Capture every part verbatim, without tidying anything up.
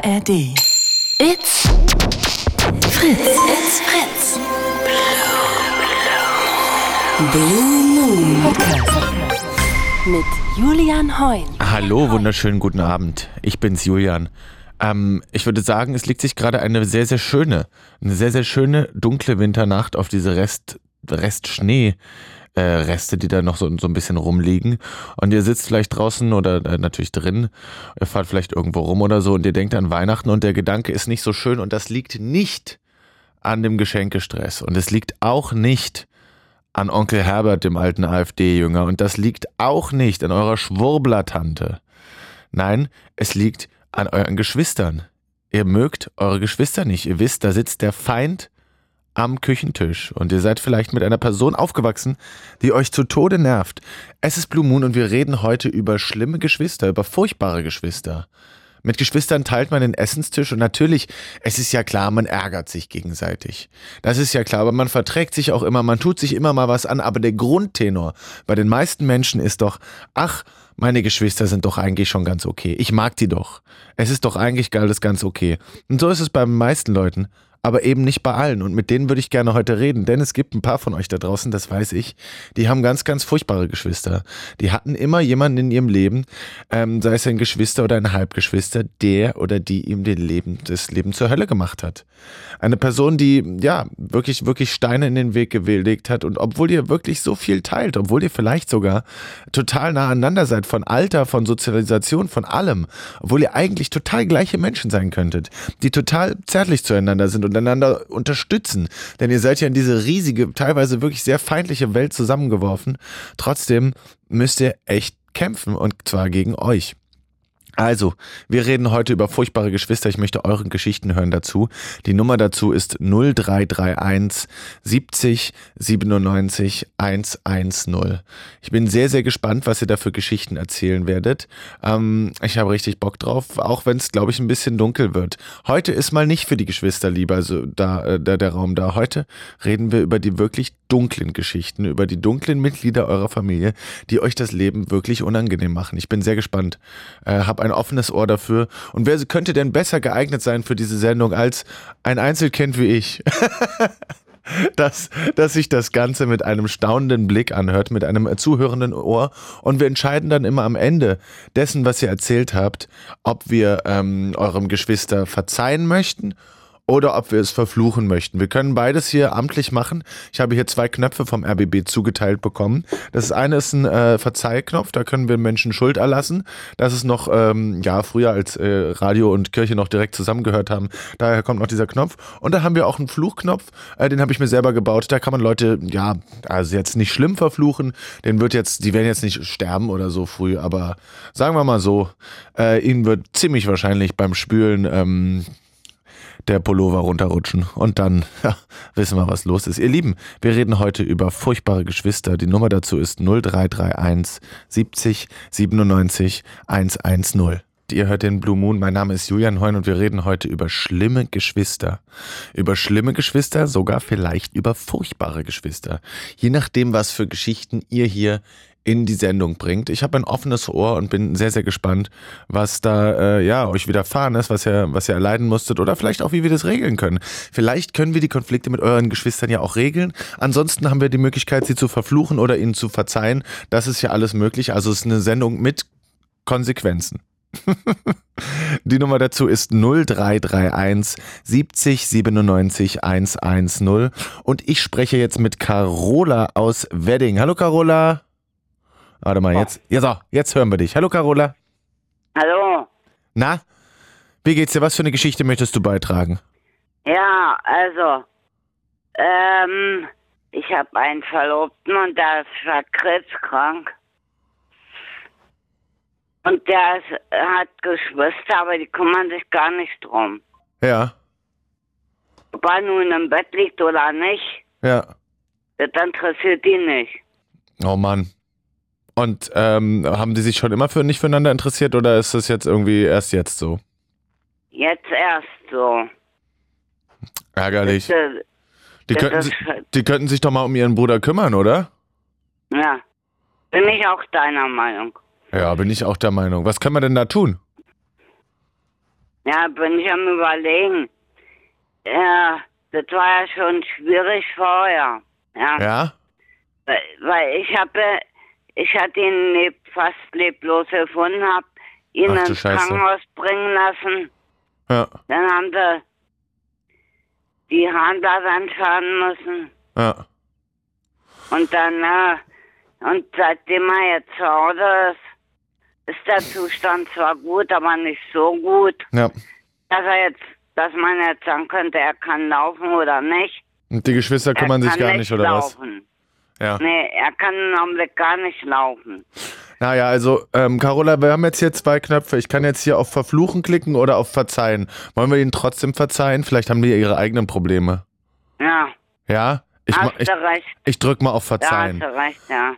A R D. It's Fritz. It's Fritz. Blue Moon Podcast. Mit Julian Heun. Hallo, wunderschönen guten Abend. Ich bin's, Julian. Ähm, ich würde sagen, es legt sich gerade eine sehr, sehr schöne, eine sehr, sehr schöne dunkle Winternacht auf diese Rest, Restschnee. Äh, Reste, die da noch so, so ein bisschen rumliegen. Und ihr sitzt vielleicht draußen oder äh, natürlich drin, ihr fahrt vielleicht irgendwo rum oder so und ihr denkt an Weihnachten und der Gedanke ist nicht so schön und das liegt nicht an dem Geschenkestress und es liegt auch nicht an Onkel Herbert, dem alten AfD-Jünger, und das liegt auch nicht an eurer Schwurbler-Tante. Nein, es liegt an euren Geschwistern. Ihr mögt eure Geschwister nicht. Ihr wisst, da sitzt der Feind am Küchentisch und ihr seid vielleicht mit einer Person aufgewachsen, die euch zu Tode nervt. Es ist Blue Moon und wir reden heute über schlimme Geschwister, über furchtbare Geschwister. Mit Geschwistern teilt man den Essenstisch und natürlich, es ist ja klar, man ärgert sich gegenseitig. Das ist ja klar, aber man verträgt sich auch immer, man tut sich immer mal was an, aber der Grundtenor bei den meisten Menschen ist doch, ach, meine Geschwister sind doch eigentlich schon ganz okay. Ich mag die doch. Es ist doch eigentlich alles ganz okay. Und so ist es bei den meisten Leuten. Aber eben nicht bei allen. Und mit denen würde ich gerne heute reden. Denn es gibt ein paar von euch da draußen, das weiß ich, die haben ganz, ganz furchtbare Geschwister. Die hatten immer jemanden in ihrem Leben, ähm, sei es ein Geschwister oder ein Halbgeschwister, der oder die ihm den Leben, das Leben zur Hölle gemacht hat. Eine Person, die, ja, wirklich, wirklich Steine in den Weg gelegt hat. Und obwohl ihr wirklich so viel teilt, obwohl ihr vielleicht sogar total nah aneinander seid, von Alter, von Sozialisation, von allem, obwohl ihr eigentlich total gleiche Menschen sein könntet, die total zärtlich zueinander sind und einander unterstützen, denn ihr seid ja in diese riesige, teilweise wirklich sehr feindliche Welt zusammengeworfen. Trotzdem müsst ihr echt kämpfen und zwar gegen euch. Also, wir reden heute über furchtbare Geschwister. Ich möchte euren Geschichten hören dazu. Die Nummer dazu ist null drei drei eins siebzig siebenundneunzig hundertzehn. Ich bin sehr, sehr gespannt, was ihr da für Geschichten erzählen werdet. Ähm, ich habe richtig Bock drauf, auch wenn es, glaube ich, ein bisschen dunkel wird. Heute ist mal nicht für die Geschwister lieber also da, äh, da der Raum da. Heute reden wir über die wirklich dunklen Geschichten, über die dunklen Mitglieder eurer Familie, die euch das Leben wirklich unangenehm machen. Ich bin sehr gespannt. Äh, hab ein offenes Ohr dafür. Und wer könnte denn besser geeignet sein für diese Sendung als ein Einzelkind wie ich? dass, dass sich das Ganze mit einem staunenden Blick anhört, mit einem zuhörenden Ohr. Und wir entscheiden dann immer am Ende dessen, was ihr erzählt habt, ob wir ähm, eurem Geschwister verzeihen möchten oder ob wir es verfluchen möchten. Wir können beides hier amtlich machen. Ich habe hier zwei Knöpfe vom R B B zugeteilt bekommen. Das eine ist ein äh, Verzeihknopf, da können wir Menschen Schuld erlassen. Das ist noch, ähm, ja, früher als äh, Radio und Kirche noch direkt zusammengehört haben. Daher kommt noch dieser Knopf. Und da haben wir auch einen Fluchknopf, äh, den habe ich mir selber gebaut. Da kann man Leute, ja, also jetzt nicht schlimm verfluchen. Den wird jetzt, die werden jetzt nicht sterben oder so früh, aber sagen wir mal so, äh, ihnen wird ziemlich wahrscheinlich beim Spülen, ähm, der Pullover runterrutschen und dann ja, wissen wir, was los ist. Ihr Lieben, wir reden heute über furchtbare Geschwister. Die Nummer dazu ist null drei drei eins siebzig siebenundneunzig hundertzehn. Ihr hört den Blue Moon, mein Name ist Julian Heun und wir reden heute über schlimme Geschwister. Über schlimme Geschwister, sogar vielleicht über furchtbare Geschwister. Je nachdem, was für Geschichten ihr hier in die Sendung bringt. Ich habe ein offenes Ohr und bin sehr, sehr gespannt, was da äh, ja euch widerfahren ist, was ihr, was ihr erleiden musstet oder vielleicht auch, wie wir das regeln können. Vielleicht können wir die Konflikte mit euren Geschwistern ja auch regeln. Ansonsten haben wir die Möglichkeit, sie zu verfluchen oder ihnen zu verzeihen. Das ist ja alles möglich. Also es ist eine Sendung mit Konsequenzen. Die Nummer dazu ist null drei drei eins siebzig siebenundneunzig hundertzehn und ich spreche jetzt mit Carola aus Wedding. Hallo Carola. Warte mal, jetzt, ja so, jetzt hören wir dich. Hallo Carola. Hallo. Na, wie geht's dir? Was für eine Geschichte möchtest du beitragen? Ja, also, ähm, ich habe einen Verlobten und der ist krebskrank. Und der ist, hat Geschwister, aber die kümmern sich gar nicht drum. Ja. Ob er nun im Bett liegt oder nicht, ja, das interessiert die nicht. Oh Mann. Und ähm, haben die sich schon immer für nicht füreinander interessiert oder ist das jetzt irgendwie erst jetzt so? Jetzt erst so. Ärgerlich. Das, die, das könnten, ist, si- die könnten sich doch mal um ihren Bruder kümmern, oder? Ja, bin ich auch deiner Meinung. Ja, bin ich auch der Meinung. Was können wir denn da tun? Ja, bin ich am Überlegen. Ja, das war ja schon schwierig vorher. Ja. Ja? Weil, weil ich habe, ich hatte ihn leb, fast leblos gefunden, hab ihn Ach, du ins Scheiße. Krankenhaus bringen lassen. Ja. Dann haben sie die Harnblase anschauen müssen. Ja. Und dann, äh, und seitdem er jetzt zu Hause ist, ist der Zustand zwar gut, aber nicht so gut, Ja. dass er jetzt, dass man jetzt sagen könnte, er kann laufen oder nicht. Und die Geschwister kümmern er sich kann gar nicht, oder laufen. was? Ja. Nee, er kann im Augenblick gar nicht laufen. Naja, also, ähm, Carola, wir haben jetzt hier zwei Knöpfe. Ich kann jetzt hier auf Verfluchen klicken oder auf Verzeihen. Wollen wir ihnen trotzdem verzeihen? Vielleicht haben die ja ihre eigenen Probleme. Ja, Ja? Ich, ma- hast ich, du recht. ich drück mal auf Da Verzeihen. hast du recht, ja.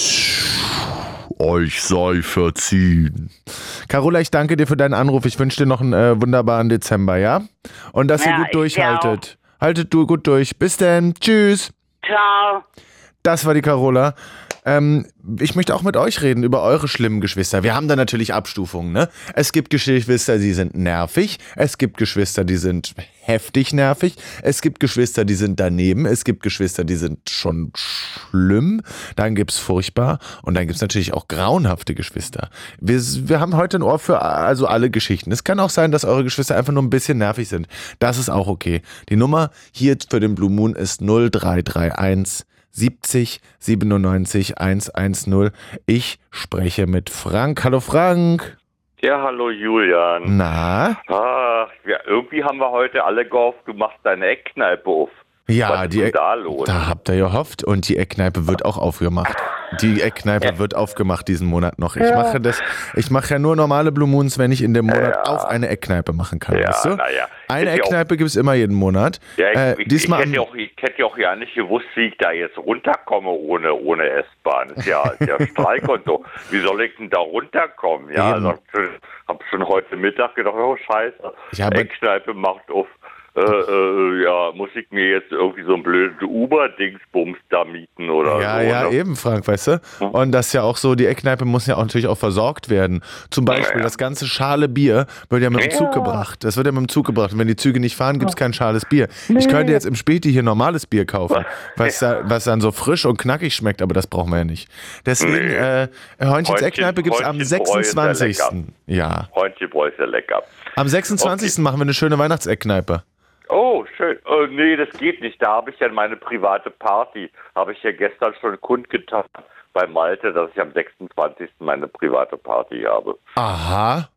Euch sei verziehen. Carola, ich danke dir für deinen Anruf. Ich wünsche dir noch einen äh, wunderbaren Dezember, ja? Und dass Ja, ihr gut ich dir durchhaltet. Haltet du gut durch. Bis dann. Tschüss. Ciao. Das war die Carola. Ähm, ich möchte auch mit euch reden über eure schlimmen Geschwister. Wir haben da natürlich Abstufungen, ne? Es gibt Geschwister, die sind nervig. Es gibt Geschwister, die sind heftig nervig. Es gibt Geschwister, die sind daneben. Es gibt Geschwister, die sind schon schlimm. Dann gibt's furchtbar. Und dann gibt's natürlich auch grauenhafte Geschwister. Wir, wir haben heute ein Ohr für also alle Geschichten. Es kann auch sein, dass eure Geschwister einfach nur ein bisschen nervig sind. Das ist auch okay. Die Nummer hier für den Blue Moon ist null drei drei eins siebzig siebenundneunzig hundertzehn. Ich spreche mit Frank. Hallo Frank. Ja, hallo Julian. Na? Ach, ja, irgendwie haben wir heute alle gehofft, du machst deine Eckkneipe auf. Ja, Was ist die denn Eck- da los? Da habt ihr gehofft und die Eckkneipe wird auch aufgemacht. Die Eckkneipe Ja. wird aufgemacht diesen Monat noch. Ich mache das, ich mache ja nur normale Blue Moons, wenn ich in dem Monat Ja. auch eine Eckkneipe machen kann, Ja, weißt du? na ja. Eine Ist ja auch- Eckkneipe gibt es immer jeden Monat. Ja, ich, äh, ich, ich, diesmal hätte am- ja auch, ich hätte ja auch ja nicht gewusst, wie ich da jetzt runterkomme ohne, ohne S-Bahn. Ist ja der Streikkonto. Wie soll ich denn da runterkommen? Ja, Eben. also, hab schon heute Mittag gedacht, oh scheiße, Ja, aber- Eckkneipe macht auf. Äh, äh, ja, muss ich mir jetzt irgendwie so ein blödes Uber-Dingsbums da mieten oder Ja, so? ja, ne? eben, Frank, weißt du? Und das ist ja auch so, die Eckkneipe muss ja auch natürlich auch versorgt werden. Zum Beispiel, Ja, ja. das ganze schale Bier wird ja mit dem Ja. Zug gebracht. Das wird ja mit dem Zug gebracht. Und wenn die Züge nicht fahren, gibt es kein schales Bier. Ich könnte jetzt im Späti hier normales Bier kaufen, was, da, was dann so frisch und knackig schmeckt, aber das brauchen wir ja nicht. Deswegen, Nee. äh, Heuntchens Häunchen- Eckkneipe gibt es am Häunchenbräu ist ja sechsundzwanzigsten Ja. Freundchenbräu ist ja lecker. Am sechsundzwanzigsten machen wir eine schöne Weihnachtseckneipe. Oh, schön. Oh, nee, das geht nicht. Da habe ich ja meine private Party. Habe ich ja gestern schon kundgetan bei Malte, dass ich am sechsundzwanzigsten meine private Party habe. Aha.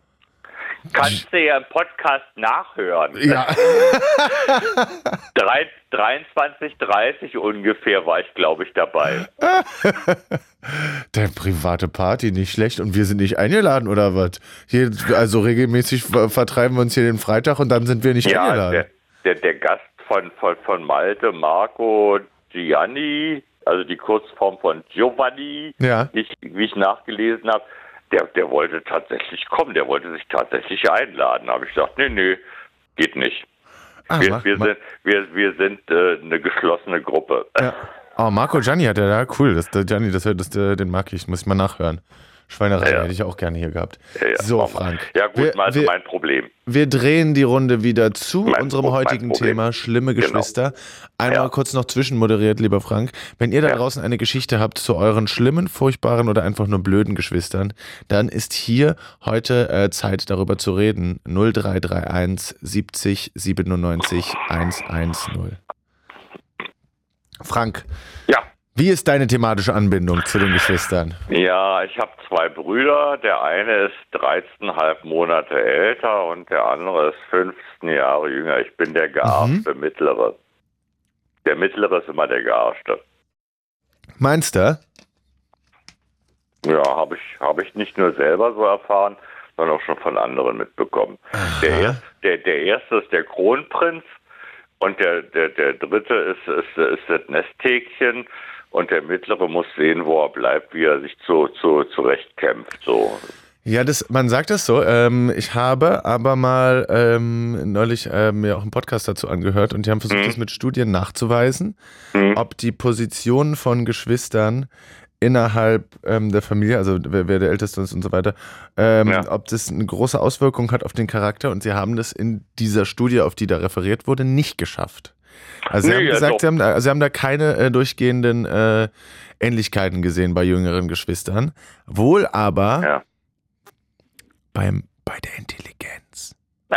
Kannst du ja im Podcast nachhören. Ja. Drei, dreiundzwanzig Uhr dreißig ungefähr war ich, glaube ich, dabei. Der private Party, nicht schlecht. Und wir sind nicht eingeladen, oder was? Hier, also regelmäßig ver- vertreiben wir uns hier den Freitag und dann sind wir nicht Ja, eingeladen. der, der, der Gast von, von, von Malte, Marco Gianni, also die Kurzform von Giovanni, Ja. wie ich, wie ich nachgelesen habe, der, der wollte tatsächlich kommen, der wollte sich tatsächlich einladen. Da habe ich gesagt, nee, nee, geht nicht. Ah, wir, mach- wir mach- sind, wir, wir sind äh, eine geschlossene Gruppe. Ja. Oh, Marco Gianni hat er da. Cool, das, der Gianni, das, das, der, den mag ich. Muss ich mal nachhören. Schweinerei Ja. hätte ich auch gerne hier gehabt. Ja, ja, So, mach mal. Frank. Ja gut, wir, also wir, mein Problem. wir drehen die Runde wieder zu Mein unserem Pro- mein heutigen Problem. Thema schlimme Genau. Geschwister. Einmal Ja. kurz noch zwischenmoderiert, lieber Frank. Wenn ihr da Ja. draußen eine Geschichte habt zu euren schlimmen, furchtbaren oder einfach nur blöden Geschwistern, dann ist hier heute äh, Zeit, darüber zu reden. null drei drei eins siebzig siebenundneunzig hundertzehn. Frank, Ja. wie ist deine thematische Anbindung zu den Geschwistern? Ja, ich habe zwei Brüder. Der eine ist dreizehn Komma fünf Monate älter und der andere ist fünfzehn Jahre jünger. Ich bin der gearschte Mittlere. Der Mittlere ist immer der gearschte. Meinst du? Ja, habe ich, hab ich nicht nur selber so erfahren, sondern auch schon von anderen mitbekommen. Der, er, der, der erste ist der Kronprinz und der, der, der dritte ist, ist, ist das Nesthäkchen. Und der Mittlere muss sehen, wo er bleibt, wie er sich zu, zu, zurechtkämpft. So. Ja, das, man sagt das so. Ähm, ich habe aber mal ähm, neulich äh, mir auch einen Podcast dazu angehört und die haben versucht, Mhm. das mit Studien nachzuweisen, Mhm. ob die Position von Geschwistern innerhalb ähm, der Familie, also wer, wer der Älteste ist und so weiter, ähm, Ja. ob das eine große Auswirkung hat auf den Charakter und sie haben das in dieser Studie, auf die da referiert wurde, nicht geschafft. Also sie Nee, haben ja, gesagt, doch. sie haben, da, sie haben da keine äh, durchgehenden äh, Ähnlichkeiten gesehen bei jüngeren Geschwistern, wohl aber Ja. beim, bei der Intelligenz.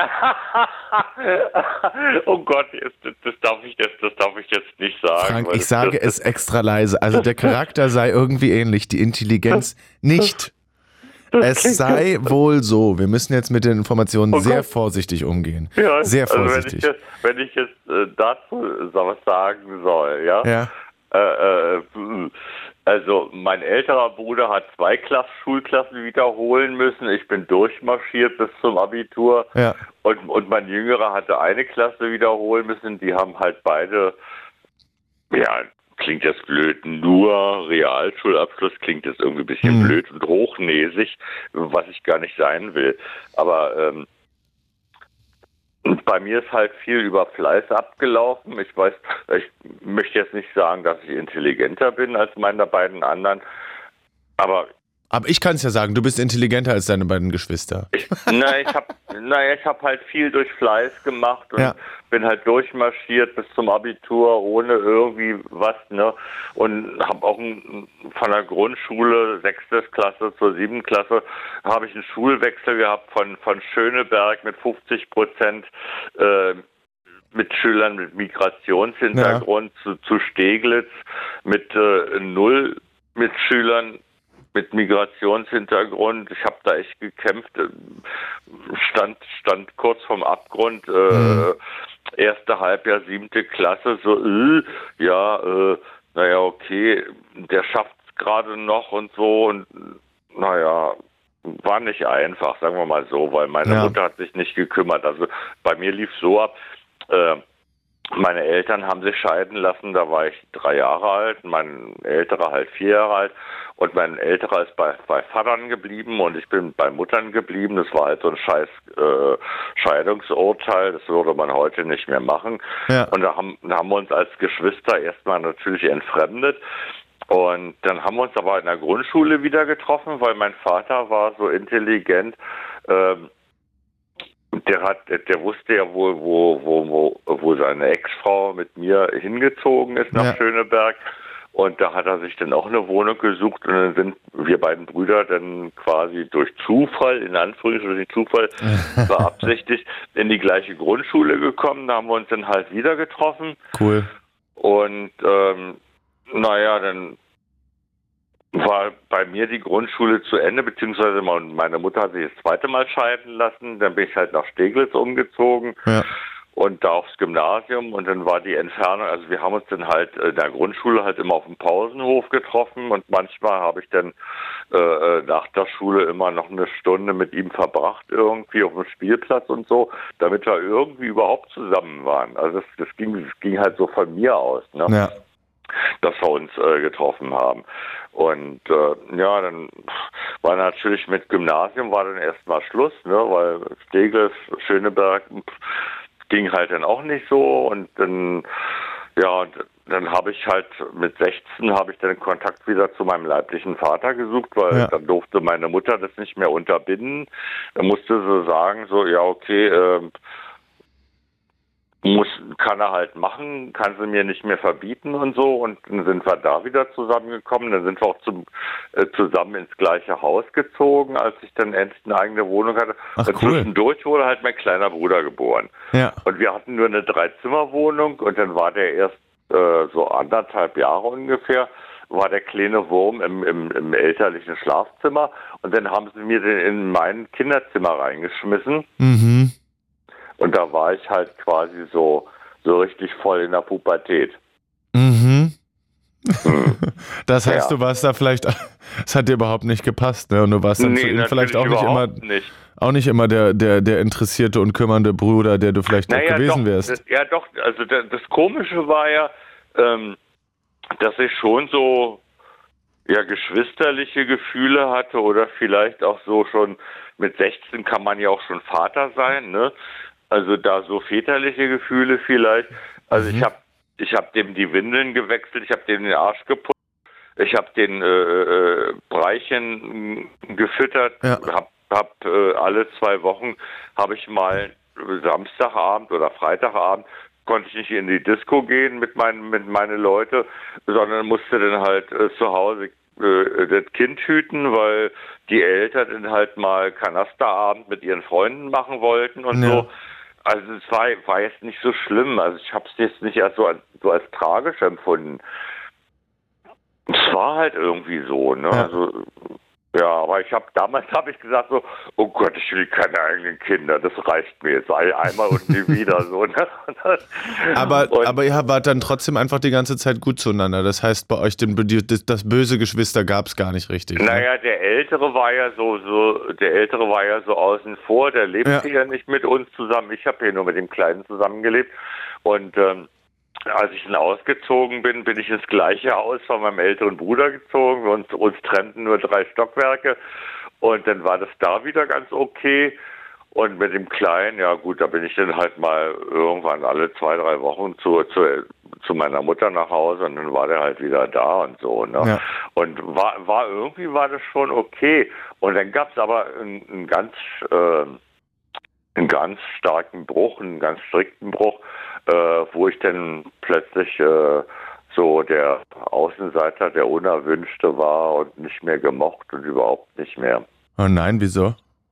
Oh Gott, das, das, darf ich jetzt, das darf ich jetzt nicht sagen. Frank, weil ich das, sage das, es extra leise. Also der Charakter sei irgendwie ähnlich, die Intelligenz nicht. Es klingt sei wohl so. Wir müssen jetzt mit den Informationen Oh sehr Gott. vorsichtig umgehen. Ja, Sehr also wenn ich vorsichtig. jetzt, wenn ich jetzt äh, dazu was sagen soll, ja. Ja. Äh, äh, also mein älterer Bruder hat zwei Klass Schulklassen wiederholen müssen. Ich bin durchmarschiert bis zum Abitur. Ja. Und, und mein Jüngerer hatte eine Klasse wiederholen müssen. Die haben halt beide, ja, klingt das blöd, nur Realschulabschluss, klingt das irgendwie ein bisschen Mhm. blöd und hochnäsig, was ich gar nicht sein will. Aber ähm, und bei mir ist halt viel über Fleiß abgelaufen. Ich weiß, ich möchte jetzt nicht sagen, dass ich intelligenter bin als meine beiden anderen, aber Aber ich kann es ja sagen, du bist intelligenter als deine beiden Geschwister. ich, na, ich habe naja, ich hab halt viel durch Fleiß gemacht und Ja. bin halt durchmarschiert bis zum Abitur ohne irgendwie was, ne? Und habe auch ein, von der Grundschule, sechste Klasse zur siebten Klasse, habe ich einen Schulwechsel gehabt von, von Schöneberg mit fünfzig Prozent äh, mit Schülern mit Migrationshintergrund zu, zu Steglitz mit äh, null mit Schülern mit Migrationshintergrund. Ich habe da echt gekämpft, stand stand kurz vorm Abgrund, äh, Mhm. erste Halbjahr, siebte Klasse, so, äh, ja, äh, naja, okay, der schafft es gerade noch und so und naja, war nicht einfach, sagen wir mal so, weil meine Ja. Mutter hat sich nicht gekümmert. Also bei mir lief so ab, äh, meine Eltern haben sich scheiden lassen, da war ich drei Jahre alt, mein Älterer halt vier Jahre alt und mein Älterer ist bei, bei Vatern geblieben und ich bin bei Muttern geblieben. Das war halt so ein scheiß äh, Scheidungsurteil, das würde man heute nicht mehr machen. Ja. Und da haben, da haben wir uns als Geschwister erstmal natürlich entfremdet. Und dann haben wir uns aber in der Grundschule wieder getroffen, weil mein Vater war so intelligent, ähm, Der hat, der wusste ja wohl, wo, wo, wo, wo seine Ex-Frau mit mir hingezogen ist nach Ja. Schöneberg. Und da hat er sich dann auch eine Wohnung gesucht und dann sind wir beiden Brüder dann quasi durch Zufall, in Anführungsstrichen durch Zufall, beabsichtigt, in die gleiche Grundschule gekommen. Da haben wir uns dann halt wieder getroffen. Cool. Und ähm, naja, dann war bei mir die Grundschule zu Ende, beziehungsweise meine Mutter hat sich das zweite Mal scheiden lassen. Dann bin ich halt nach Steglitz umgezogen Ja. und da aufs Gymnasium und dann war die Entfernung, also wir haben uns dann halt in der Grundschule halt immer auf dem Pausenhof getroffen und manchmal habe ich dann äh, nach der Schule immer noch eine Stunde mit ihm verbracht irgendwie auf dem Spielplatz und so, damit wir irgendwie überhaupt zusammen waren. Also das, das ging, das ging halt so von mir aus, ne? Ja. Dass wir uns äh, getroffen haben. Und äh, ja, dann war natürlich mit Gymnasium war dann erstmal Schluss, ne, weil Steglitz, Schöneberg ging halt dann auch nicht so und dann ja, und dann habe ich halt mit sechzehn habe ich dann Kontakt wieder zu meinem leiblichen Vater gesucht, weil Ja. dann durfte meine Mutter das nicht mehr unterbinden. Dann musste sie sagen, so, ja, okay, äh, muss, kann er halt machen, kann sie mir nicht mehr verbieten und so. Und dann sind wir da wieder zusammengekommen. Dann sind wir auch zum, äh, zusammen ins gleiche Haus gezogen, als ich dann endlich eine eigene Wohnung hatte. Ach, und cool. zwischendurch wurde halt mein kleiner Bruder geboren. Ja. Und wir hatten nur eine Dreizimmerwohnung und dann war der erst äh, so anderthalb Jahre ungefähr, war der kleine Wurm im, im, im elterlichen Schlafzimmer. Und dann haben sie mir den in mein Kinderzimmer reingeschmissen. Mhm. Und da war ich halt quasi so, so richtig voll in der Pubertät. Mhm. Hm. Das heißt, Ja. du warst da vielleicht, es hat dir überhaupt nicht gepasst, ne? Und du warst dann zu ihm vielleicht auch nicht immer, überhaupt nicht. auch nicht immer der, der, der interessierte und kümmernde Bruder, der du vielleicht auch Naja, gewesen doch, wärst. das- Ja, doch. Also das, das Komische war ja, ähm, dass ich schon so ja geschwisterliche Gefühle hatte oder vielleicht auch so schon mit sechzehn kann man ja auch schon Vater sein, ne? Also da so väterliche Gefühle vielleicht. Also Mhm. ich habe ich habe dem die Windeln gewechselt, ich habe dem den Arsch geputzt. ich habe den äh, äh, Breichen gefüttert, Ja. hab, hab äh, alle zwei Wochen habe ich mal Samstagabend oder Freitagabend konnte ich nicht in die Disco gehen mit meinen mit meine Leute, sondern musste dann halt äh, zu Hause äh, das Kind hüten, weil die Eltern dann halt mal Kanasterabend mit ihren Freunden machen wollten und Ja. so. Also es war, war jetzt nicht so schlimm. Also ich habe es jetzt nicht erst so als, so als tragisch empfunden. Es war halt irgendwie so, ne? Ja. Also ja, aber ich habe damals habe ich gesagt so, oh Gott, ich will keine eigenen Kinder, das reicht mir jetzt ein, einmal und nie wieder so. Ne? Aber, und, aber ihr wart dann trotzdem einfach die ganze Zeit gut zueinander. Das heißt, bei euch den, die, das, das böse Geschwister gab es gar nicht richtig. Ne? Naja, der Ältere war ja so, so, der Ältere war ja so außen vor, der lebte Ja. ja nicht mit uns zusammen. Ich habe hier nur mit dem Kleinen zusammengelebt. Und ähm, als ich dann ausgezogen bin, bin ich ins gleiche Haus von meinem älteren Bruder gezogen. Uns, uns trennten nur drei Stockwerke. Und dann war das da wieder ganz okay. Und mit dem Kleinen, ja gut, da bin ich dann halt mal irgendwann alle zwei, drei Wochen zu, zu, zu meiner Mutter nach Hause und dann war der halt wieder da und so. Ne? Ja. Und war, war irgendwie war das schon okay. Und dann gab es aber einen, einen ganz äh, einen ganz starken Bruch, einen ganz strikten Bruch, äh, wo ich dann plötzlich äh, so der Außenseiter, der Unerwünschte war und nicht mehr gemocht und überhaupt nicht mehr. Oh nein, wieso?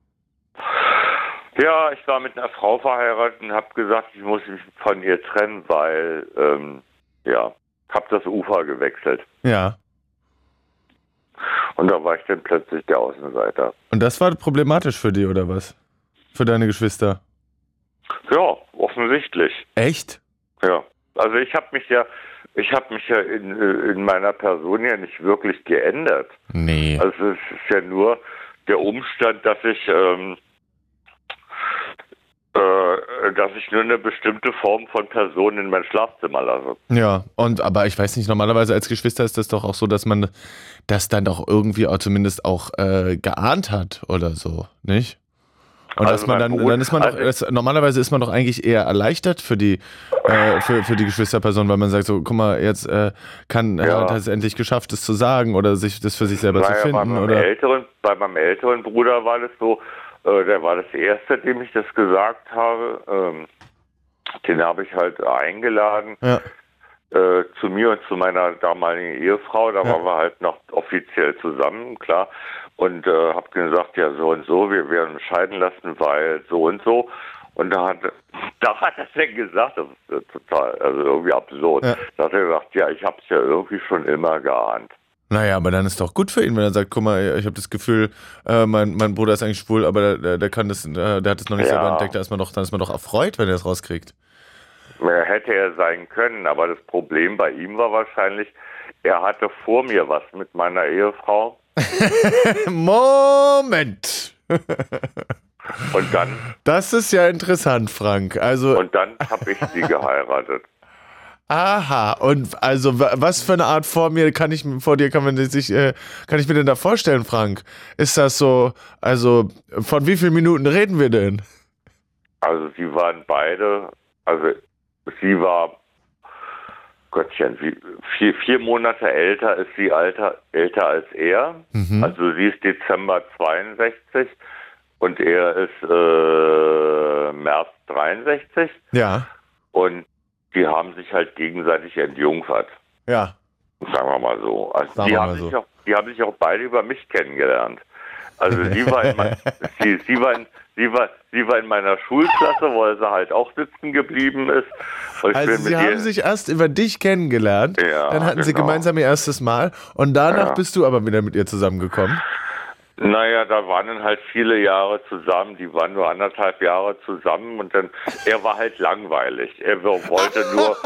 Ja, ich war mit einer Frau verheiratet und habe gesagt, ich muss mich von ihr trennen, weil, ähm, ja, habe das Ufer gewechselt. Ja. Und da war ich dann plötzlich der Außenseiter. Und das war problematisch für die, oder was? Für deine Geschwister? Ja, offensichtlich. Echt? Ja, also ich habe mich ja, ich habe mich ja in, in meiner Person ja nicht wirklich geändert. Nee. Also es ist ja nur der Umstand, dass ich, ähm, äh, dass ich nur eine bestimmte Form von Person in mein Schlafzimmer lasse. Ja, und aber ich weiß nicht, normalerweise als Geschwister ist das doch auch so, dass man das dann doch irgendwie auch zumindest auch äh, geahnt hat oder so, nicht? Und Also dass man mein dann, Bruder- dann ist man doch, also- das, normalerweise ist man doch eigentlich eher erleichtert für die, äh, für, für die Geschwisterperson, weil man sagt so, guck mal, jetzt äh, kann, Ja. hat er es endlich geschafft, das zu sagen oder sich das für sich selber Naja, zu bei finden, meinem oder? älteren, bei meinem älteren Bruder war das so, äh, der war das Erste, dem ich das gesagt habe. Ähm, den habe ich halt eingeladen. Ja. Äh, zu mir und zu meiner damaligen Ehefrau, da Ja. waren wir halt noch offiziell zusammen, klar, und äh, hab gesagt, ja so und so, wir werden scheiden lassen, weil so und so, und da hat, da hat er dann gesagt, das ist äh, total, also irgendwie absurd, Ja. da hat er gesagt, ja, ich hab's ja irgendwie schon immer geahnt. Naja, aber dann ist doch gut für ihn, wenn er sagt, guck mal, ich habe das Gefühl, äh, mein, mein Bruder ist eigentlich schwul, aber der, der kann das, äh, der hat es noch nicht Ja. selber entdeckt, da ist man doch, dann ist man doch erfreut, wenn er es rauskriegt. Ja, hätte er sein können, aber das Problem bei ihm war wahrscheinlich, er hatte vor mir was mit meiner Ehefrau. Moment! Und dann, Das ist ja interessant, Frank. Also, und dann habe ich sie geheiratet. aha. Und also, wa- was für eine Art vor mir kann ich vor dir kann man sich äh, kann ich mir denn da vorstellen, Frank? Ist das so? Also, von wie vielen Minuten reden wir denn? Also sie waren beide, also sie war, Gottchen, wie, vier, vier Monate älter ist sie alter, älter als er. Mhm. Also sie ist Dezember zweiundsechzig und er ist äh, März dreiundsechzig. Ja, Und die haben sich halt gegenseitig entjungfert. ja. Sagen wir mal so. Also Sagen die, wir haben mal so. sich auch, die haben sich auch beide über mich kennengelernt. Also sie war in, mein, sie, sie, war in, sie, war, sie war in meiner Schulklasse, wo sie halt auch sitzen geblieben ist. Und ich Also bin sie mit haben ihr, sich erst über dich kennengelernt, Ja, dann hatten sie genau. gemeinsam ihr erstes Mal und danach Ja. bist du aber wieder mit ihr zusammengekommen. Naja, da waren dann halt viele Jahre zusammen, die waren nur anderthalb Jahre zusammen und dann, er war halt langweilig. Er wollte nur...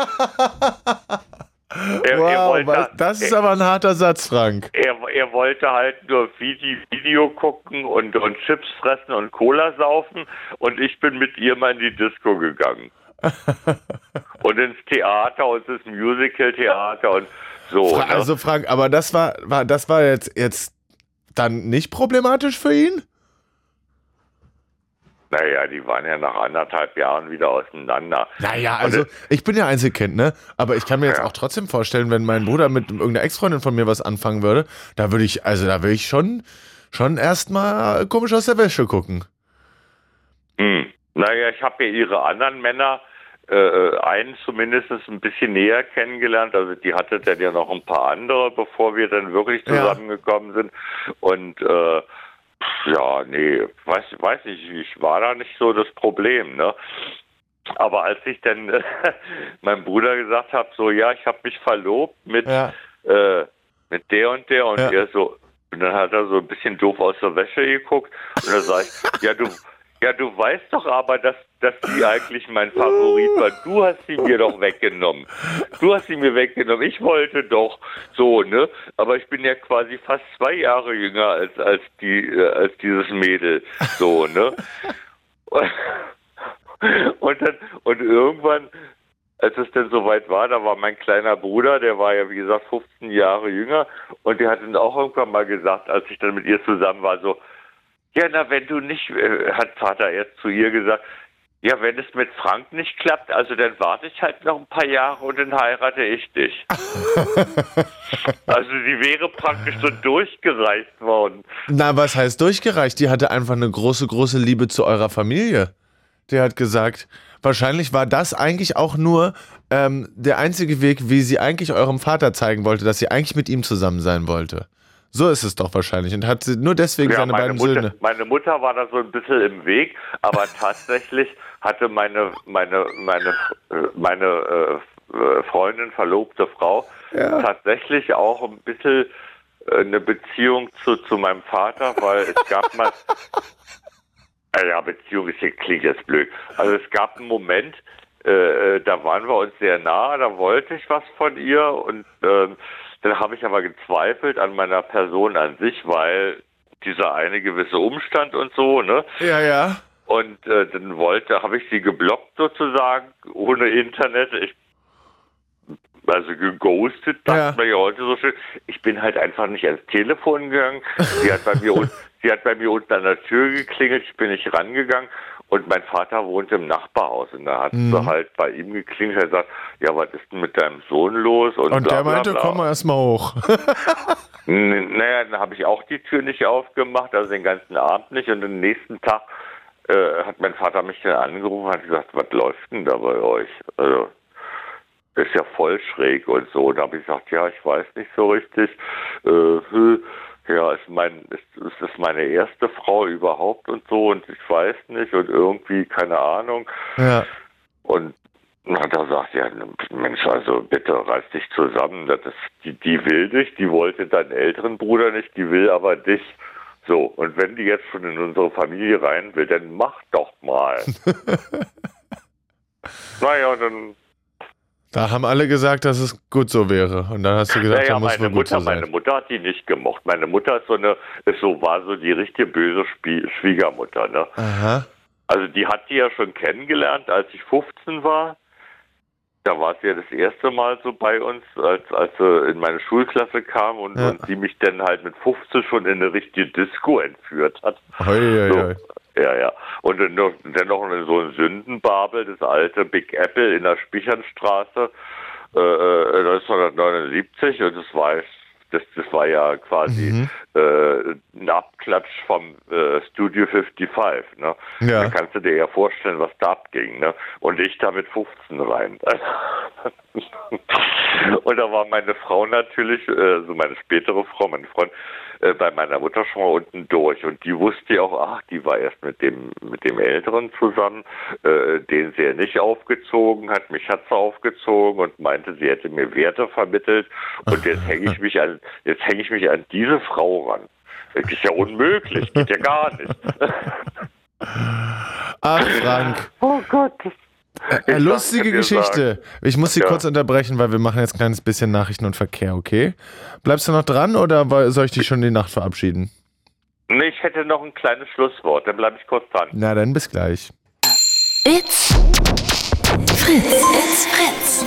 er, er Wow, wollte, was, das ist er, aber ein harter Satz, Frank. Er, er wollte halt nur Video, Video gucken und, und Chips fressen und Cola saufen und ich bin mit ihr mal in die Disco gegangen. Und ins Theater und ins Musical-Theater und so. Fra- Ne? Also Frank, aber das war, war das war jetzt, jetzt dann nicht problematisch für ihn? Naja, die waren ja nach anderthalb Jahren wieder auseinander. Naja, also ich bin ja Einzelkind, ne? Aber ich kann mir jetzt Ja. auch trotzdem vorstellen, wenn mein Bruder mit irgendeiner Ex-Freundin von mir was anfangen würde, da würde ich, also da würde ich schon, schon erstmal komisch aus der Wäsche gucken. Hm. Naja, ich habe ja ihre anderen Männer, äh, einen zumindest ein bisschen näher kennengelernt. Also die hatte dann ja noch ein paar andere, bevor wir dann wirklich Ja. zusammengekommen sind. Und äh, ja, nee, weiß, weiß ich, ich war da nicht so das Problem, ne? Aber als ich dann äh, meinem Bruder gesagt habe, so, ja, ich habe mich verlobt mit, Ja. äh, mit der und der und Ja. er so, und dann hat er so ein bisschen doof aus der Wäsche geguckt und dann sag ich, ja, du, ja, du weißt doch aber, dass, dass die eigentlich mein Favorit war. Du hast sie mir doch weggenommen. Du hast sie mir weggenommen. Ich wollte doch so, ne? Aber ich bin ja quasi fast zwei Jahre jünger als, als die, äh, als dieses Mädel. So, ne? Und dann, und irgendwann, als es dann soweit war, da war mein kleiner Bruder, der war ja, wie gesagt, fünfzehn Jahre jünger, und der hat dann auch irgendwann mal gesagt, als ich dann mit ihr zusammen war, so, ja, na, wenn du nicht, äh, hat Vater erst zu ihr gesagt, ja, wenn es mit Frank nicht klappt, also dann warte ich halt noch ein paar Jahre und dann heirate ich dich. Also die wäre praktisch so durchgereicht worden. Na, was heißt durchgereicht? Die hatte einfach eine große, große Liebe zu eurer Familie. Der hat gesagt, wahrscheinlich war das eigentlich auch nur ähm, der einzige Weg, wie sie eigentlich eurem Vater zeigen wollte, dass sie eigentlich mit ihm zusammen sein wollte. So ist es doch wahrscheinlich. Und hat sie nur deswegen Ja, seine meine beiden Mutter, Söhne. meine Mutter war da so ein bisschen im Weg, aber tatsächlich hatte meine meine meine äh, meine äh, Freundin, verlobte Frau, Ja. tatsächlich auch ein bisschen äh, eine Beziehung zu zu meinem Vater, weil es gab mal äh, ja, Beziehung ist hier, klingt jetzt blöd. Also es gab einen Moment, äh, da waren wir uns sehr nah, da wollte ich was von ihr und äh, dann habe ich aber gezweifelt an meiner Person an sich, weil dieser eine gewisse Umstand und so, ne? Ja, ja. Und äh, dann wollte, habe ich sie geblockt sozusagen, ohne Internet. Ich, also geghostet, sagt Ja. man ja heute so schön. Ich bin halt einfach nicht ans Telefon gegangen. Sie hat bei mir, un- sie hat bei mir unten an der Tür geklingelt, ich bin nicht rangegangen. Und mein Vater wohnt im Nachbarhaus. Und da hat Mhm. sie halt bei ihm geklingelt und gesagt, ja, was ist denn mit deinem Sohn los? Und, Und bla, der bla, meinte, bla. komm mal erst mal hoch. N- Naja, dann habe ich auch die Tür nicht aufgemacht, also den ganzen Abend nicht. Und am nächsten Tag äh, hat mein Vater mich dann angerufen und hat gesagt, was läuft denn da bei euch? Also, das ist ja voll schräg und so. Und da habe ich gesagt, ja, ich weiß nicht so richtig. Äh, hm, ja, ist, mein, ist, ist das meine erste Frau überhaupt und so und ich weiß nicht und irgendwie, keine Ahnung. Ja. Und dann hat er gesagt, ja, Mensch, also bitte reiß dich zusammen. Das ist, die, die will dich, die wollte deinen älteren Bruder nicht, die will aber dich. So, und wenn die jetzt schon in unsere Familie rein will, dann mach doch mal. Naja, dann... Da haben alle gesagt, dass es gut so wäre. Und dann hast du gesagt, Naja, da muss meine man gut Mutter, so sein. meine Mutter hat die nicht gemocht. Meine Mutter ist so eine, ist so, war so die richtige böse Spie- Schwiegermutter, ne? Aha. Also die hat die ja schon kennengelernt, als ich fünfzehn war. Da war sie ja das erste Mal so bei uns, als, als sie in meine Schulklasse kam und, Ja. und sie mich dann halt mit fünfzehn schon in eine richtige Disco entführt hat. Hoi, hoi, hoi. So. Ja, ja. Und dann noch, dann noch so ein Sündenbabel, das alte Big Apple in der Spichernstraße, äh, neunzehnhundertneunundsiebzig. Und das war, das, das war ja quasi Mhm. äh, ein Abklatsch vom äh, Studio fünfundfünfzig. Ne? Ja. Da kannst du dir ja vorstellen, was da abging. Ne? Und ich da mit fünfzehn rein. Und da war meine Frau natürlich, äh, so meine spätere Frau, meine Freundin, äh, bei meiner Mutter schon mal unten durch. Und die wusste ja auch, ach, die war erst mit dem mit dem Älteren zusammen, äh, den sie ja nicht aufgezogen hat. Mich hat sie aufgezogen und meinte, sie hätte mir Werte vermittelt. Und jetzt hänge ich mich an, jetzt hänge ich mich an diese Frau ran. Das ist ja unmöglich, geht ja gar nicht. Ach, Frank. Oh Gott. Äh, Ich lustige sag's dir Geschichte. Ich muss Sie Ja. kurz unterbrechen, weil wir machen jetzt ein kleines bisschen Nachrichten und Verkehr, okay? Bleibst du noch dran oder wa- soll ich dich schon in die Nacht verabschieden? Nee, ich hätte noch ein kleines Schlusswort, dann bleibe ich kurz dran. Na dann, bis gleich. It's Fritz. It's Fritz.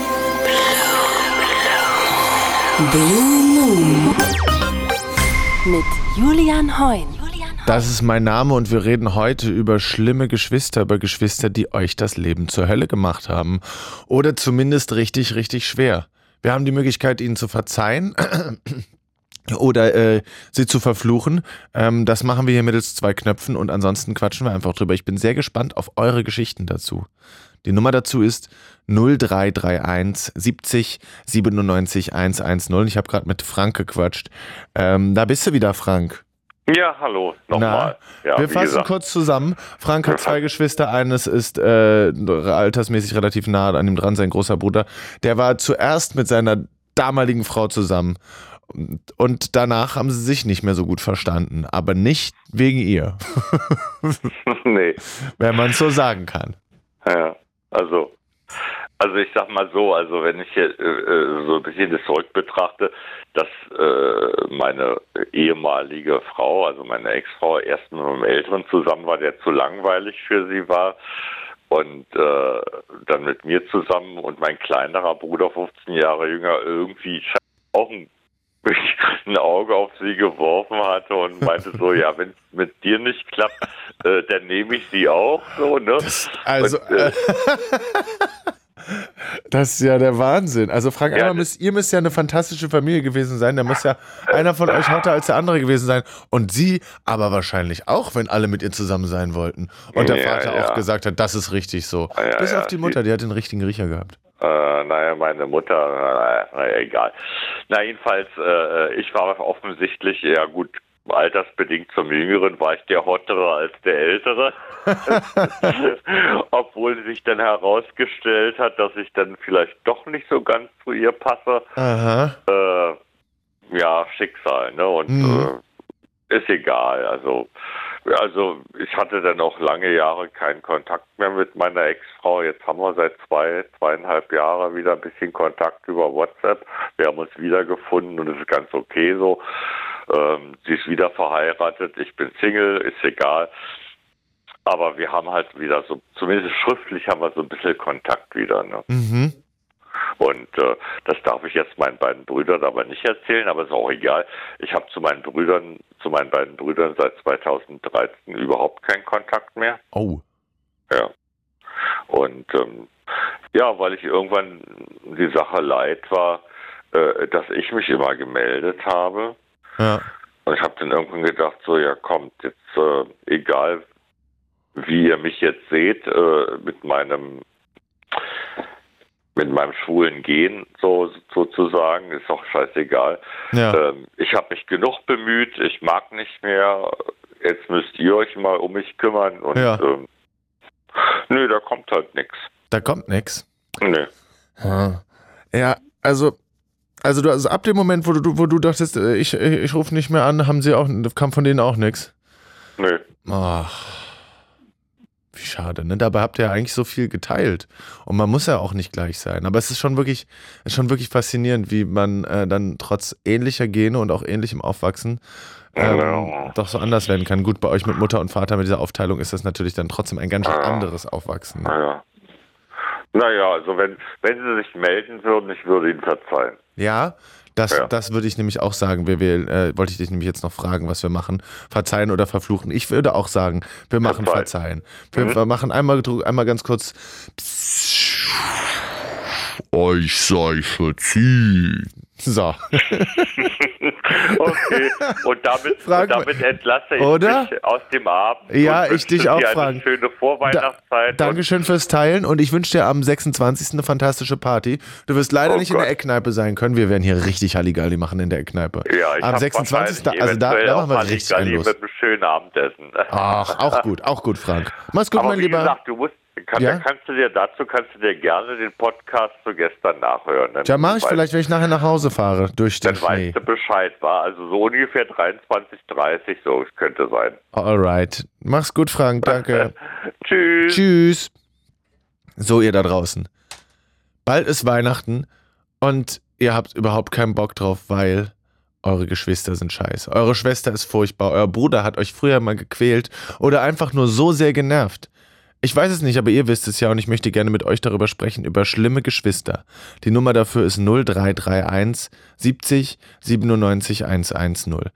Blue Moon. Mit Julian Heun. Julian Das ist mein Name und wir reden heute über schlimme Geschwister, über Geschwister, die euch das Leben zur Hölle gemacht haben. Oder zumindest richtig, richtig schwer. Wir haben die Möglichkeit, ihnen zu verzeihen oder äh, sie zu verfluchen. Ähm, das machen wir hier mittels zwei Knöpfen und ansonsten quatschen wir einfach drüber. Ich bin sehr gespannt auf eure Geschichten dazu. Die Nummer dazu ist null drei drei eins siebzig siebenundneunzig hundertzehn. Ich habe gerade mit Frank gequatscht. Ähm, da bist du wieder, Frank. Ja, hallo, nochmal. Ja, wir fassen gesagt. kurz zusammen. Frank hat zwei Geschwister. Eines ist äh, altersmäßig relativ nah an ihm dran, sein großer Bruder. Der war zuerst mit seiner damaligen Frau zusammen. Und danach haben sie sich nicht mehr so gut verstanden. Aber nicht wegen ihr. Nee. Wenn man es so sagen kann. Ja, also, also ich sag mal so, also wenn ich hier äh, so ein bisschen das zurück betrachte, dass äh, meine ehemalige Frau, also meine Ex-Frau, erst mit einem Älteren zusammen war, der zu langweilig für sie war und äh, dann mit mir zusammen und mein kleinerer Bruder, fünfzehn Jahre jünger, irgendwie auch ein ein Auge auf sie geworfen hatte und meinte so, ja, wenn es mit dir nicht klappt, äh, dann nehme ich sie auch so, ne? Das, also, und, äh, das ist ja der Wahnsinn. Also Frank, ja, einmal müsst, ihr müsst ja eine fantastische Familie gewesen sein, da muss ja einer von euch hotter als der andere gewesen sein und sie aber wahrscheinlich auch, wenn alle mit ihr zusammen sein wollten. Und der ja, Vater ja. auch gesagt hat, das ist richtig so. Ja, Bis ja, auf die Mutter, die hat den richtigen Riecher gehabt. Äh, naja, meine Mutter, naja, naja, egal. Na, jedenfalls, äh, ich war offensichtlich, ja gut, altersbedingt zum Jüngeren war ich der Hottere als der Ältere. Obwohl sich dann herausgestellt hat, dass ich dann vielleicht doch nicht so ganz zu ihr passe. Aha. Äh, ja, Schicksal, ne? Und Mhm. äh, ist egal, also Also ich hatte dann auch lange Jahre keinen Kontakt mehr mit meiner Ex-Frau. Jetzt haben wir seit zwei, zweieinhalb Jahren wieder ein bisschen Kontakt über WhatsApp. Wir haben uns wiedergefunden und es ist ganz okay so. Ähm, sie ist wieder verheiratet, ich bin Single, ist egal. Aber wir haben halt wieder so, zumindest schriftlich haben wir so ein bisschen Kontakt wieder. Ne? Mhm. Und äh, das darf ich jetzt meinen beiden Brüdern aber nicht erzählen, aber ist auch egal. Ich habe zu meinen Brüdern, zu meinen beiden Brüdern seit zweitausenddreizehn überhaupt keinen Kontakt mehr. Oh. Ja. Und ähm, ja, weil ich irgendwann die Sache leid war, äh, dass ich mich immer gemeldet habe. Ja. Und ich habe dann irgendwann gedacht, so ja kommt, jetzt äh, egal wie ihr mich jetzt seht, äh, mit meinem mit meinem schwulen Gen so sozusagen, ist auch scheißegal. Ja. Ähm, ich habe mich genug bemüht, ich mag nicht mehr, jetzt müsst ihr euch mal um mich kümmern und Ja. ähm, nö, da kommt halt nichts. Da kommt nix. Nö. Ja, also, also du, also ab dem Moment, wo du, wo du dachtest, äh, ich, ich, ich rufe nicht mehr an, haben sie auch, kam von denen auch nix. Nö. Ach, wie schade, ne? Dabei habt ihr ja eigentlich so viel geteilt. Und man muss ja auch nicht gleich sein. Aber es ist schon wirklich, ist schon wirklich faszinierend, wie man äh, dann trotz ähnlicher Gene und auch ähnlichem Aufwachsen ähm, Ja. doch so anders werden kann. Gut, bei euch mit Mutter und Vater mit dieser Aufteilung ist das natürlich dann trotzdem ein ganz schön anderes Aufwachsen. Ne? Naja. Naja, also wenn, wenn sie sich melden würden, ich würde ihnen verzeihen. Ja, das, Ja. das würde ich nämlich auch sagen. Wir, wir, äh, wollte ich dich nämlich jetzt noch fragen, was wir machen. Verzeihen oder verfluchen. Ich würde auch sagen, wir machen Verzeihen. Verzeihen. Wir, Mhm. wir machen einmal, einmal ganz kurz. Euch sei verziehen. So. Okay, und damit, Frag und damit mal- entlasse ich Oder? mich aus dem Abend. Ja, und ich wünsche dich auch dir fragen. eine schöne Vorweihnachtszeit. Da, Dankeschön fürs Teilen und ich wünsche dir am sechsundzwanzigsten eine fantastische Party. Du wirst leider Oh nicht in der Gott. Eckkneipe sein können. Wir werden hier richtig Halligalli machen in der Eckkneipe. Und, ja, ich am hab sechsundzwanzigsten wahrscheinlich Also da, eventuell da auch machen wir mal richtig Halligalli einen los. mit einem schönen Abendessen. Ach, auch gut, auch gut, Frank. Mach's gut, Aber mein wie Lieber. gesagt, du musst, kann, Ja? da kannst du dir dazu kannst du dir gerne den Podcast zu gestern nachhören. Ne? Ja, mach ich Weil- vielleicht, wenn ich nachher nach Hause fahre, durch den Dann Schnee. weißt du Bescheid, war also so ungefähr dreiundzwanzig, dreißig, so es könnte sein. Alright. Mach's gut, Frank, danke. Tschüss. Tschüss. So, ihr da draußen. Bald ist Weihnachten und ihr habt überhaupt keinen Bock drauf, weil eure Geschwister sind scheiße. Eure Schwester ist furchtbar. Euer Bruder hat euch früher mal gequält oder einfach nur so sehr genervt. Ich weiß es nicht, aber ihr wisst es ja und ich möchte gerne mit euch darüber sprechen, über schlimme Geschwister. Die Nummer dafür ist null drei drei eins siebzig siebenundneunzig hundertzehn.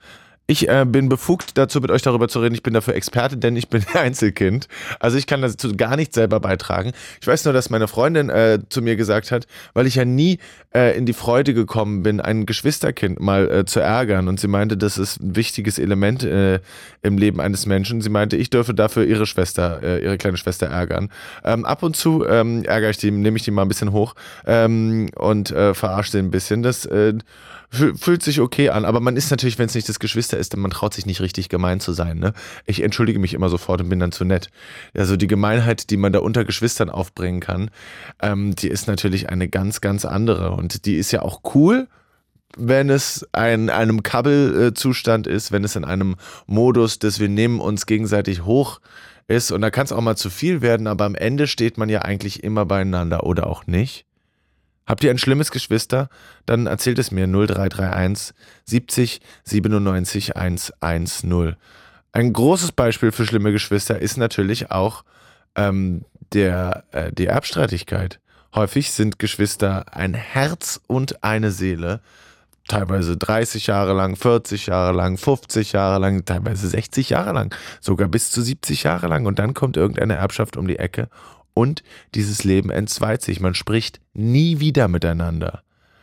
Ich äh, bin befugt dazu, mit euch darüber zu reden. Ich bin dafür Experte, denn ich bin Einzelkind. Also ich kann dazu gar nichts selber beitragen. Ich weiß nur, dass meine Freundin äh, zu mir gesagt hat, weil ich ja nie äh, in die Freude gekommen bin, ein Geschwisterkind mal äh, zu ärgern. Und sie meinte, das ist ein wichtiges Element äh, im Leben eines Menschen. Sie meinte, ich dürfe dafür ihre Schwester, äh, ihre kleine Schwester ärgern. Ähm, ab und zu ähm, ärgere ich die, nehme ich die mal ein bisschen hoch ähm, und äh, verarsche sie ein bisschen. Das äh, fühlt sich okay an, aber man ist natürlich, wenn es nicht das Geschwister ist, dann man traut sich nicht richtig gemein zu sein. Ne? Ich entschuldige mich immer sofort und bin dann zu nett. Also die Gemeinheit, die man da unter Geschwistern aufbringen kann, ähm, die ist natürlich eine ganz, ganz andere und die ist ja auch cool, wenn es in einem Kabbelzustand ist, wenn es in einem Modus des wir nehmen uns gegenseitig hoch ist und da kann es auch mal zu viel werden, aber am Ende steht man ja eigentlich immer beieinander oder auch nicht. Habt ihr ein schlimmes Geschwister? Dann erzählt es mir null drei drei eins siebzig siebenundneunzig hundertzehn. Ein großes Beispiel für schlimme Geschwister ist natürlich auch ähm, der, äh, die Erbstreitigkeit. Häufig sind Geschwister ein Herz und eine Seele, teilweise dreißig Jahre lang, vierzig Jahre lang, fünfzig Jahre lang, teilweise sechzig Jahre lang, sogar bis zu siebzig Jahre lang und dann kommt irgendeine Erbschaft um die Ecke. Und dieses Leben entzweit sich. Man spricht nie wieder miteinander.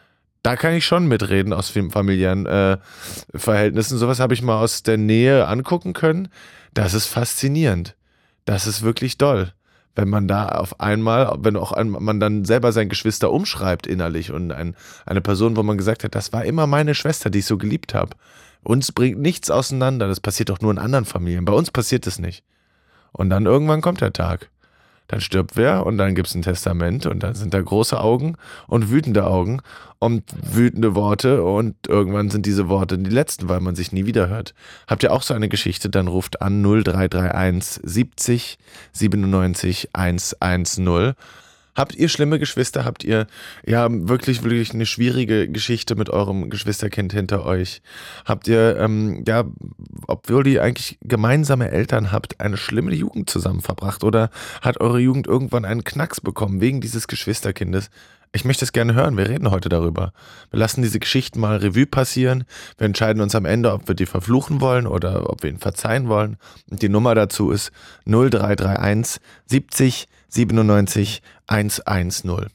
Da kann ich schon mitreden aus familiären äh, Verhältnissen. Sowas habe ich mal aus der Nähe angucken können. Das ist faszinierend. Das ist wirklich doll. Wenn man da auf einmal, wenn auch ein, man dann selber sein Geschwister umschreibt innerlich und ein, eine Person, wo man gesagt hat, das war immer meine Schwester, die ich so geliebt habe. Uns bringt nichts auseinander. Das passiert doch nur in anderen Familien. Bei uns passiert das nicht. Und dann irgendwann kommt der Tag. Dann stirbt wer und dann gibt es ein Testament und dann sind da große Augen und wütende Augen und wütende Worte und irgendwann sind diese Worte die letzten, weil man sich nie wieder hört. Habt ihr auch so eine Geschichte, dann ruft an null drei drei eins siebzig siebenundneunzig hundertzehn. Habt ihr schlimme Geschwister? Habt ihr ja wirklich, wirklich eine schwierige Geschichte mit eurem Geschwisterkind hinter euch? Habt ihr, ähm, ja, obwohl ihr eigentlich gemeinsame Eltern habt, eine schlimme Jugend zusammen verbracht? Oder hat eure Jugend irgendwann einen Knacks bekommen wegen dieses Geschwisterkindes? Ich möchte es gerne hören, wir reden heute darüber. Wir lassen diese Geschichten mal Revue passieren. Wir entscheiden uns am Ende, ob wir die verfluchen wollen oder ob wir ihnen verzeihen wollen. Und die Nummer dazu ist null drei drei eins siebzig siebenundneunzig hundertzehn.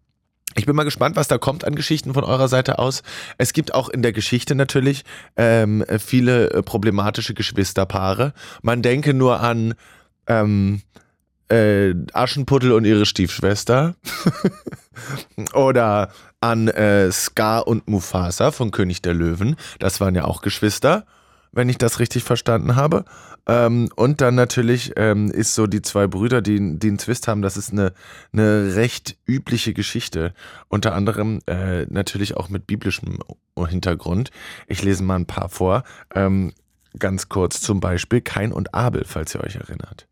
Ich bin mal gespannt, was da kommt an Geschichten von eurer Seite aus. Es gibt auch in der Geschichte natürlich ähm, viele äh, problematische Geschwisterpaare. Man denke nur an ähm, äh, Aschenputtel und ihre Stiefschwester oder an äh, Scar und Mufasa von König der Löwen. Das waren ja auch Geschwister, wenn ich das richtig verstanden habe. Ähm, und dann natürlich ähm, ist so die zwei Brüder, die, die einen Zwist haben, das ist eine, eine recht übliche Geschichte. Unter anderem äh, natürlich auch mit biblischem Hintergrund. Ich lese mal ein paar vor. Ähm, ganz kurz zum Beispiel Kain und Abel, falls ihr euch erinnert.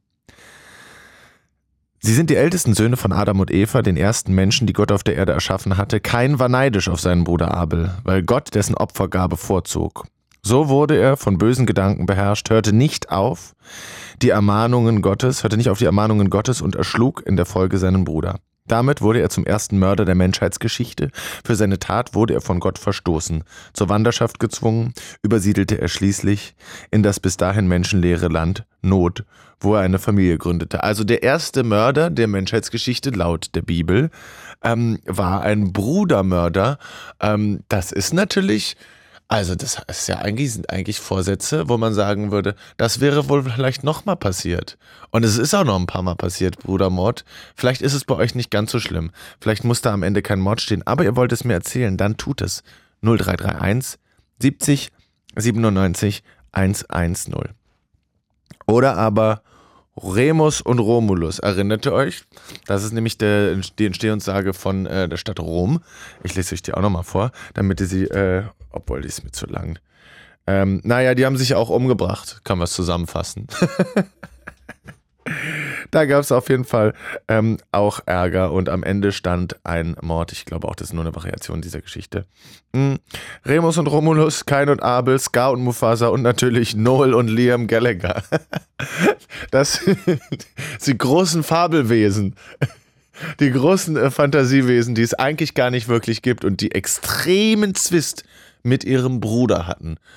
Sie sind die ältesten Söhne von Adam und Eva, den ersten Menschen, die Gott auf der Erde erschaffen hatte. Kain war neidisch auf seinen Bruder Abel, weil Gott dessen Opfergabe vorzog. So wurde er von bösen Gedanken beherrscht, hörte nicht auf die Ermahnungen Gottes, hörte nicht auf die Ermahnungen Gottes und erschlug in der Folge seinen Bruder. Damit wurde er zum ersten Mörder der Menschheitsgeschichte. Für seine Tat wurde er von Gott verstoßen, zur Wanderschaft gezwungen, übersiedelte er schließlich in das bis dahin menschenleere Land Not, wo er eine Familie gründete. Also der erste Mörder der Menschheitsgeschichte laut der Bibel ähm, war ein Brudermörder. Ähm, das ist natürlich... Also das ist ja eigentlich, sind eigentlich Vorsätze, wo man sagen würde, das wäre wohl vielleicht nochmal passiert. Und es ist auch noch ein paar Mal passiert, Brudermord. Vielleicht ist es bei euch nicht ganz so schlimm. Vielleicht muss da am Ende kein Mord stehen. Aber ihr wollt es mir erzählen, dann tut es. null drei drei eins siebzig siebenundneunzig hundertzehn. Oder aber Remus und Romulus. Erinnert ihr euch? Das ist nämlich der, die Entstehungssage von äh, der Stadt Rom. Ich lese euch die auch nochmal vor, damit ihr sie, äh, obwohl die ist mir zu lang. Ähm, naja, die haben sich auch umgebracht, kann man es zusammenfassen. Da gab es auf jeden Fall ähm, auch Ärger und am Ende stand ein Mord. Ich glaube auch, das ist nur eine Variation dieser Geschichte. Mhm. Remus und Romulus, Kain und Abel, Scar und Mufasa und natürlich Noel und Liam Gallagher. Das sind die großen Fabelwesen. Die großen äh, Fantasiewesen, die es eigentlich gar nicht wirklich gibt und die extremen Zwist mit ihrem Bruder hatten.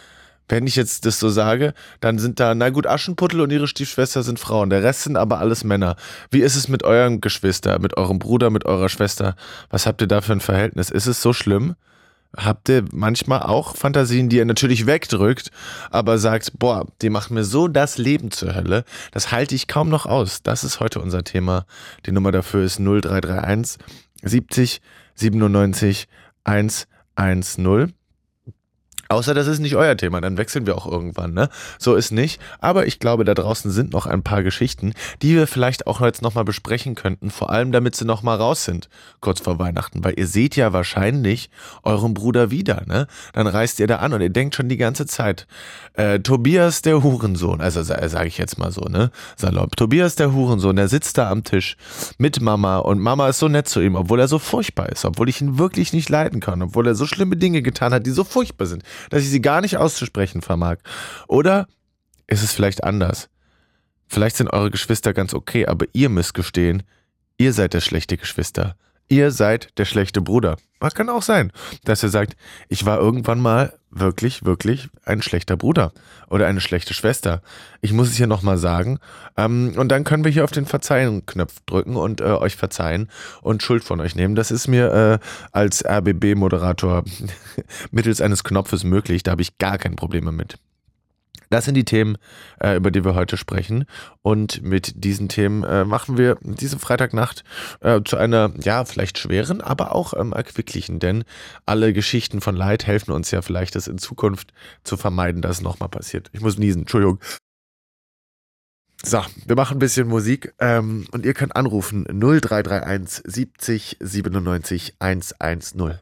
Wenn ich jetzt das so sage, dann sind da, na gut, Aschenputtel und ihre Stiefschwester sind Frauen, der Rest sind aber alles Männer. Wie ist es mit eurem Geschwister, mit eurem Bruder, mit eurer Schwester? Was habt ihr da für ein Verhältnis? Ist es so schlimm? Habt ihr manchmal auch Fantasien, die ihr natürlich wegdrückt, aber sagt, boah, die machen mir so das Leben zur Hölle, das halte ich kaum noch aus. Das ist heute unser Thema. Die Nummer dafür ist null drei drei eins siebzig siebenundneunzig hundertzehn. Außer das ist nicht euer Thema, dann wechseln wir auch irgendwann, ne? So ist nicht, aber ich glaube, da draußen sind noch ein paar Geschichten, die wir vielleicht auch jetzt nochmal besprechen könnten, vor allem damit sie nochmal raus sind, kurz vor Weihnachten, weil ihr seht ja wahrscheinlich euren Bruder wieder, ne? Dann reist ihr da an und ihr denkt schon die ganze Zeit, äh, Tobias der Hurensohn, also sage ich jetzt mal so, ne? Salopp, Tobias der Hurensohn, der sitzt da am Tisch mit Mama und Mama ist so nett zu ihm, obwohl er so furchtbar ist, obwohl ich ihn wirklich nicht leiden kann, obwohl er so schlimme Dinge getan hat, die so furchtbar sind, dass ich sie gar nicht auszusprechen vermag. Oder ist es vielleicht anders? Vielleicht sind eure Geschwister ganz okay, aber ihr müsst gestehen, ihr seid der schlechte Geschwister. Ihr seid der schlechte Bruder. Das kann auch sein, dass ihr sagt, ich war irgendwann mal wirklich, wirklich ein schlechter Bruder oder eine schlechte Schwester. Ich muss es hier nochmal sagen. Ähm, und dann können wir hier auf den Verzeihen-Knopf drücken und äh, euch verzeihen und Schuld von euch nehmen. Das ist mir äh, als R B B-Moderator mittels eines Knopfes möglich. Da habe ich gar kein Problem mit. Das sind die Themen, äh, über die wir heute sprechen. Und mit diesen Themen äh, machen wir diese Freitagnacht äh, zu einer, ja, vielleicht schweren, aber auch ähm, erquicklichen. Denn alle Geschichten von Leid helfen uns ja vielleicht, das in Zukunft zu vermeiden, dass es nochmal passiert. Ich muss niesen, Entschuldigung. So, wir machen ein bisschen Musik ähm, und ihr könnt anrufen null drei drei eins siebzig siebenundneunzig hundertzehn.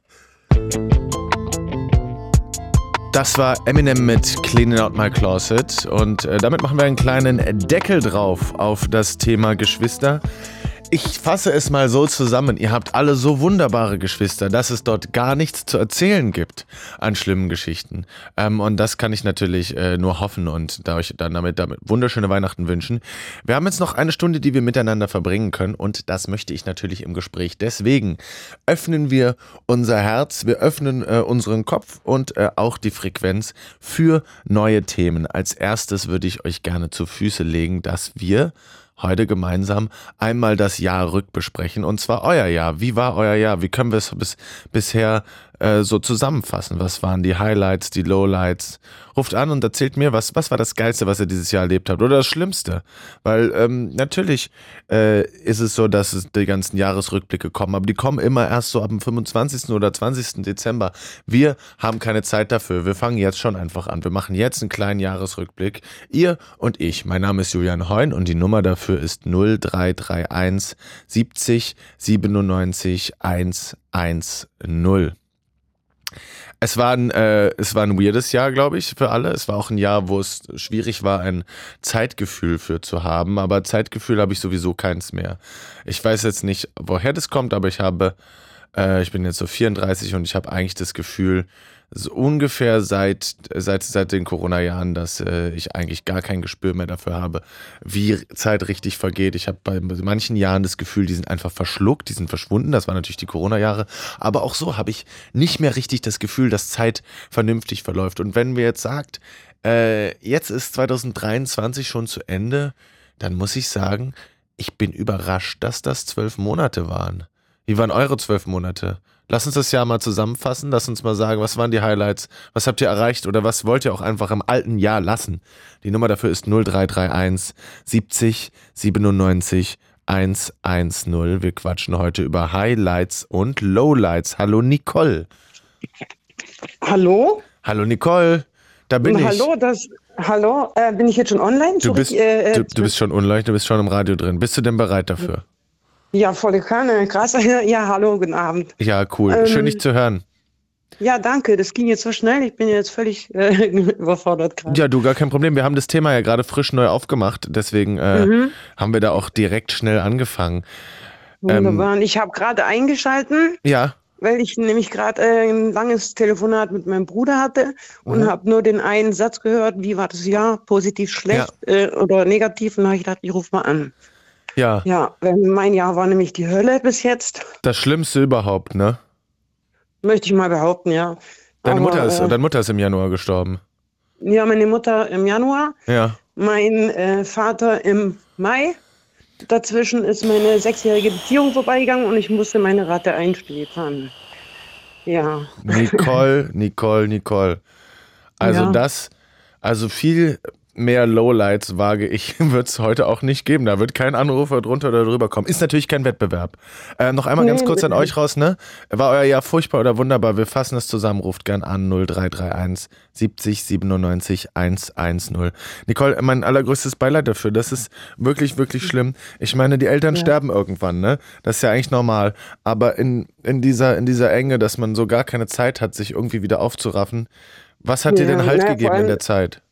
Das war Eminem mit Cleaning Out My Closet und äh, damit machen wir einen kleinen Deckel drauf auf das Thema Geschwister. Ich fasse es mal so zusammen, ihr habt alle so wunderbare Geschwister, dass es dort gar nichts zu erzählen gibt an schlimmen Geschichten. Ähm, und das kann ich natürlich äh, nur hoffen und da euch dann damit, damit wunderschöne Weihnachten wünschen. Wir haben jetzt noch eine Stunde, die wir miteinander verbringen können und das möchte ich natürlich im Gespräch. Deswegen öffnen wir unser Herz, wir öffnen äh, unseren Kopf und äh, auch die Frequenz für neue Themen. Als erstes würde ich euch gerne zu Füße legen, dass wir heute gemeinsam einmal das Jahr rückbesprechen und zwar euer Jahr. Wie war euer Jahr? Wie können wir es bis, bisher äh, so zusammenfassen? Was waren die Highlights, die Lowlights? Ruft an und erzählt mir, was, was war das Geilste, was ihr dieses Jahr erlebt habt oder das Schlimmste? Weil ähm, natürlich äh, ist es so, dass es die ganzen Jahresrückblicke kommen, aber die kommen immer erst so ab dem fünfundzwanzigsten oder zwanzigsten Dezember. Wir haben keine Zeit dafür. Wir fangen jetzt schon einfach an. Wir machen jetzt einen kleinen Jahresrückblick. Ihr und ich. Mein Name ist Julian Heun und die Nummer dafür ist null drei drei eins siebzig siebenundneunzig hundertzehn. Es war ein, äh, es war ein weirdes Jahr, glaube ich, für alle. Es war auch ein Jahr, wo es schwierig war, ein Zeitgefühl für zu haben. Aber Zeitgefühl habe ich sowieso keins mehr. Ich weiß jetzt nicht, woher das kommt, aber ich habe, äh, ich bin jetzt so vierunddreißig und ich habe eigentlich das Gefühl, so ungefähr seit, seit, seit den Corona-Jahren, dass äh, ich eigentlich gar kein Gespür mehr dafür habe, wie Zeit richtig vergeht. Ich habe bei manchen Jahren das Gefühl, die sind einfach verschluckt, die sind verschwunden. Das waren natürlich die Corona-Jahre. Aber auch so habe ich nicht mehr richtig das Gefühl, dass Zeit vernünftig verläuft. Und wenn mir jetzt sagt, äh, jetzt ist zwanzig dreiundzwanzig schon zu Ende, dann muss ich sagen, ich bin überrascht, dass das zwölf Monate waren. Wie waren eure zwölf Monate? Lass uns das Jahr mal zusammenfassen. Lass uns mal sagen, was waren die Highlights? Was habt ihr erreicht? Oder was wollt ihr auch einfach im alten Jahr lassen? Die Nummer dafür ist null drei drei eins siebzig siebenundneunzig hundertzehn. Wir quatschen heute über Highlights und Lowlights. Hallo Nicole. Hallo? Hallo Nicole. Da bin ich. Hallo, das, hallo, äh, bin ich jetzt schon online? Du bist, äh, du, du bist schon online, du bist schon im Radio drin. Bist du denn bereit dafür? Ja, volle Kanne. Krass. Ja, hallo, guten Abend. Ja, cool. Ähm, Schön, dich zu hören. Ja, danke. Das ging jetzt so schnell. Ich bin jetzt völlig äh, überfordert gerade. Ja, du, gar kein Problem. Wir haben das Thema ja gerade frisch neu aufgemacht. Deswegen äh, mhm. haben wir da auch direkt schnell angefangen. Wunderbar. Ähm, ich habe gerade eingeschalten. Ja. Weil ich nämlich gerade äh, ein langes Telefonat mit meinem Bruder hatte und mhm. habe nur den einen Satz gehört, wie war das Jahr, positiv, schlecht ja. äh, oder negativ. Und dann habe ich gedacht, ich rufe mal an. Ja. Ja, mein Jahr war nämlich die Hölle bis jetzt. Das Schlimmste überhaupt, ne? Möchte ich mal behaupten, ja. Deine, Aber, Mutter, ist, äh, deine Mutter ist im Januar gestorben. ja, meine Mutter im Januar, Ja. mein äh, Vater im Mai. Dazwischen ist meine sechsjährige Beziehung vorbeigegangen und ich musste meine Ratte einschläfern. Ja. Nicole, Nicole, Nicole. Also Ja. das, also viel mehr Lowlights, wage ich, wird es heute auch nicht geben. Da wird kein Anrufer drunter oder drüber kommen. Ist natürlich kein Wettbewerb. Äh, noch einmal ganz Nee, kurz an nee. euch raus, ne? War euer Jahr furchtbar oder wunderbar? Wir fassen es zusammen, ruft gern an null drei drei eins siebzig siebenundneunzig hundertzehn. Nicole, mein allergrößtes Beileid dafür. Das ist wirklich, wirklich schlimm. Ich meine, die Eltern Ja. sterben irgendwann, ne? Das ist ja eigentlich normal. Aber in, in, dieser, in dieser Enge, dass man so gar keine Zeit hat, sich irgendwie wieder aufzuraffen. Was hat dir Ja, denn Halt na, vor gegeben in allem- der Zeit?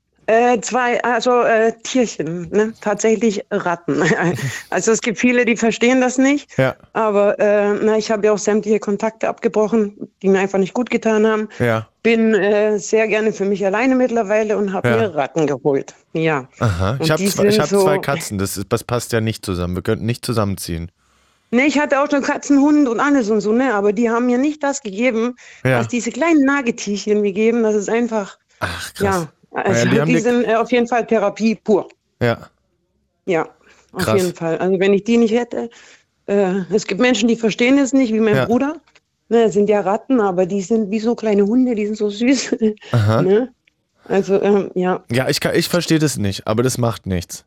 Äh, zwei, also äh, Tierchen, ne? Tatsächlich Ratten. Also es gibt viele, die verstehen das nicht, Ja, aber äh, na, ich habe ja auch sämtliche Kontakte abgebrochen, die mir einfach nicht gut getan haben. ja. Bin äh, sehr gerne für mich alleine mittlerweile und habe Ja. mir Ratten geholt. Ja. Aha. Und Ich habe die zwei, ich sind hab so- zwei Katzen, das, ist, das passt ja nicht zusammen. Wir könnten nicht zusammenziehen. Ne, ich hatte auch schon Katzen, Hund und alles und so, ne? Aber die haben mir nicht das gegeben, Ja. was diese kleinen Nagetierchen mir geben. Das ist einfach, Ach, krass. ja, also Ja, die die, haben dir- sind äh, auf jeden Fall Therapie pur. Ja. Ja, auf Krass. jeden Fall. Also wenn ich die nicht hätte, äh, es gibt Menschen, die verstehen es nicht, wie mein Ja. Bruder. Ne, das sind ja Ratten, aber die sind wie so kleine Hunde, die sind so süß. Aha. Ne? Also, ähm, ja. Ja, ich, kann- ich verstehe das nicht, aber das macht nichts.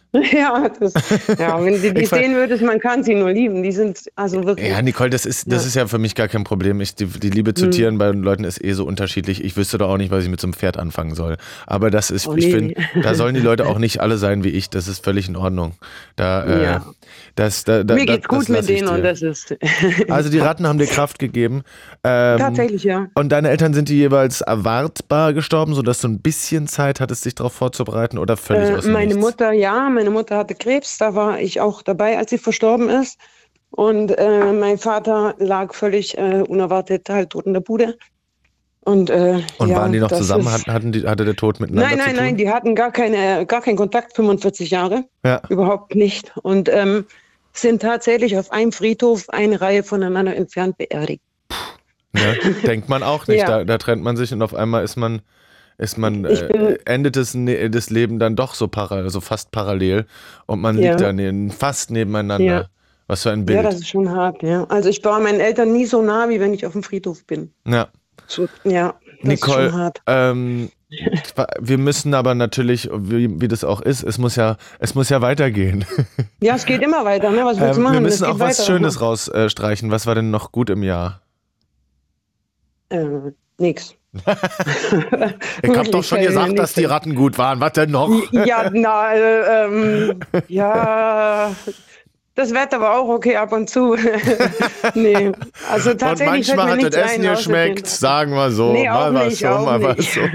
Ja, das, ja, wenn du die Ich ver- sehen würdest, man kann sie nur lieben. Die sind also wirklich. Ja, Nicole, das ist, das Ja. ist ja für mich gar kein Problem. Ich, die, die Liebe zu Hm. Tieren bei den Leuten ist eh so unterschiedlich. Ich wüsste doch auch nicht, was ich mit so einem Pferd anfangen soll. Aber das ist, Oh, ich nee. finde, da sollen die Leute auch nicht alle sein wie ich. Das ist völlig in Ordnung. Da, äh, Ja. das, da, da, Mir geht's das gut mit lass ich denen und dir. das ist Also die Ratten haben dir Kraft gegeben. Ähm, tatsächlich, ja. Und deine Eltern, sind die jeweils erwartbar gestorben, sodass du ein bisschen Zeit hattest, dich darauf vorzubereiten oder völlig Äh, aus dem meine Nichts? Mutter, ja, meine Mutter hatte Krebs, da war ich auch dabei, als sie verstorben ist. Und äh, mein Vater lag völlig äh, unerwartet halt tot in der Bude. Und, äh, Und ja, waren die noch das zusammen? ist- Hat, hatten die, hatte der Tod miteinander Nein, zu nein, tun? nein, die hatten gar, keine, gar keinen Kontakt, fünfundvierzig Jahre, Ja. überhaupt nicht. Und ähm, sind tatsächlich auf einem Friedhof eine Reihe voneinander entfernt beerdigt. Ne? Denkt man auch nicht. Ja. Da, da trennt man sich und auf einmal ist man, ist man Ich äh, bin- endet das, Ne- das Leben dann doch so parallel, so fast parallel und man Ja. liegt da ne, fast nebeneinander. Ja. Was für ein Bild. Ja, das ist schon hart, ja. Also ich war meinen Eltern nie so nah, wie wenn ich auf dem Friedhof bin. Ja. So, ja, das ist Nicole, schon hart. ähm, wir müssen aber natürlich, wie, wie das auch ist, es muss ja, es muss ja weitergehen. Ja, es geht immer weiter, ne? Was willst du Ähm, machen? wir Es müssen geht auch was weiter. Schönes rausstreichen. Was war denn noch gut im Jahr? Äh, nix. Ich hab doch schon Wirklich, äh, gesagt, dass nix. die Ratten gut waren. Was denn noch? Ja, na, äh, ähm, ja, das Wetter war auch okay ab und zu. Nee, also Und tatsächlich fällt manchmal mir hat nichts das Essen ein, außer geschmeckt, den- sagen wir so. Nee, auch mal was nicht, so, auch mal was nicht. so.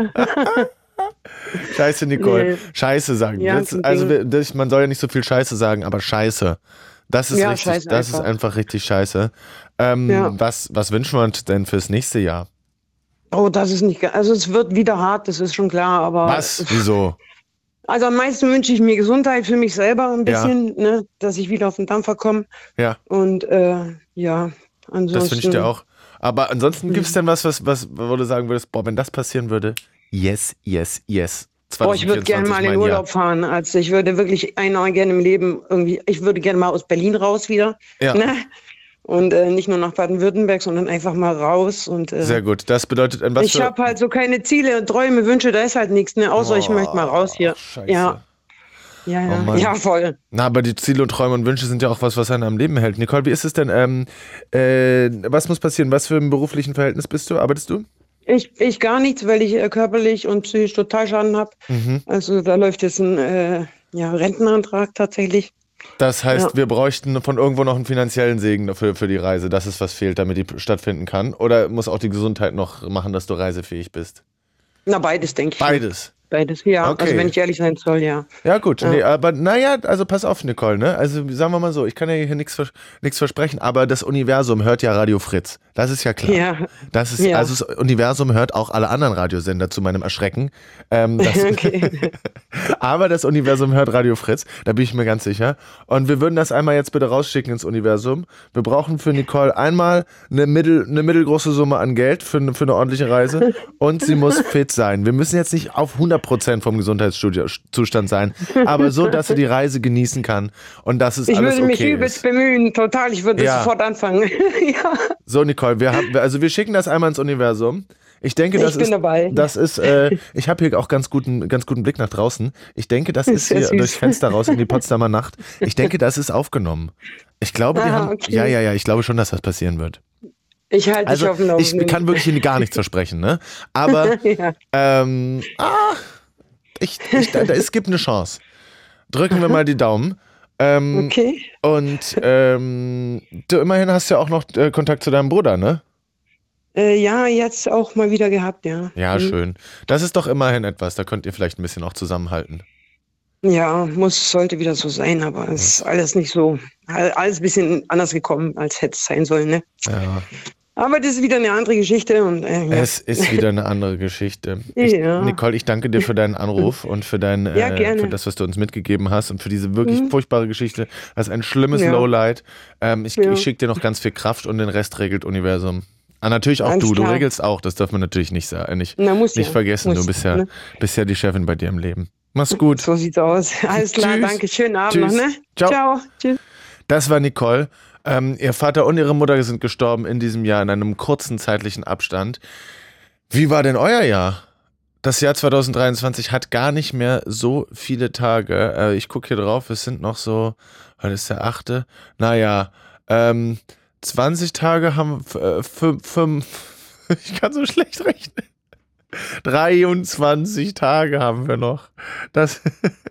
Scheiße, Nicole. Nee. Scheiße sagen. Ja, das, ein also Ding. das, man soll ja nicht so viel Scheiße sagen, aber Scheiße. Das ist Ja, richtig, Scheiße das ist einfach. einfach richtig scheiße. Ähm, Ja. was, was wünschen wir uns denn fürs nächste Jahr? Oh, das ist nicht, ge- also es wird wieder hart, das ist schon klar, aber. Was? Wieso? Also am meisten wünsche ich mir Gesundheit für mich selber ein Ja. bisschen, ne, dass ich wieder auf den Dampfer komme. Ja, Und äh, ja, ansonsten. das wünsche ich dir auch. Aber ansonsten Mhm. gibt es denn was, was, was, wo du sagen würdest, boah, wenn das passieren würde, yes, yes, yes. Oh, ich würde gerne mal in den mein Jahr. Urlaub fahren. Also ich würde wirklich einmal gerne im Leben irgendwie, ich würde gerne mal aus Berlin raus wieder. Ja. Ne? Und äh, nicht nur nach Baden-Württemberg, sondern einfach mal raus. Und äh, Sehr gut. Das bedeutet, in was ich für... habe halt so keine Ziele, Träume, Wünsche, da ist halt nichts, ne? Außer ich möchte mal raus hier. Oh, Scheiße. Ja. Ja, Oh ja. Mann. ja, voll. Na, aber die Ziele und Träume und Wünsche sind ja auch was, was einen am Leben hält. Nicole, wie ist es denn? Ähm, äh, was muss passieren? Was für ein beruflichen Verhältnis bist du? Arbeitest du? Ich, ich gar nichts, weil ich äh, körperlich und psychisch total Schaden habe. Mhm. Also da läuft jetzt ein äh, ja, Rentenantrag tatsächlich. Das heißt, Ja. wir bräuchten von irgendwo noch einen finanziellen Segen dafür, für die Reise. Das ist, was fehlt, damit die stattfinden kann. Oder muss auch die Gesundheit noch machen, dass du reisefähig bist? Na, beides, denke ich. Beides. Beides, ja. Okay. Also wenn ich ehrlich sein soll, ja. Ja, gut. Ja. Nee, aber naja, also pass auf, Nicole, ne? Also sagen wir mal so, ich kann ja hier nichts vers nichts versprechen, aber das Universum hört ja Radio Fritz. Das ist ja klar. Ja. Das ist, Ja. Also das Universum hört auch alle anderen Radiosender zu meinem Erschrecken. Ähm, das, Okay. aber das Universum hört Radio Fritz, da bin ich mir ganz sicher. Und wir würden das einmal jetzt bitte rausschicken ins Universum. Wir brauchen für Nicole einmal eine, mittel, eine mittelgroße Summe an Geld für, eine- für eine ordentliche Reise und sie muss fit sein. Wir müssen jetzt nicht auf hundert Prozent vom Gesundheitszustand sein, aber so, dass sie die Reise genießen kann und dass es Ich alles würde mich okay übelst ist. bemühen, total. Ich würde Ja. sofort anfangen. Ja. So, Nicole, wir haben, also wir schicken das einmal ins Universum. Ich denke, das Ich bin ist, dabei. das ist, äh, ich habe hier auch ganz guten, ganz guten Blick nach draußen. Ich denke, das ist Sehr hier süß. durchs Fenster raus in die Potsdamer Nacht. Ich denke, das ist aufgenommen. Ich glaube, die Ah, haben, okay. ja, ja, ja, ich glaube schon, dass das passieren wird. Ich halte dich Also, auf dem ich Laufenden. kann wirklich hier gar nichts versprechen, ne? Aber, Ja. ähm, ah, ich, ich, da, da, es gibt eine Chance. Drücken wir mal die Daumen. Ähm, Okay. Und ähm, du immerhin hast ja auch noch äh, Kontakt zu deinem Bruder, ne? Äh, ja, jetzt auch mal wieder gehabt, ja. Ja, Mhm. schön. Das ist doch immerhin etwas, da könnt ihr vielleicht ein bisschen auch zusammenhalten. Ja, muss, sollte wieder so sein, aber es ist alles nicht so, all- alles ein bisschen anders gekommen, als hätte es sein sollen, ne? Ja. Aber das ist wieder eine andere Geschichte und äh, ja. Es ist wieder eine andere Geschichte. Ich, Ja. Nicole, ich danke dir für deinen Anruf und für dein, Ja, äh, gerne. für das, was du uns mitgegeben hast und für diese wirklich Mhm. furchtbare Geschichte. Das ist ein schlimmes Ja. Lowlight. Ähm, ich Ja. ich schicke dir noch ganz viel Kraft und den Rest regelt Universum. Ah, natürlich auch Alles du. Du klar. regelst auch. Das darf man natürlich nicht, sa- nicht, Na, muss nicht ja. vergessen. Muss, Du bist ja, ne? bist ja die Chefin bei dir im Leben. Mach's gut. So sieht's aus. Alles klar, Tschüss. danke. Schönen Abend Tschüss. noch, ne? Ciao. Ciao. Tschüss. Das war Nicole. Ähm, ihr Vater und ihre Mutter sind gestorben in diesem Jahr in einem kurzen zeitlichen Abstand. Wie war denn euer Jahr? Das Jahr zwanzig dreiundzwanzig hat gar nicht mehr so viele Tage. Äh, ich gucke hier drauf, es sind noch so, heute ist der achte. Naja, ähm, zwanzig Tage haben äh, fünf, fünf, ich kann so schlecht rechnen. dreiundzwanzig Tage haben wir noch. Das,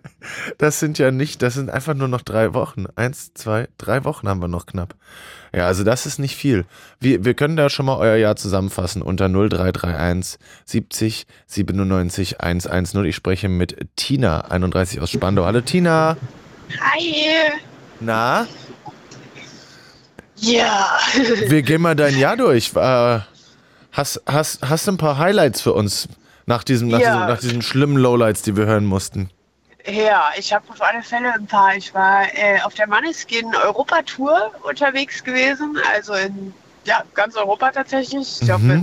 das sind ja nicht, das sind einfach nur noch drei Wochen. Eins, zwei, drei Wochen haben wir noch knapp. Ja, also das ist nicht viel. Wir, wir können da schon mal euer Jahr zusammenfassen unter null drei drei eins siebzig siebenundneunzig hundertzehn. Ich spreche mit Tina, einunddreißig aus Spandau. Hallo Tina. Hi. Na, Ja. wir gehen mal dein Jahr durch. Äh, hast, hast, hast du ein paar Highlights für uns nach, diesem, nach, Ja. diesem, nach diesen schlimmen Lowlights, die wir hören mussten? Ja, ich habe auf alle Fälle ein paar. Ich war äh, auf der Måneskin Europatour unterwegs gewesen, also in ja, ganz Europa tatsächlich. Ich glaube Mhm. in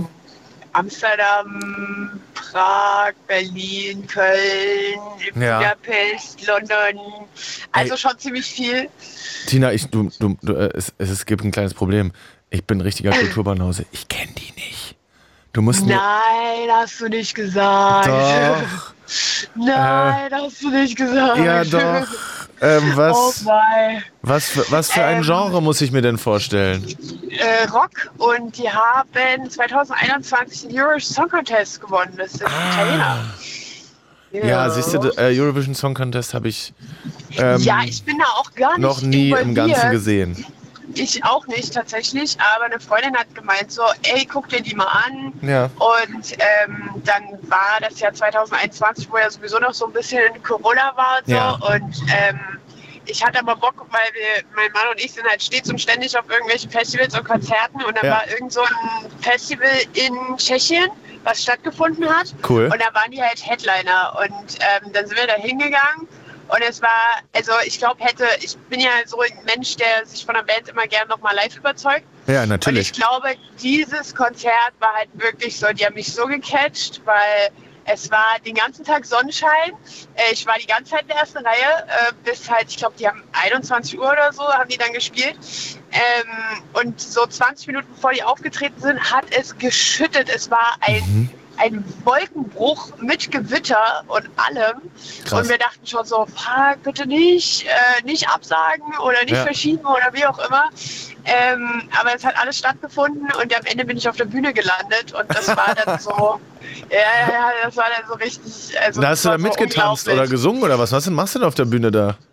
Amsterdam, Prag, Berlin, Köln, Ja. Budapest, London. Also Ey. schon ziemlich viel. Tina, ich, du, du, du, äh, es, es, es gibt ein kleines Problem. Ich bin richtiger Kulturbanause. Ich kenne die nicht. Du musst mir... Nein, hast du nicht gesagt. Doch. Nein, hast du nicht gesagt. Ja, doch. Ähm, Oh was, mein. was, für, was für ein Ähm. Genre muss ich mir denn vorstellen? Äh, Rock und die haben zwanzig einundzwanzig den Eurovision Song Contest gewonnen. Das sind Italiener. Ah. Ja, siehst du, äh, Eurovision Song Contest habe ich ähm, ja, ich bin da auch gar nicht noch nie im Ganzen involviert. gesehen. Ich auch nicht tatsächlich, aber eine Freundin hat gemeint so, ey, guck dir die mal an. Ja. Und ähm, dann war das Jahr zwanzig einundzwanzig, wo ja sowieso noch so ein bisschen Corona war und so. Ja. Und ähm, ich hatte aber Bock, weil wir, mein Mann und ich sind halt stets und ständig auf irgendwelchen Festivals und Konzerten. Und dann Ja. war irgend so ein Festival in Tschechien, was stattgefunden hat. Cool. Und da waren die halt Headliner. Und ähm, dann sind wir da hingegangen. Und es war, also ich glaube, hätte, ich bin ja so ein Mensch, der sich von der Band immer gerne nochmal live überzeugt. Ja, Und natürlich. ich glaube, dieses Konzert war halt wirklich so, die haben mich so gecatcht, weil es war den ganzen Tag Sonnenschein. Äh, Ich war die ganze Zeit in der ersten Reihe, äh, bis halt, ich glaube, die haben einundzwanzig Uhr oder so, haben die dann gespielt. Ähm, und so zwanzig Minuten bevor die aufgetreten sind, hat es geschüttet. Es war ein, Mhm. ein Wolkenbruch mit Gewitter und allem. Krass. Und wir dachten schon so, fuck, bitte nicht, äh, nicht absagen oder nicht Ja. verschieben oder wie auch immer. Ähm, aber es hat alles stattgefunden und am Ende bin ich auf der Bühne gelandet und das war dann so, ja, ja, ja, das war dann so richtig. Also Da hast du das da war so mitgetanzt oder unglaublich. gesungen oder was? Was denn machst du denn auf der Bühne da?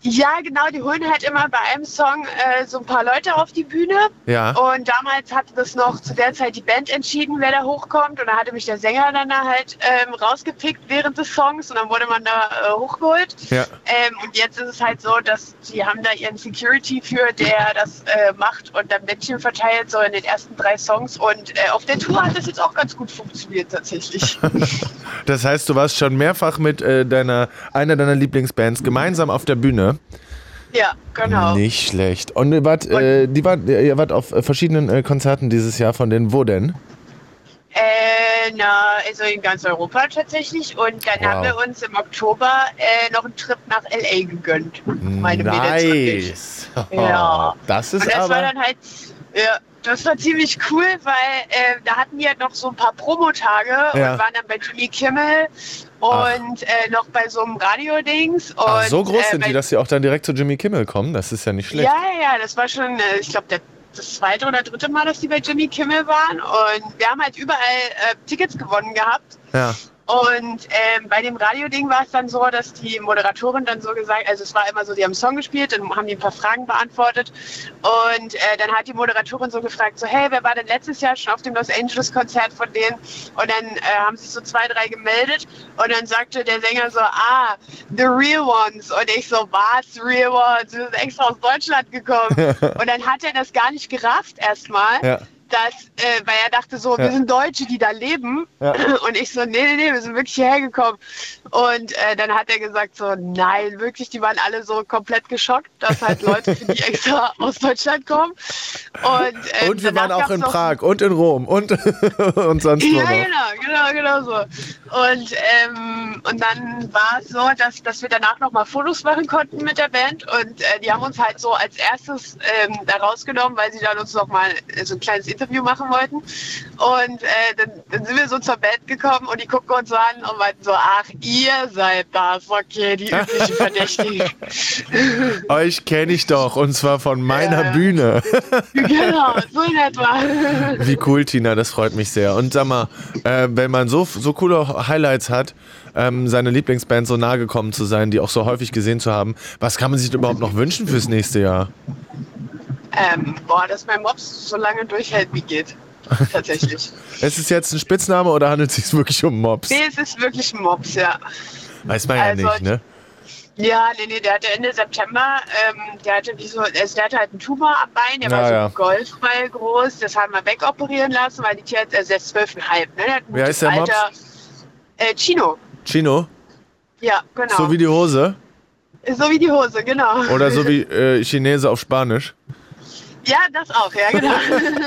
Ja, genau, die holen halt immer bei einem Song äh, so ein paar Leute auf die Bühne. Ja. Und damals hatte das noch zu der Zeit die Band entschieden, wer da hochkommt. Und da hatte mich der Sänger dann da halt ähm, rausgepickt während des Songs und dann wurde man da äh, hochgeholt. Ja. Ähm, und jetzt ist es halt so, dass sie haben da ihren Security für, der das äh, macht und dann Bändchen verteilt, so in den ersten drei Songs. Und äh, auf der Tour hat das jetzt auch ganz gut funktioniert tatsächlich. Das heißt, du warst schon mehrfach mit äh, deiner einer deiner Lieblingsbands gemeinsam auf der Bühne. Ja, genau. Nicht schlecht. Und ihr wart, äh, die wart, ihr wart auf verschiedenen äh, Konzerten dieses Jahr, von denen wo denn? Äh, na, also in ganz Europa tatsächlich. Und dann Wow. haben wir uns im Oktober äh, noch einen Trip nach L A gegönnt. Meine Mädels und ich. Nice. Ja. Das ist Und das aber... war dann halt, ja, das war ziemlich cool, weil äh, da hatten wir noch so ein paar Promotage Ja. und waren dann bei Jimmy Kimmel und äh, noch bei so einem Radio-Dings. Und, Ach, so groß äh, sind bei, die, dass sie auch dann direkt zu Jimmy Kimmel kommen? Das ist ja nicht schlecht. Ja, ja, das war schon, äh, ich glaube, das zweite oder dritte Mal, dass die bei Jimmy Kimmel waren. Und wir haben halt überall äh, Tickets gewonnen gehabt. Ja. Und ähm, bei dem Radio-Ding war es dann so, dass die Moderatorin dann so gesagt, also es war immer so, die haben einen Song gespielt, dann haben die ein paar Fragen beantwortet und äh, dann hat die Moderatorin so gefragt, so hey, wer war denn letztes Jahr schon auf dem Los Angeles Konzert von denen? Und dann äh, haben sich so zwei, drei gemeldet und dann sagte der Sänger so, ah, the real ones. Und ich so, was, the real ones? Wir sind extra aus Deutschland gekommen. Und dann hat er das gar nicht gerafft erstmal. Ja. Dass, äh, weil er dachte so, Ja. wir sind Deutsche, die da leben. Ja. Und ich so, nee, nee, nee, wir sind wirklich hierher gekommen. Und äh, dann hat er gesagt so, nein, wirklich, die waren alle so komplett geschockt, dass halt Leute für die extra aus Deutschland kommen. Und, ähm, Und wir danach waren auch gab's in noch- Prag und in Rom und, und sonst wo Ja, noch. genau, genau, genau so. Und, ähm, und dann war es so, dass, dass wir danach nochmal Fotos machen konnten mit der Band und äh, die haben uns halt so als erstes ähm, da rausgenommen, weil sie dann uns nochmal so ein kleines Interview machen wollten. Und äh, dann, dann sind wir so zur Band gekommen und die gucken uns so an und meinten so, ach, ihr seid das, okay, die üblichen Verdächtigen. Euch kenne ich doch und zwar von meiner Ja. Bühne. Genau, so in etwa. Wie cool, Tina, das freut mich sehr. Und sag mal, äh, wenn man so, so coole Highlights hat, ähm, seine Lieblingsband so nahe gekommen zu sein, die auch so häufig gesehen zu haben, was kann man sich denn überhaupt noch wünschen fürs nächste Jahr? Ähm, boah, dass mein Mops so lange durchhält, wie geht. Tatsächlich. Ist es jetzt ein Spitzname oder handelt es sich wirklich um Mops? Nee, es ist wirklich ein Mops, ja. Weiß man ja Also, nicht, ne? Ja, nee, nee, der hatte Ende September, ähm, der hatte wie so, also der hatte halt einen Tumor am Bein, der Ja, war so ja. Golfball groß, das haben wir wegoperieren lassen, weil die Tierärzte, also der ist zwölfeinhalb, ne? Der hat ein Wie heißt gutes der Mops? Alter. Äh, Chino. Chino? Ja, genau. So wie die Hose? so wie die Hose, genau. Oder so wie äh, Chinese auf Spanisch? Ja, das auch, ja, genau.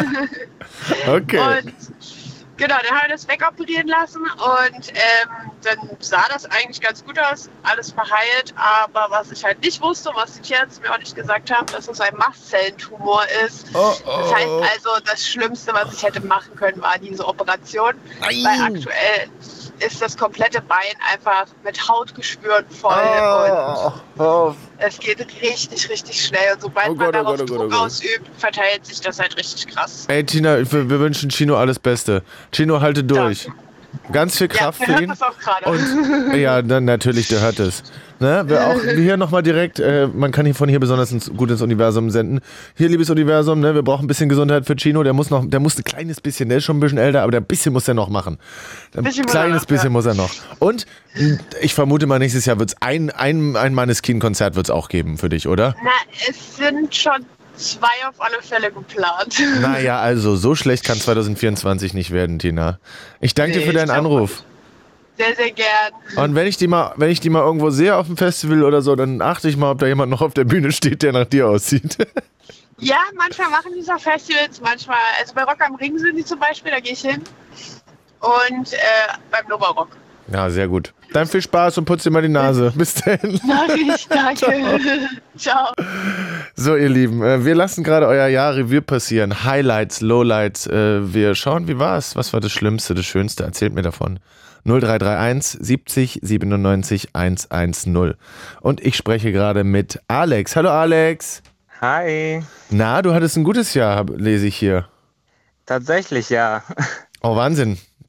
Okay. Und genau, dann haben wir das wegoperieren lassen und ähm, dann sah das eigentlich ganz gut aus, alles verheilt, aber was ich halt nicht wusste, was die Tierärzte mir auch nicht gesagt haben, dass es ein Mastzellentumor ist. Oh, oh. Das heißt also, das Schlimmste, was ich hätte machen können, war diese Operation, Nein. weil aktuell ist das komplette Bein einfach mit Hautgeschwüren voll Oh, oh. und es geht richtig, richtig schnell und sobald Oh Gott, man oh darauf Gott, oh Gott, Druck oh Gott. ausübt, verteilt sich das halt richtig krass. Ey, Tina, wir, wir wünschen Chino alles Beste. Chino, halte durch. Danke. Ganz viel Ja, Kraft der für hört ihn. das auch gerade. Und ja, dann natürlich, der hört es. Ne? Wir auch hier nochmal direkt, äh, man kann hier von hier besonders ins, gut ins Universum senden. Hier, liebes Universum, ne, wir brauchen ein bisschen Gesundheit für Chino. Der muss noch, der muss ein kleines bisschen, der ist schon ein bisschen älter, aber der bisschen muss er noch machen. Ein Bisschen muss er kleines noch, bisschen ja. muss er noch. Und mh, ich vermute mal, nächstes Jahr wird es ein, ein, ein Maneskin-Konzert wird's auch geben für dich, oder? Na, es sind schon zwei auf alle Fälle geplant. Naja, also so schlecht kann zwanzig vierundzwanzig nicht werden, Tina. Ich danke dir Nee, für deinen ich glaub Anruf. Sehr, sehr gern. Und wenn ich die mal, wenn ich die mal irgendwo sehe auf dem Festival oder so, dann achte ich mal, ob da jemand noch auf der Bühne steht, der nach dir aussieht. Ja, manchmal machen die so Festivals, manchmal, also bei Rock am Ring sind die zum Beispiel, da gehe ich hin. Und äh, beim Nova Rock. Ja, sehr gut. Dann viel Spaß und putz dir mal die Nase. Bis dann. Mach ich, danke. Ciao. So, ihr Lieben, äh, wir lassen gerade euer Jahr Revue passieren. Highlights, Lowlights. Äh, wir schauen, wie war's? Was war das Schlimmste, das Schönste? Erzählt mir davon. null drei drei eins siebzig siebenundneunzig hundertzehn. Und ich spreche gerade mit Alex. Hallo Alex. Hi. Na, du hattest ein gutes Jahr, hab- lese ich hier. Tatsächlich, ja. Oh, Wahnsinn.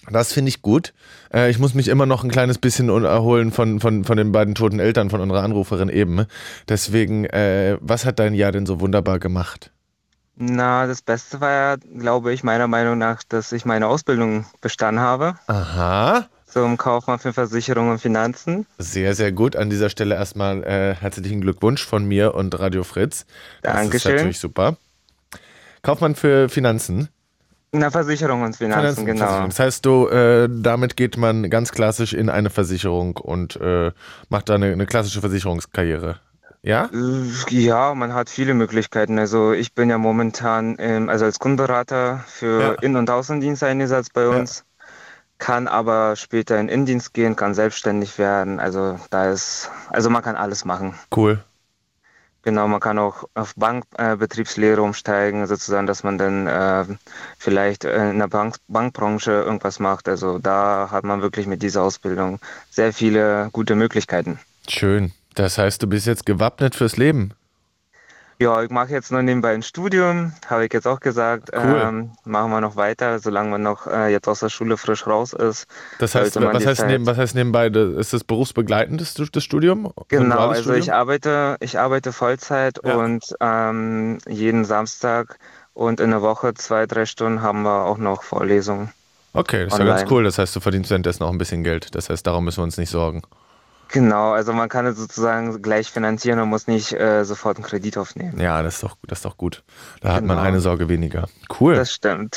Das finde ich gut. Äh, ich muss mich immer noch ein kleines bisschen erholen von, von, von den beiden toten Eltern von unserer Anruferin eben. Deswegen, äh, was hat dein Jahr denn so wunderbar gemacht? Na, das Beste war ja, glaube ich, meiner Meinung nach, dass ich meine Ausbildung bestanden habe. Aha. Zum Kaufmann für Versicherung und Finanzen. Sehr, sehr gut. An dieser Stelle erstmal äh, herzlichen Glückwunsch von mir und Radio Fritz. Das Dankeschön. ist natürlich super. Kaufmann für Finanzen. Na, Versicherung und Finanzen, Finanzen, genau. Versicherung. Das heißt, du, äh, damit geht man ganz klassisch in eine Versicherung und äh, macht da eine, eine klassische Versicherungskarriere. Ja? Ja, man hat viele Möglichkeiten. Also ich bin ja momentan ähm, also als Kundenberater für Ja. In- und Außendienst eingesetzt bei uns, ja. Kann aber später in Innendienst gehen, kann selbstständig werden. Also da ist, also man kann alles machen. Cool. Genau, man kann auch auf Bankbetriebslehre äh, Betriebslehre umsteigen, sozusagen, dass man dann äh, vielleicht äh, in der Bank Bankbranche irgendwas macht. Also da hat man wirklich mit dieser Ausbildung sehr viele gute Möglichkeiten. Schön. Das heißt, du bist jetzt gewappnet fürs Leben? Ja, ich mache jetzt noch nebenbei ein Studium, habe ich jetzt auch gesagt. Cool. Ähm, machen wir noch weiter, solange man noch äh, jetzt aus der Schule frisch raus ist. Das heißt, was heißt, neben, was heißt nebenbei? Ist das berufsbegleitend, das, das Studium? Genau, also Studium? ich arbeite, ich arbeite Vollzeit ja. und ähm, jeden Samstag und in der Woche zwei, drei Stunden haben wir auch noch Vorlesungen. Okay, das ist ja ganz cool. Das heißt, du verdienst währenddessen auch ein bisschen Geld. Das heißt, darum müssen wir uns nicht sorgen. Genau, also man kann es sozusagen gleich finanzieren und muss nicht äh, sofort einen Kredit aufnehmen. Ja, das ist doch, das ist doch gut. Da genau. hat man eine Sorge weniger. Cool. Das stimmt.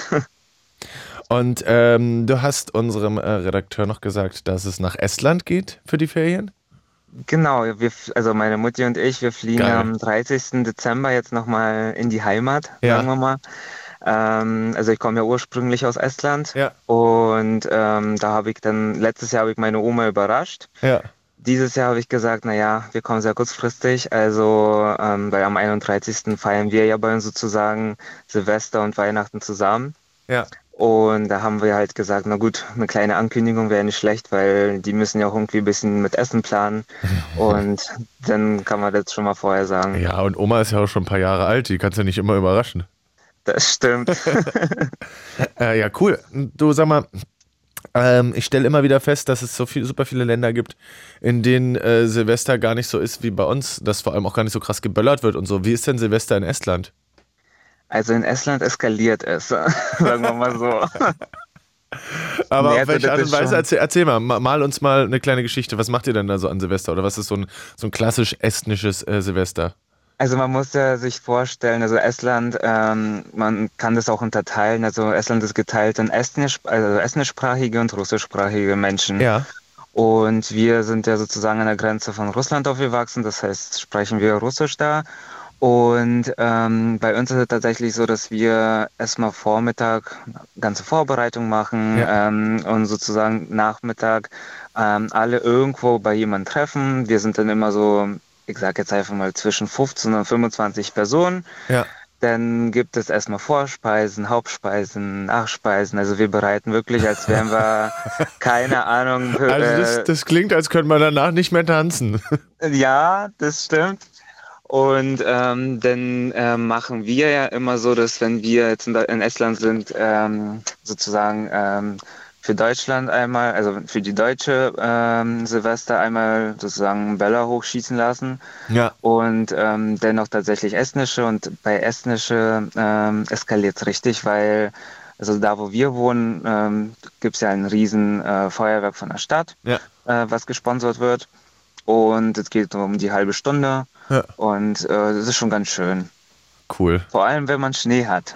Und ähm, du hast unserem äh, Redakteur noch gesagt, dass es nach Estland geht für die Ferien? Genau, wir, also meine Mutti und ich, wir fliegen Geil. am dreißigsten Dezember jetzt nochmal in die Heimat, ja. sagen wir mal. Ähm, also ich komme ja ursprünglich aus Estland ja. und ähm, da habe ich dann, letztes Jahr habe ich meine Oma überrascht. Ja. Dieses Jahr habe ich gesagt, naja, wir kommen sehr kurzfristig, also ähm, weil am einunddreißigsten feiern wir ja bei uns sozusagen Silvester und Weihnachten zusammen. Ja. Und da haben wir halt gesagt, na gut, eine kleine Ankündigung wäre nicht schlecht, weil die müssen ja auch irgendwie ein bisschen mit Essen planen und dann kann man das schon mal vorher sagen. Ja, und Oma ist ja auch schon ein paar Jahre alt, die kannst du nicht immer überraschen. Das stimmt. äh, ja, cool. Du, sag mal, Ähm, ich stelle immer wieder fest, dass es so viel, super viele Länder gibt, in denen äh, Silvester gar nicht so ist wie bei uns, dass vor allem auch gar nicht so krass geböllert wird und so. Wie ist denn Silvester in Estland? Also in Estland eskaliert es, sagen wir mal so. Aber nee, auf welche Art und Weise? schon... Erzähl, erzähl mal, mal uns mal eine kleine Geschichte. Was macht ihr denn da so an Silvester? Oder was ist so ein, so ein klassisch estnisches äh, Silvester? Also man muss ja sich vorstellen, also Estland, ähm, man kann das auch unterteilen, also Estland ist geteilt in estnisch, also estnischsprachige und russischsprachige Menschen. Ja. Und wir sind ja sozusagen an der Grenze von Russland aufgewachsen, das heißt, sprechen wir Russisch da. Und ähm, bei uns ist es tatsächlich so, dass wir erstmal Vormittag ganze Vorbereitung machen ja. ähm, und sozusagen Nachmittag ähm, alle irgendwo bei jemandem treffen. Wir sind dann immer so, ich sage jetzt einfach mal zwischen fünfzehn und fünfundzwanzig Personen. Ja. Dann gibt es erstmal Vorspeisen, Hauptspeisen, Nachspeisen. Also wir bereiten wirklich, als wären wir, keine Ahnung. Also das, das klingt, als könnte man danach nicht mehr tanzen. Ja, das stimmt. Und ähm, dann äh, machen wir ja immer so, dass wenn wir jetzt in, in Estland sind, ähm, sozusagen ähm, für Deutschland einmal, also für die deutsche ähm, Silvester einmal sozusagen Böller hochschießen lassen. Ja. Und ähm, dennoch tatsächlich estnische. Und bei estnische ähm, eskaliert es richtig, weil also da, wo wir wohnen, ähm, gibt es ja ein riesen äh, Feuerwerk von der Stadt, ja. äh, was gesponsert wird. Und es geht um die halbe Stunde. Ja. Und äh, das ist schon ganz schön. Cool. Vor allem, wenn man Schnee hat.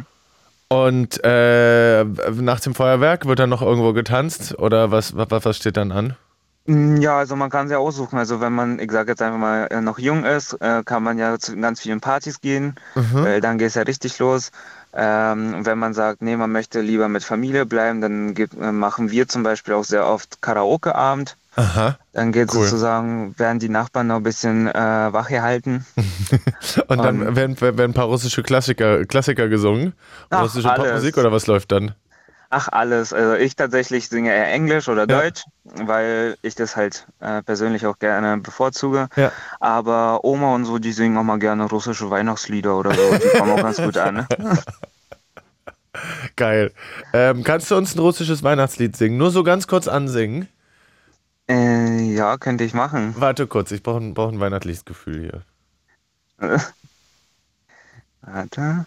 Und äh, nach dem Feuerwerk wird dann noch irgendwo getanzt oder was, was, was steht dann an? Ja, also man kann es ja aussuchen. Also wenn man, ich sage jetzt einfach mal, noch jung ist, äh, kann man ja zu ganz vielen Partys gehen, mhm. weil dann geht es ja richtig los. Ähm, wenn man sagt, nee, man möchte lieber mit Familie bleiben, dann gibt, äh, machen wir zum Beispiel auch sehr oft Karaoke-Abend. Aha. Dann geht cool. sozusagen, werden die Nachbarn noch ein bisschen äh, wach gehalten. Und dann um, werden, werden ein paar russische Klassiker, Klassiker gesungen? Ach, russische alles. Popmusik oder was läuft dann? Ach, alles. Also ich tatsächlich singe eher Englisch oder ja. Deutsch, weil ich das halt äh, persönlich auch gerne bevorzuge. Ja. Aber Oma und so, die singen auch mal gerne russische Weihnachtslieder oder so. Die kommen auch ganz gut an. Ne? Geil. Ähm, kannst du uns ein russisches Weihnachtslied singen? Nur so ganz kurz ansingen. Äh, ja, könnte ich machen. Warte kurz, ich brauche brauch ein Weihnachtsliedgefühl hier. Warte.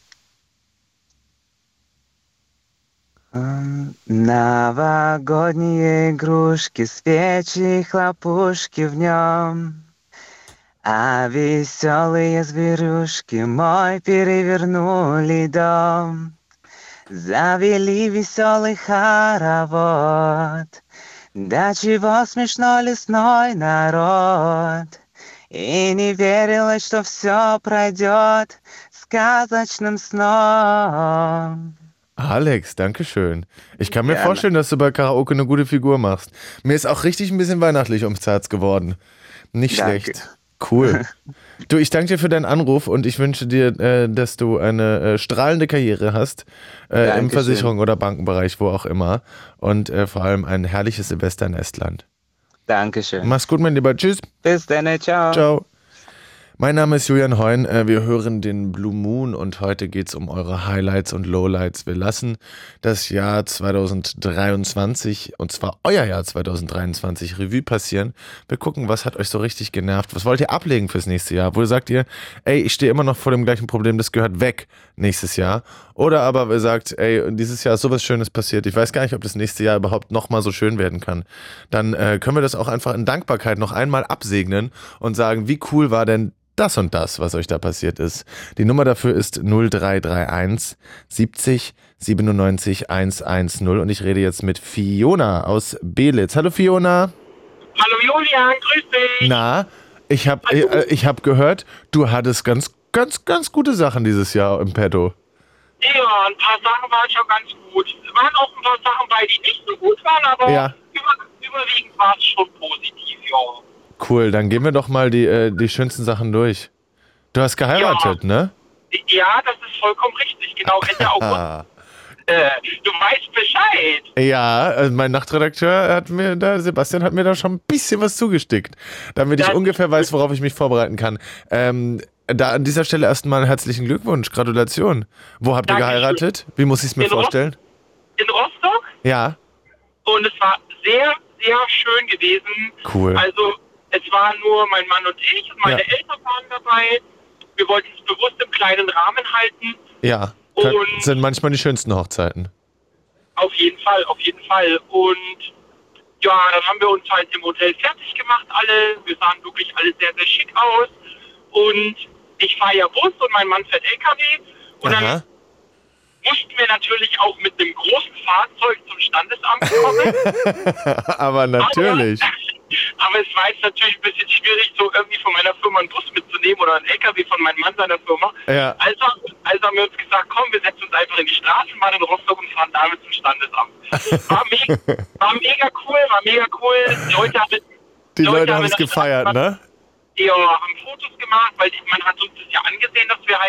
Новогодние игрушки, свечи, хлопушки в нем, а веселые зверюшки мой перевернули дом. Завели веселый хоровод, да чего смешно лесной народ. И не верилось, что все пройдет сказочным сном. Alex, danke schön. Ich kann mir Gerne. vorstellen, dass du bei Karaoke eine gute Figur machst. Mir ist auch richtig ein bisschen weihnachtlich ums Herz geworden. Nicht Danke. schlecht. Cool. Du, ich danke dir für deinen Anruf und ich wünsche dir, äh, dass du eine äh, strahlende Karriere hast äh, im Dankeschön. Versicherung- oder Bankenbereich, wo auch immer. Und äh, vor allem ein herrliches Silvester in Estland. Dankeschön. Mach's gut, mein Lieber. Tschüss. Bis dann, ciao. Ciao. Mein Name ist Julian Heun, wir hören den Blue Moon und heute geht es um eure Highlights und Lowlights. Wir lassen das Jahr zweitausenddreiundzwanzig, und zwar euer Jahr zweitausenddreiundzwanzig, Revue passieren. Wir gucken, was hat euch so richtig genervt, was wollt ihr ablegen fürs nächste Jahr? Wo sagt ihr, ey, ich stehe immer noch vor dem gleichen Problem, das gehört weg nächstes Jahr. Oder aber ihr sagt, ey, dieses Jahr ist sowas Schönes passiert, ich weiß gar nicht, ob das nächste Jahr überhaupt nochmal so schön werden kann. Dann äh, können wir das auch einfach in Dankbarkeit noch einmal absegnen und sagen, wie cool war denn das und das, was euch da passiert ist. Die Nummer dafür ist null drei drei eins siebzig siebenundneunzig hundertzehn und ich rede jetzt mit Fiona aus Belitz. Hallo Fiona. Hallo Julian, grüß dich. Na, ich habe äh, ich hab gehört, du hattest ganz, ganz, ganz gute Sachen dieses Jahr im Petto. Ja, ein paar Sachen waren schon ganz gut. Es waren auch ein paar Sachen bei, die nicht so gut waren, aber Ja. über, überwiegend war es schon positiv, ja. Cool, dann gehen wir doch mal die, äh, die schönsten Sachen durch. Du hast geheiratet, Ja. ne? Ja, das ist vollkommen richtig, genau Ende August. Äh, du weißt Bescheid. Ja, also mein Nachtredakteur hat mir da, Sebastian hat mir da schon ein bisschen was zugestickt, damit ich Das- ungefähr weiß, worauf ich mich vorbereiten kann. Ähm, da an dieser Stelle erstmal herzlichen Glückwunsch, Gratulation. Wo habt ihr Dankeschön. geheiratet? Wie muss ich es mir In Rost- vorstellen? In Rostock. Ja, Und es war sehr, sehr schön gewesen. cool. Also, es waren nur mein Mann und ich und meine Ja. Eltern waren dabei. Wir wollten es bewusst im kleinen Rahmen halten. Ja, kann, Und- sind manchmal die schönsten Hochzeiten. Auf jeden Fall, auf jeden Fall. Und ja, dann haben wir uns halt im Hotel fertig gemacht, alle. Wir sahen wirklich alle sehr, sehr schick aus. Und ich fahre ja Bus und mein Mann fährt L K W. Und Aha. dann mussten wir natürlich auch mit dem großen Fahrzeug zum Standesamt kommen. Aber natürlich. Aber, aber es war jetzt natürlich ein bisschen schwierig, so irgendwie von meiner Firma einen Bus mitzunehmen oder einen L K W von meinem Mann seiner Firma. Ja. Also, also haben wir uns gesagt, komm, wir setzen uns einfach in die Straßenbahn in Rostock und fahren damit zum Standesamt. War, me war mega cool, war mega cool. Die Leute haben, Die Leute haben haben es in der gefeiert, Straßenbahn- ne? Ja, haben Fotos gemacht, weil man hat uns das ja angesehen, dass wir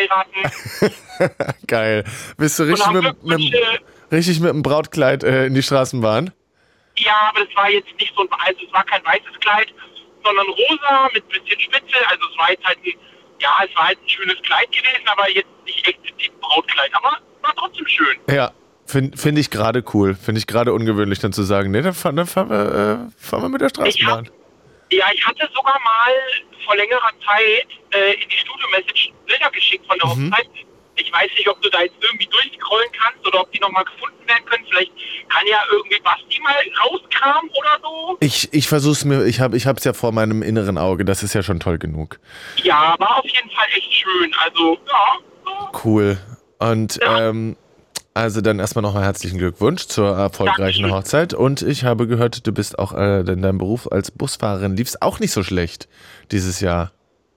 heiraten. Geil. Bist du richtig haben mit, mit, Glückwünsche- richtig mit dem Brautkleid äh, in die Straßenbahn? Ja, aber das war jetzt nicht so ein, also es war kein weißes Kleid, sondern rosa mit bisschen Spitze. Also es war jetzt halt ein, ja, es war halt ein schönes Kleid gewesen, aber jetzt nicht explizit ein Brautkleid. Aber war trotzdem schön. Ja, finde find ich gerade cool. Finde ich gerade ungewöhnlich, dann zu sagen, nee, dann fahren, dann fahren, wir, äh, fahren wir mit der Straßenbahn. Ja, ich hatte sogar mal vor längerer Zeit äh, in die Studio-Message Bilder geschickt von der Mhm. Hochzeit. Ich weiß nicht, ob du da jetzt irgendwie durchscrollen kannst oder ob die nochmal gefunden werden können. Vielleicht kann ja irgendwie Basti mal rauskramen oder so. Ich, ich versuch's mir, ich habe ich hab's ja vor meinem inneren Auge, das ist ja schon toll genug. Ja, war auf jeden Fall echt schön. Also, ja. So. Cool. Und Ja. ähm, also dann erstmal nochmal herzlichen Glückwunsch zur erfolgreichen Dankeschön. Hochzeit. Und ich habe gehört, du bist auch äh, in deinem Beruf als Busfahrerin, lief's auch nicht so schlecht dieses Jahr.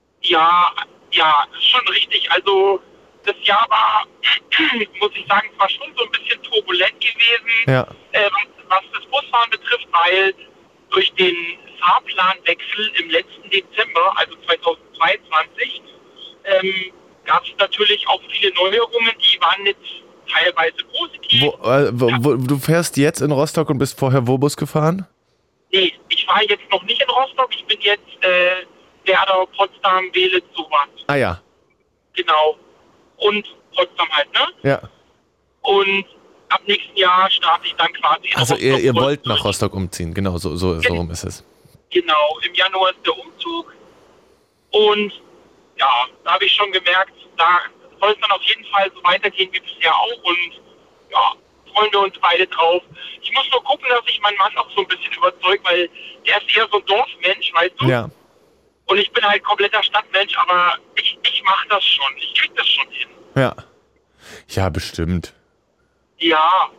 Ja, ja, ist schon richtig. Also, das Jahr war, muss ich sagen, es war schon so ein bisschen turbulent gewesen, Ja. äh, was, was das Busfahren betrifft, weil durch den Fahrplanwechsel im letzten Dezember, also zweitausendzweiundzwanzig, ähm, gab es natürlich auch viele Neuerungen, die waren jetzt teilweise positiv. Wo, äh, wo, wo, du fährst jetzt in Rostock und bist vorher wo Bus gefahren? Nee, ich war jetzt noch nicht in Rostock, ich bin jetzt äh, Werder, Potsdam, Belitz, sowas. Ah ja, Genau. Und Potsdam halt, ne? ja. Und ab nächsten Jahr starte ich dann quasi in Also Rostock. ihr, ihr wollt nach Rostock umziehen, genau, so, so, so rum ist es. Genau, im Januar ist der Umzug. Und ja, da habe ich schon gemerkt, da soll es dann auf jeden Fall so weitergehen wie bisher auch. Und ja, freuen wir uns beide drauf. Ich muss nur gucken, dass ich meinen Mann auch so ein bisschen überzeuge, weil der ist eher so ein Dorfmensch, weißt du? Ja. Und ich bin halt kompletter Stadtmensch, aber ich, ich mache das schon. Ich krieg das schon hin. Ja. Ja, bestimmt. Ja.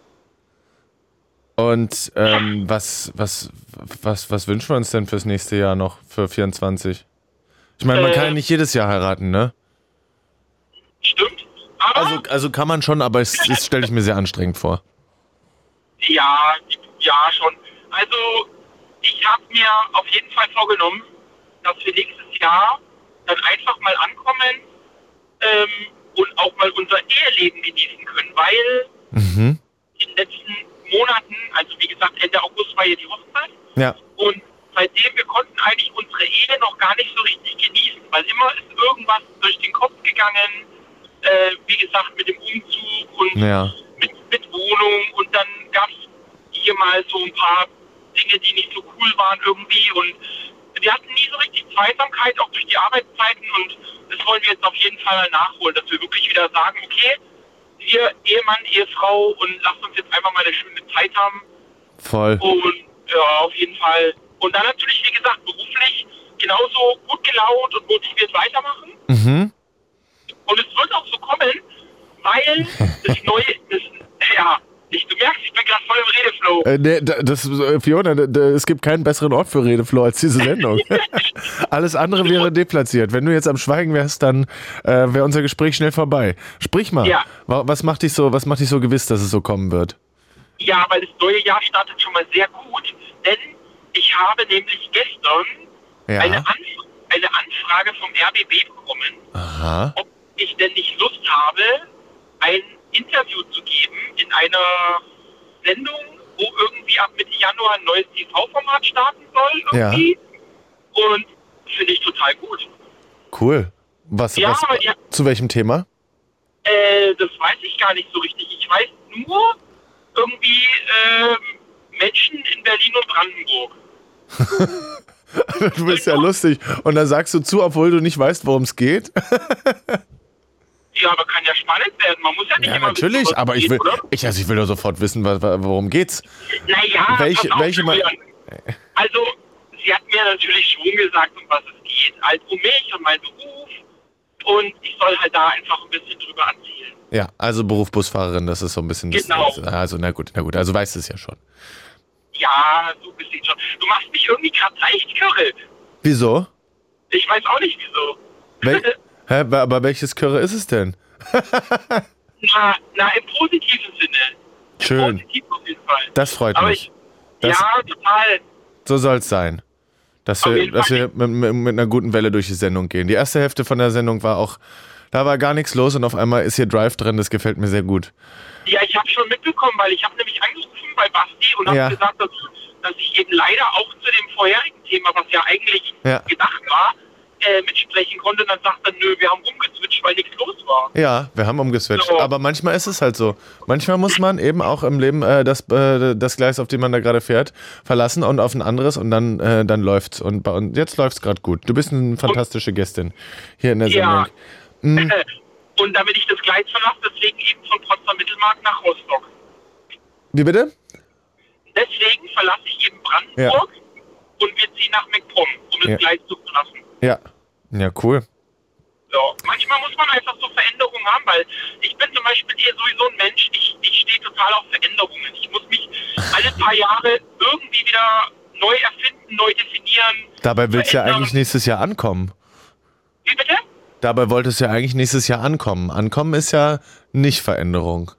Und ähm, was, was, was, was wünschen wir uns denn fürs nächste Jahr noch, für vierundzwanzig? Ich meine, man Äh, kann ja nicht jedes Jahr heiraten, ne? Stimmt. Aber Also, also kann man schon, aber es, es stelle ich mir sehr anstrengend vor. ja, ja schon. Also ich habe mir auf jeden Fall vorgenommen, dass wir nächstes Jahr dann einfach mal ankommen ähm, und auch mal unser Eheleben genießen können, weil Mhm. in den letzten Monaten, also wie gesagt Ende August war ja die Hochzeit Ja. und seitdem wir konnten eigentlich unsere Ehe noch gar nicht so richtig genießen, weil immer ist irgendwas durch den Kopf gegangen, äh, wie gesagt mit dem Umzug und Ja. mit, mit Wohnung und dann gab es hier mal so ein paar Dinge, die nicht so cool waren irgendwie und wir hatten nie so richtig Zweisamkeit, auch durch die Arbeitszeiten und das wollen wir jetzt auf jeden Fall nachholen, dass wir wirklich wieder sagen, okay, wir Ehemann, Ehefrau und lasst uns jetzt einfach mal eine schöne Zeit haben Voll. und ja, auf jeden Fall. Und dann natürlich, wie gesagt, beruflich genauso gut gelaunt und motiviert weitermachen. Mhm. Und es wird auch so kommen, weil das neue, das, ja, ich, du merkst, ich bin gerade voll im Redeflow. Äh, nee, da- das, äh, Fiona, da- da- es gibt keinen besseren Ort für Redeflow als diese Sendung. Alles andere wäre deplatziert. Wenn du jetzt am Schweigen wärst, dann äh, wäre unser Gespräch schnell vorbei. Sprich mal. Ja. Wa- Was macht dich so, was macht dich so gewiss, dass es so kommen wird? Ja, weil das neue Jahr startet schon mal sehr gut, denn ich habe nämlich gestern Ja. eine, Anf eine Anfrage vom R B B bekommen, Aha. ob ich denn nicht Lust habe, ein Interview zu geben in einer Sendung, wo irgendwie ab Mitte Januar ein neues T V-Format starten soll irgendwie. Und finde ich total gut. Cool. Was, Ja, was, ja. zu welchem Thema? Äh, das weiß ich gar nicht so richtig. Ich weiß nur irgendwie ähm, Menschen in Berlin und Brandenburg. Du bist ja lustig. Und dann sagst du zu, obwohl du nicht weißt, worum es geht? Ja, aber kann ja spannend werden. Man muss ja nicht Ja, immer natürlich, wissen, was aber es ich will, geht, oder? ich, also ich will doch sofort wissen, wa- wa- worum geht's. Naja, Welche- pass auf, welche mal- Julian. Also, sie hat mir natürlich schon gesagt, um was es geht. Also um mich und meinen Beruf. Und ich soll halt da einfach ein bisschen drüber erzählen. Ja, also Beruf Busfahrerin, das ist so ein bisschen... Das, Genau. das, also na gut, na gut, also weißt du es ja schon. Ja, so ein bisschen schon. Du machst mich irgendwie gerade leicht verrückt. Wieso? Ich weiß auch nicht, wieso. Wel Hä, wa- aber welches Curry ist es denn? na, na, im positiven Sinne. Schön, Positiv auf jeden Fall. das freut Aber mich. ich, Das- ja, total. So soll es sein. Dass Auf wir, jeden dass Fall. wir mit, mit, mit einer guten Welle durch die Sendung gehen. Die erste Hälfte von der Sendung war auch, da war gar nichts los und auf einmal ist hier Drive drin, das gefällt mir sehr gut. Ja, ich habe schon mitbekommen, weil ich habe nämlich angerufen bei Basti und habe Ja. gesagt, dass, dass ich eben leider auch zu dem vorherigen Thema, was ja eigentlich Ja. gedacht war, äh, mitsprechen konnte. Und dann sagt er, nö, wir haben rumgezwitscht, weil nichts los war. Ja, wir haben umgeswitcht. So. Aber manchmal ist es halt so. Manchmal muss man eben auch im Leben äh, das, äh, das Gleis, auf dem man da gerade fährt, verlassen und auf ein anderes und dann, äh, dann läuft's. Und, bei- und jetzt läuft's gerade gut. Du bist eine fantastische Gästin hier in der Ja. Sendung. Mhm. Und damit ich das Gleis verlasse, deswegen eben von Potsdam Mittelmark nach Rostock. Wie bitte? Deswegen verlasse ich eben Brandenburg und wir ziehen nach MacPom, um das Ja. Gleis zu verlassen. Ja. Ja, cool. Ja, manchmal muss man einfach so Veränderungen haben, weil ich bin zum Beispiel eher sowieso ein Mensch, ich, ich stehe total auf Veränderungen. Ich muss mich alle paar Jahre irgendwie wieder neu erfinden, neu definieren. Dabei willst du ja verändern. eigentlich nächstes Jahr ankommen. Wie bitte? Dabei wolltest du ja eigentlich nächstes Jahr ankommen. Ankommen ist ja nicht Veränderung.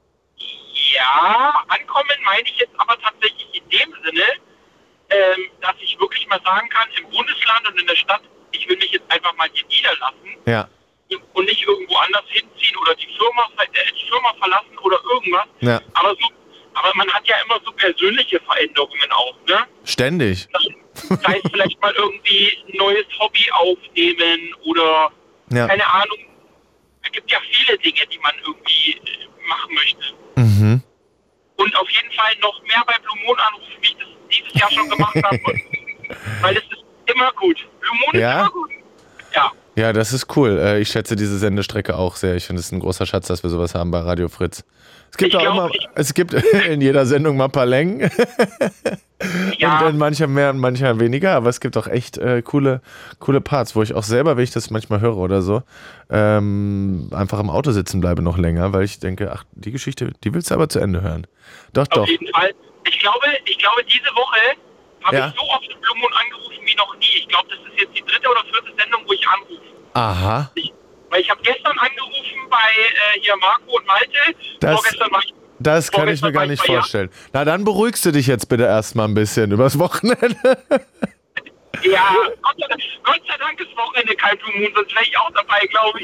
Ja, ankommen meine ich jetzt aber tatsächlich in dem Sinne, ähm, dass ich wirklich mal sagen kann, im Bundesland und in der Stadt, ich will mich jetzt einfach mal hier niederlassen Ja. und nicht irgendwo anders hinziehen oder die Firma, äh, die Firma verlassen oder irgendwas. Ja. Aber so, aber man hat ja immer so persönliche Veränderungen auch, ne? Ständig. Das heißt vielleicht mal irgendwie ein neues Hobby aufnehmen oder Ja. keine Ahnung, Es gibt ja viele Dinge, die man irgendwie äh, machen möchte. Mhm. Und auf jeden Fall noch mehr bei Blue Moon anrufen, wie ich das dieses Jahr schon gemacht habe. Weil es ist immer gut. Blue Moon Ja? ist immer gut. Ja. Ja, das ist cool. Äh, Ich schätze diese Sendestrecke auch sehr. Ich finde, es ist ein großer Schatz, dass wir sowas haben bei Radio Fritz. Es gibt Ich auch glaub, immer, ich- es gibt in jeder Sendung mal ein paar Längen. Ja. Und in mancher mehr und mancher weniger, aber es gibt auch echt äh, coole, coole Parts, wo ich auch selber, wenn ich das manchmal höre oder so, ähm, einfach im Auto sitzen bleibe noch länger, weil ich denke, ach, die Geschichte, die willst du aber zu Ende hören. Doch, Auf doch. jeden Fall. Ich glaube, ich glaube, diese Woche habe Ja. ich so oft Blue Moon angerufen wie noch nie. Ich glaube, das ist jetzt die dritte oder vierte Sendung, wo ich anrufe. Aha. Ich, weil ich habe gestern angerufen bei äh, hier Marco und Malte. Das- Vorgestern war ich, Das kann ich vorgestern mir gar war nicht bei ihr. vorstellen. Na, dann beruhigst du dich jetzt bitte erstmal ein bisschen übers Wochenende. Ja, Gott sei, Dank, Gott sei Dank ist Wochenende kein Blue Moon, sonst wäre ich auch dabei, glaube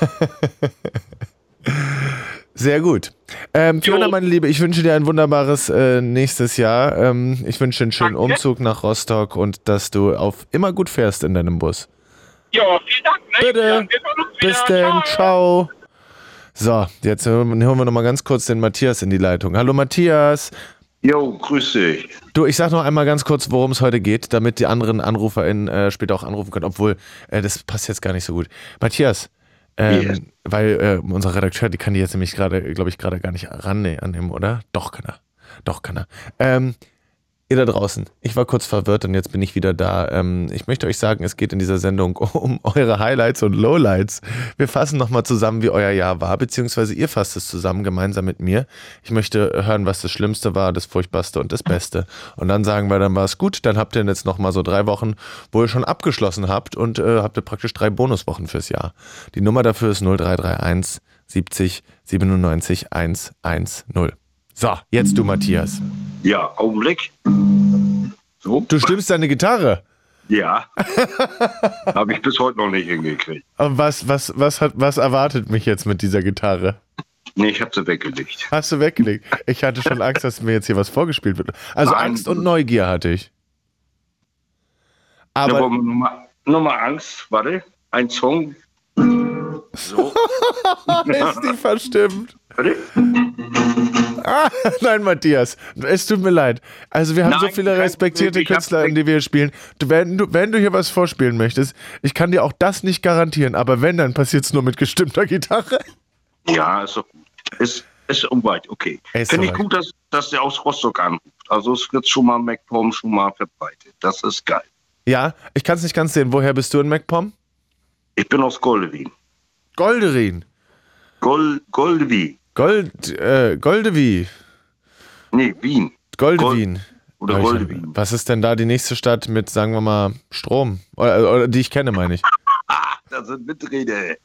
ich. Sehr gut. Ähm, Fiona, meine Liebe, ich wünsche dir ein wunderbares äh, nächstes Jahr. Ähm, ich wünsche dir einen schönen Danke. Umzug nach Rostock und dass du auf immer gut fährst in deinem Bus. Ja, vielen Dank. Ne? Bitte. Wir hören uns wieder. Bis denn. Ciao. So, jetzt hören wir noch mal ganz kurz den Matthias in die Leitung. Hallo Matthias. Jo, grüß dich. Du, ich sag noch einmal ganz kurz, worum es heute geht, damit die anderen AnruferInnen äh, später auch anrufen können, obwohl äh, das passt jetzt gar nicht so gut. Matthias, ähm, Yes. weil äh, unser Redakteur, die kann die jetzt nämlich gerade, glaube ich, gerade gar nicht ran annehmen, oder? Doch kann er. Doch kann er. Ähm, ihr da draußen, ich war kurz verwirrt und jetzt bin ich wieder da. Ähm, ich möchte euch sagen, es geht in dieser Sendung um eure Highlights und Lowlights. Wir fassen nochmal zusammen, wie euer Jahr war, beziehungsweise ihr fasst es zusammen gemeinsam mit mir. Ich möchte hören, was das Schlimmste war, das Furchtbarste und das Beste. Und dann sagen wir, dann war es gut, dann habt ihr jetzt nochmal so drei Wochen, wo ihr schon abgeschlossen habt und äh, habt ihr praktisch drei Bonuswochen fürs Jahr. Die Nummer dafür ist null drei drei eins siebzig siebenundneunzig hundertzehn. So, jetzt du, Matthias. Ja, Augenblick. So. Du stimmst deine Gitarre. Ja. Habe ich bis heute noch nicht hingekriegt. Aber was, was, was, hat, was erwartet mich jetzt mit dieser Gitarre? Nee, ich habe sie weggelegt. Hast du weggelegt? Ich hatte schon Angst, dass mir jetzt hier was vorgespielt wird. Also Nein. Angst und Neugier hatte ich. Aber Aber nochmal noch mal Angst, warte. Ein Song. So. ist die verstimmt. Warte. Ah, nein, Matthias, es tut mir leid. Also wir haben Nein, so viele kein respektierte Problem. Ich hab- Künstler, in die wir spielen. Du, wenn, du, wenn du hier was vorspielen möchtest, ich kann dir auch das nicht garantieren, aber wenn, dann passiert es nur mit gestimmter Gitarre. Ja, ist doch gut. Ist, ist unweit, okay. Ist Finde ich soweit. gut, dass, dass der aus Rostock anruft. Also es wird schon mal MacPom schon mal verbreitet. Das ist geil. Ja, ich kann es nicht ganz sehen. Woher bist du in MacPom? Ich bin aus Goldewin. Golderin. Gol, Goldewin. Gold, äh, Goldewie. Nee, Wien. Goldewin. Oder Ja, ich- Goldewin. Was ist denn da die nächste Stadt mit, sagen wir mal, Strom? Oder, oder die ich kenne, meine ich. Ah, da sind Mitrede.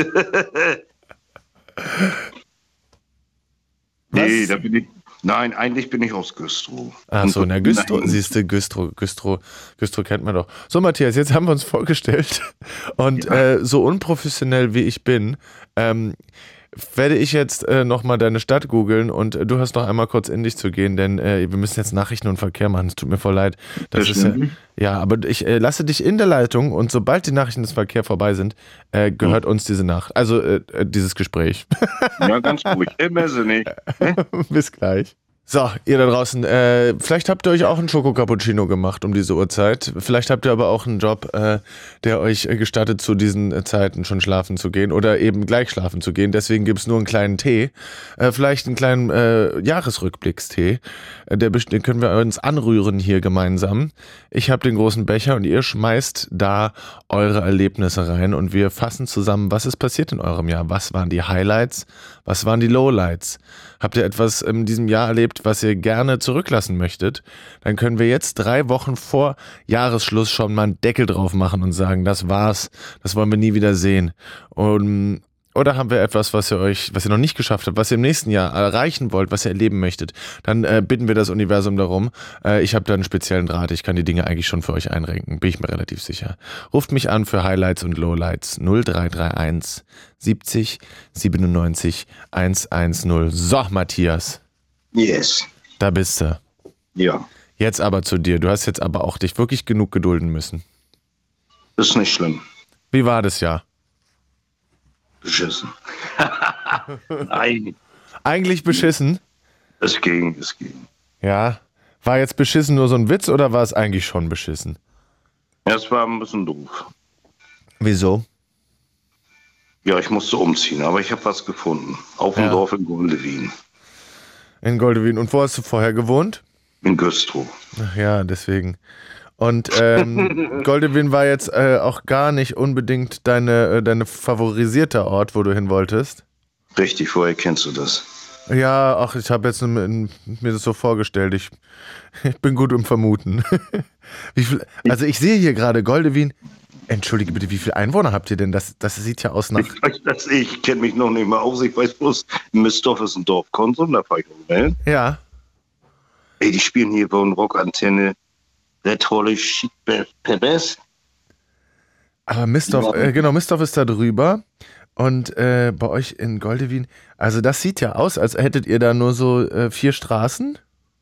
nee, Was? da bin ich. Nein, eigentlich bin ich aus Güstrow. Ach so, Und- na Güstrow, Nein. siehst du, Güstrow, Güstrow, Güstrow kennt man doch. So, Matthias, jetzt haben wir uns vorgestellt und Ja. äh, so unprofessionell wie ich bin, ähm, werde ich jetzt äh, nochmal deine Stadt googeln und äh, du hast noch einmal kurz in dich zu gehen, denn äh, wir müssen jetzt Nachrichten und Verkehr machen. Es tut mir voll leid. Das ist ja, Verständlich. ja, aber ich äh, lasse dich in der Leitung und sobald die Nachrichten des Verkehrs vorbei sind, äh, gehört uns diese Nacht, also äh, äh, dieses Gespräch. Ja, ganz ruhig. Immer sinnig. Bis gleich. So, ihr da draußen, äh, vielleicht habt ihr euch auch einen Schoko-Cappuccino gemacht um diese Uhrzeit. Vielleicht habt ihr aber auch einen Job, äh, der euch äh, gestattet, zu diesen äh, Zeiten schon schlafen zu gehen oder eben gleich schlafen zu gehen. Deswegen gibt's nur einen kleinen Tee. Äh, vielleicht einen kleinen äh, Jahresrückblickstee. Äh, der, best- den können wir uns anrühren hier gemeinsam. Ich habe den großen Becher und ihr schmeißt da eure Erlebnisse rein und wir fassen zusammen, was ist passiert in eurem Jahr. Was waren die Highlights? Was waren die Lowlights? Habt ihr etwas in diesem Jahr erlebt, was ihr gerne zurücklassen möchtet? Dann können wir jetzt drei Wochen vor Jahresschluss schon mal einen Deckel drauf machen und sagen, das war's, das wollen wir nie wieder sehen. Und, oder haben wir etwas, was ihr euch, was ihr noch nicht geschafft habt, was ihr im nächsten Jahr erreichen wollt, was ihr erleben möchtet? Dann äh, bitten wir das Universum darum. Äh, ich habe da einen speziellen Draht, ich kann die Dinge eigentlich schon für euch einrenken, bin ich mir relativ sicher. Ruft mich an für Highlights und Lowlights null drei drei eins siebzig siebenundneunzig hundertzehn. So, Matthias, Yes. da bist du. Ja, Jetzt aber zu dir. Du hast jetzt aber auch dich wirklich genug gedulden müssen. ist nicht schlimm. Wie war das Jahr? Beschissen. Nein. Eigentlich beschissen? Es ging, es ging. Ja. War jetzt beschissen nur so ein Witz oder war es eigentlich schon beschissen? Ja, es war ein bisschen doof. Wieso? Ja, ich musste umziehen, aber ich habe was gefunden. Auf dem Ja. Dorf in Goldewin. In Goldewin. Und wo hast du vorher gewohnt? In Güstrow. Ach ja, deswegen. Und ähm, Goldewin war jetzt äh, auch gar nicht unbedingt deine, äh, deine favorisierte Ort, wo du hin wolltest. Richtig, woher kennst du das? Ja, ach, ich habe jetzt mir das so vorgestellt. Ich, ich bin gut im Vermuten. Wie viel, also ich sehe hier gerade Goldewin. Entschuldige bitte, wie viele Einwohner habt ihr denn? Das, das sieht ja aus nach... Ich, weiß das, ich kenne mich noch nicht mal aus. Ich weiß bloß, Mistdorf ist ein Dorfkonsum, da fahre ich auch hin. Ja. Ey, die spielen hier bei einer Rockantenne der tolle Shit Pebes. Aber Mistdorf, äh, genau, Mistdorf ist da drüber. Und äh, bei euch in Goldewin, also das sieht ja aus, als hättet ihr da nur so äh, vier Straßen.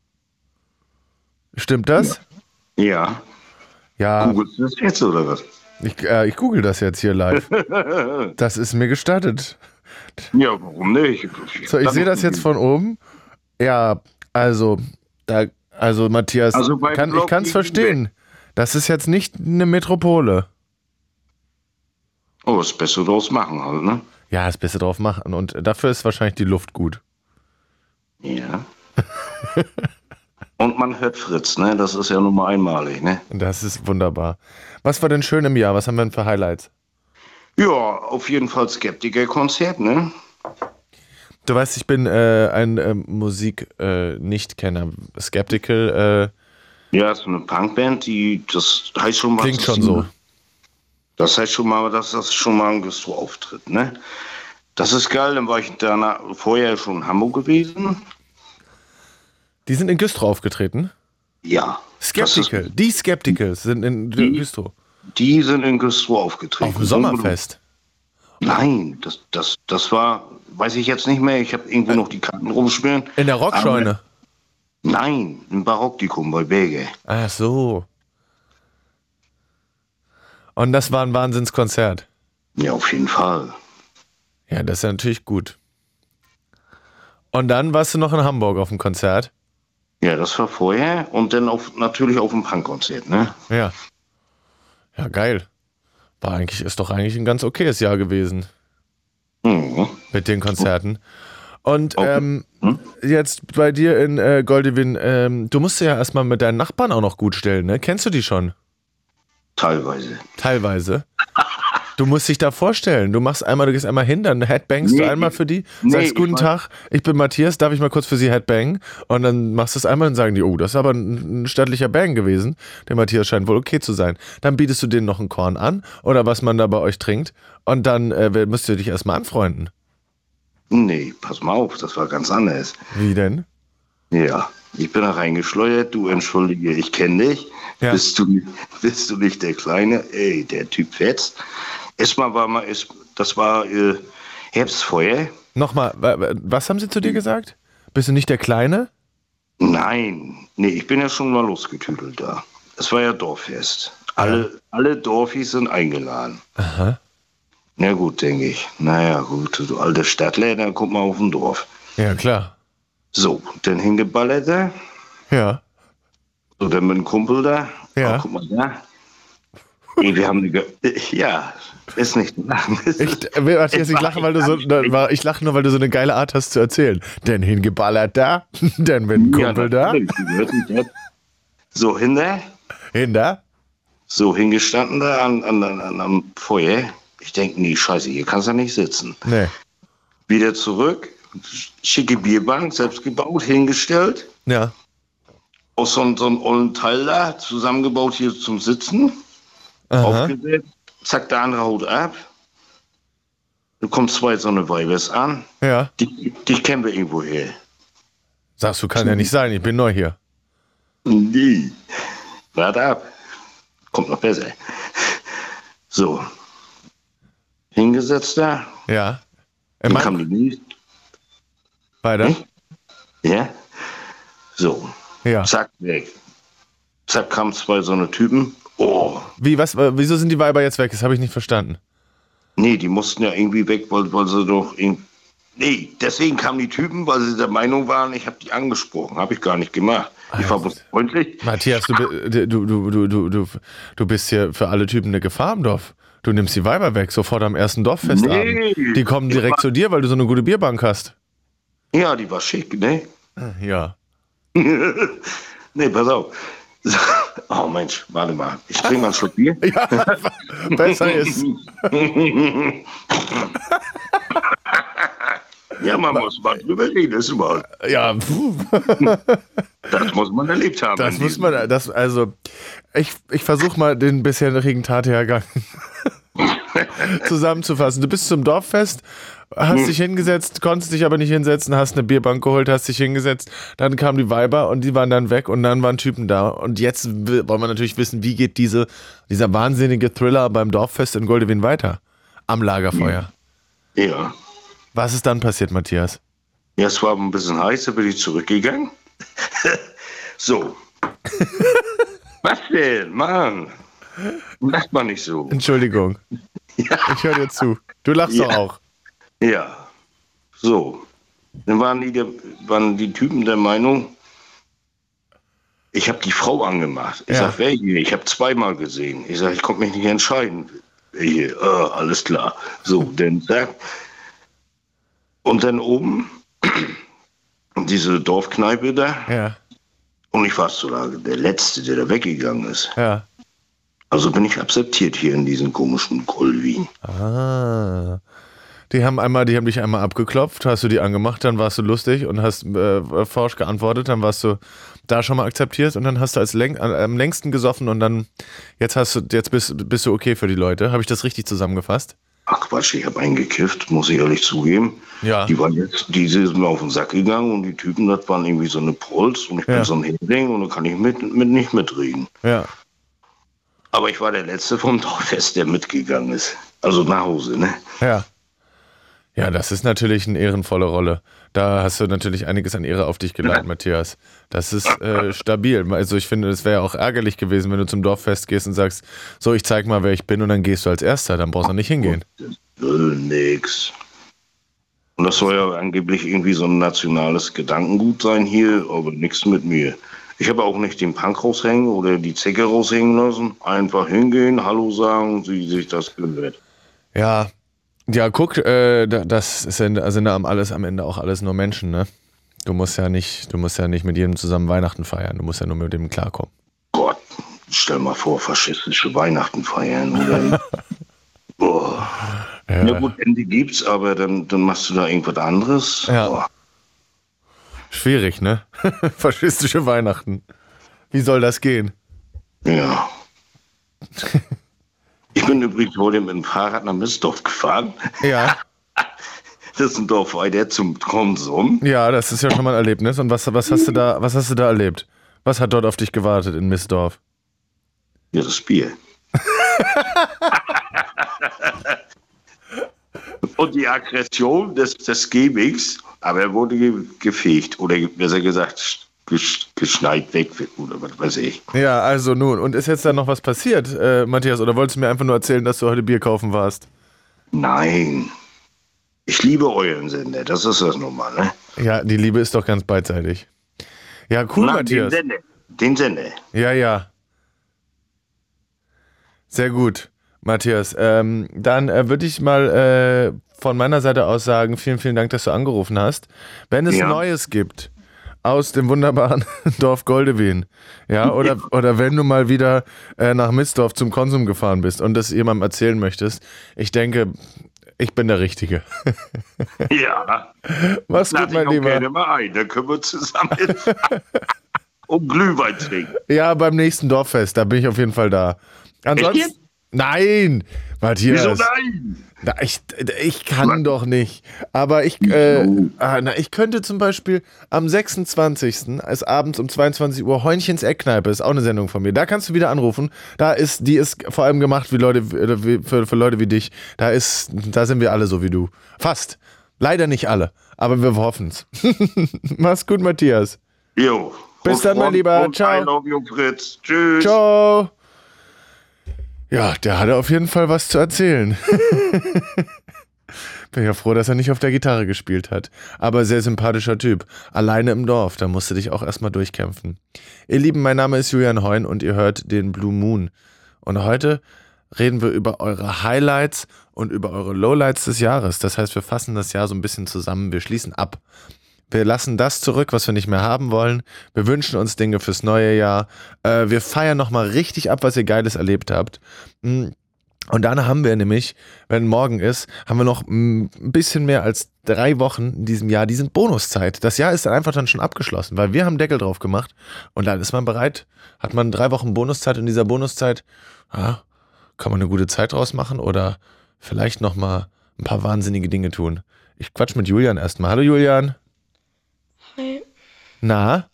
Stimmt das? Ja. Ja. Googlest du das jetzt oder was? Ich, äh, ich google das jetzt hier live. Das ist mir gestattet. Ja, warum nicht? So, ich sehe das jetzt von oben. Ja, also, da, also Matthias, Also bei kann, ich Block kann es gegenüber. verstehen. Das ist jetzt nicht eine Metropole. Oh, das Beste draus machen halt, ne? Ja, das Beste drauf machen. Und dafür ist wahrscheinlich die Luft gut. Ja. Und man hört Fritz, ne? Das ist ja nun mal einmalig, ne? Das ist wunderbar. Was war denn schön im Jahr? Was haben wir denn für Highlights? Ja, auf jeden Fall Skeptiker-Konzert, ne? Du weißt, ich bin äh, ein äh, Musik-Nicht-Kenner. Skeptical. Äh, Ja, ist eine Punkband, die, das heißt schon mal... Klingt dass schon die- so. Das heißt schon mal, dass das schon mal ein Güstrow-Auftritt, ne? Das ist geil, dann war ich danach, vorher schon in Hamburg gewesen. Die sind in Güstrow aufgetreten? Ja. Skeptical. Die Skepticals sind in Die- Güstrow. Die sind in Güstrow aufgetreten. Auf dem Sommerfest. Nein, das, das, das war, weiß ich jetzt nicht mehr, ich habe irgendwo noch die Karten rumspielen. In der Rockscheune. Nein, im Barocktikum bei Bege. Ach so. Und das war ein Wahnsinnskonzert. Ja, auf jeden Fall. Ja, das ist ja natürlich gut. Und dann warst du noch in Hamburg auf dem Konzert? Ja, das war vorher und dann auf, natürlich auf dem Punkkonzert, ne? Ja. Ja, geil. War eigentlich, ist doch eigentlich ein ganz okayes Jahr gewesen. Mhm. Mit den Konzerten. Und Okay. ähm, Hm? jetzt bei dir in äh, Goldewin, ähm, du musst ja erstmal mit deinen Nachbarn auch noch gut stellen, ne? Kennst du die schon? Teilweise. Teilweise. Du musst dich da vorstellen. Du machst einmal, du gehst einmal hin, dann headbangst Nee, du einmal für die, nee, sagst ich guten weiß- Tag, ich bin Matthias, darf ich mal kurz für Sie headbangen? Und dann machst du es einmal und sagen die, oh, das ist aber ein, ein stattlicher Bang gewesen. Der Matthias scheint wohl okay zu sein. Dann bietest du denen noch ein Korn an oder was man da bei euch trinkt und dann äh, müsst ihr dich erstmal anfreunden. Nee, pass mal auf, das war ganz anders. Wie denn? Ja, ich bin da reingeschleudert, du entschuldige, ich kenne dich. Ja. Bist, du, bist du nicht der Kleine? Ey, der Typ fetzt. Erstmal war mal, ist- das war äh, Herbstfeuer. Nochmal, wa- wa- was haben sie zu dir gesagt? Bist du nicht der Kleine? Nein, nee, ich bin ja schon mal losgetüdelt da. Es war ja Dorffest. Alle, alle Dorfis sind eingeladen. Aha. Na gut, denke ich. Naja, gut, du alte Stadtler, dann guck mal auf dem Dorf. Ja, klar. So, dann hingeballert da. Ja. So, dann mit dem Kumpel da. Ja. Oh, guck mal da. Ey, wir haben eine Ge ja, ist nicht zu lachen. Ich, äh, Matthias, ich lache, weil du so, na, ich lache nur, weil du so eine geile Art hast zu erzählen. Denn hingeballert da, dann mit dem Kumpel da, So, hinter, hinter. so hingestanden da an, an, an, an, am Feuer. Ich denke, nee, scheiße, hier kannst du nicht sitzen. Nee. Wieder zurück, schicke Bierbank, selbst gebaut, hingestellt. Ja. Aus so, einem- so einem ollen Teil da, zusammengebaut hier zum Sitzen. Aha. Aufgesetzt, zack, der andere haut ab. Da kommen zwei so eine Weibers an. Ja. Die, die kennen wir irgendwo her. Sagst du, kann ja nicht sein, ich bin neu hier. Nee. Warte ab. Kommt noch besser. So. Hingesetzt da. Ja. Dann Mann, kam die nächste. weiter. Hm? Ja. So. Ja. Zack, weg. Zack, kamen zwei so eine Typen. Oh. Wie, was, äh, wieso sind die Weiber jetzt weg? Das habe ich nicht verstanden. Nee, die mussten ja irgendwie weg, weil, weil sie doch irgendwie... Nee, deswegen kamen die Typen, weil sie der Meinung waren, ich habe die angesprochen. Habe ich gar nicht gemacht. Ich war bloß freundlich. Matthias, du, du, du, du, du, du, du bist hier für alle Typen eine Gefahr im Dorf. Du nimmst die Weiber weg, sofort am ersten Dorffestabend. Nee, die kommen direkt zu dir, weil du so eine gute Bierbank hast. Ja, die war schick, ne? Ja. Nee, pass auf. Oh Mensch, warte mal. Ich trinke mal einen Schluck Bier. Ja, besser ist. Ja, man muss mal drüber reden, ist mal. Ja, das muss man erlebt haben. Das muss man, das, also, ich, ich versuche mal den bisherigen Tathergang zusammenzufassen. Du bist zum Dorffest, hast hm. dich hingesetzt, konntest dich aber nicht hinsetzen, hast eine Bierbank geholt, hast dich hingesetzt, dann kamen die Weiber und die waren dann weg und dann waren Typen da. Und jetzt wollen wir natürlich wissen, wie geht diese, dieser wahnsinnige Thriller beim Dorffest in Goldewin weiter? Am Lagerfeuer. Ja. Was ist dann passiert, Matthias? Ja, es war ein bisschen heiß, da bin ich zurückgegangen. So. Was denn, Mann? Lacht man nicht so. Entschuldigung. Ja. Ich höre dir zu. Du lachst ja. doch auch. Ja. So. Dann waren die, der, waren die Typen der Meinung, ich habe die Frau angemacht. Ich ja. sag, welche? Ich habe zweimal gesehen. Ich sag, ich konnte mich nicht entscheiden. Welche? Oh, alles klar. So, dann sagt... Und dann oben diese Dorfkneipe da. Ja. Und ich war so der Letzte, der da weggegangen ist. Ja. Also bin ich akzeptiert hier in diesem komischen Goldwin. Ah. Die haben einmal, die haben dich einmal abgeklopft, hast du die angemacht, dann warst du lustig und hast äh, forsch geantwortet, dann warst du da schon mal akzeptiert und dann hast du als läng, am längsten gesoffen und dann jetzt hast du, jetzt bist, bist du okay für die Leute. Habe ich das richtig zusammengefasst? Ach Quatsch, ich habe eingekifft, muss ich ehrlich zugeben. Ja. Die waren jetzt, die sind mir auf den Sack gegangen und die Typen, das waren irgendwie so eine Prols und ich bin ja. so ein Hering und da kann ich mit, mit nicht mitreden. Ja. Aber ich war der Letzte vom Dorffest, der mitgegangen ist. Also nach Hause, ne? Ja. Ja, das ist natürlich eine ehrenvolle Rolle. Da hast du natürlich einiges an Ehre auf dich geladen, Matthias. Das ist äh, stabil. Also ich finde, es wäre auch ärgerlich gewesen, wenn du zum Dorffest gehst und sagst, so, ich zeig mal, wer ich bin und dann gehst du als Erster. Dann brauchst du nicht hingehen. Will nix. Und das soll ja angeblich irgendwie so ein nationales Gedankengut sein hier, aber nichts mit mir. Ich habe auch nicht den Punk raushängen oder die Zecke raushängen lassen. Einfach hingehen, Hallo sagen, wie sich das gehört. Ja, ja, guck, äh, das sind, sind da alles am Ende auch alles nur Menschen, ne? Du musst ja nicht, du musst ja nicht mit jedem zusammen Weihnachten feiern, du musst ja nur mit dem klarkommen. Gott, stell mal vor, faschistische Weihnachten feiern, oder? Boah. Ja. Ja gut, Ende gibt's, aber dann, dann machst du da irgendwas anderes. Ja. Boah. Schwierig, ne? Faschistische Weihnachten. Wie soll das gehen? Ja. Ich bin übrigens heute mit dem Fahrrad nach Missdorf gefahren. Ja. Das ist ein Dorf weiter zum Konsum. Ja, das ist ja schon mal ein Erlebnis. Und was, was, hast du da, was hast du da erlebt? Was hat dort auf dich gewartet in Missdorf? Ja, das Bier. Und die Aggression des, des Gimmicks, aber er wurde ge gefegt. Oder besser gesagt, geschneit weg oder was weiß ich. Ja, also nun. Und ist jetzt da noch was passiert, äh, Matthias? Oder wolltest du mir einfach nur erzählen, dass du heute Bier kaufen warst? Nein. Ich liebe euren Sender, das ist das nun mal, ne? Ja, die Liebe ist doch ganz beidseitig. Ja, cool, Na, Matthias. Den Sender. Den Sender. Ja, ja. Sehr gut, Matthias. Ähm, dann äh, würde ich mal äh, von meiner Seite aus sagen, vielen, vielen Dank, dass du angerufen hast. Wenn es ja. Neues gibt aus dem wunderbaren Dorf Goldewin, ja, oder, oder wenn du mal wieder äh, nach Missdorf zum Konsum gefahren bist und das jemandem erzählen möchtest, ich denke, ich bin der Richtige. Ja. Mach's gut, mein Lieber. Gerne mal ein, dann können wir zusammen um Glühwein trinken. Ja, beim nächsten Dorffest, da bin ich auf jeden Fall da. Ansonsten, nein, Matthias. Wieso nein? Na, ich, ich kann Mann. doch nicht. Aber ich, äh, na, ich könnte zum Beispiel am sechsundzwanzigsten ist abends um zweiundzwanzig Uhr Heunchens Eckkneipe, ist auch eine Sendung von mir. Da kannst du wieder anrufen. Da ist, die ist vor allem gemacht wie Leute, wie, für, für Leute wie dich. Da ist, da sind wir alle so wie du. Fast. Leider nicht alle. Aber wir hoffen's. Mach's gut, Matthias. Jo. Bis dann, mein Lieber. Ciao. I love you, Fritz. Tschüss. Ciao. Ja, der hatte auf jeden Fall was zu erzählen. Bin ja froh, dass er nicht auf der Gitarre gespielt hat. Aber sehr sympathischer Typ. Alleine im Dorf, da musst du dich auch erstmal durchkämpfen. Ihr Lieben, mein Name ist Julian Heun und ihr hört den Blue Moon. Und heute reden wir über eure Highlights und über eure Lowlights des Jahres. Das heißt, wir fassen das Jahr so ein bisschen zusammen. Wir schließen ab. Wir lassen das zurück, was wir nicht mehr haben wollen. Wir wünschen uns Dinge fürs neue Jahr. Äh, wir feiern nochmal richtig ab, was ihr Geiles erlebt habt. Und dann haben wir nämlich, wenn morgen ist, haben wir noch ein bisschen mehr als drei Wochen in diesem Jahr, die sind Bonuszeit. Das Jahr ist dann einfach dann schon abgeschlossen, weil wir haben Deckel drauf gemacht und dann ist man bereit, hat man drei Wochen Bonuszeit und in dieser Bonuszeit, ja, kann man eine gute Zeit draus machen oder vielleicht nochmal ein paar wahnsinnige Dinge tun. Ich quatsch mit Julian erstmal. Hallo Julian. Hi. Na?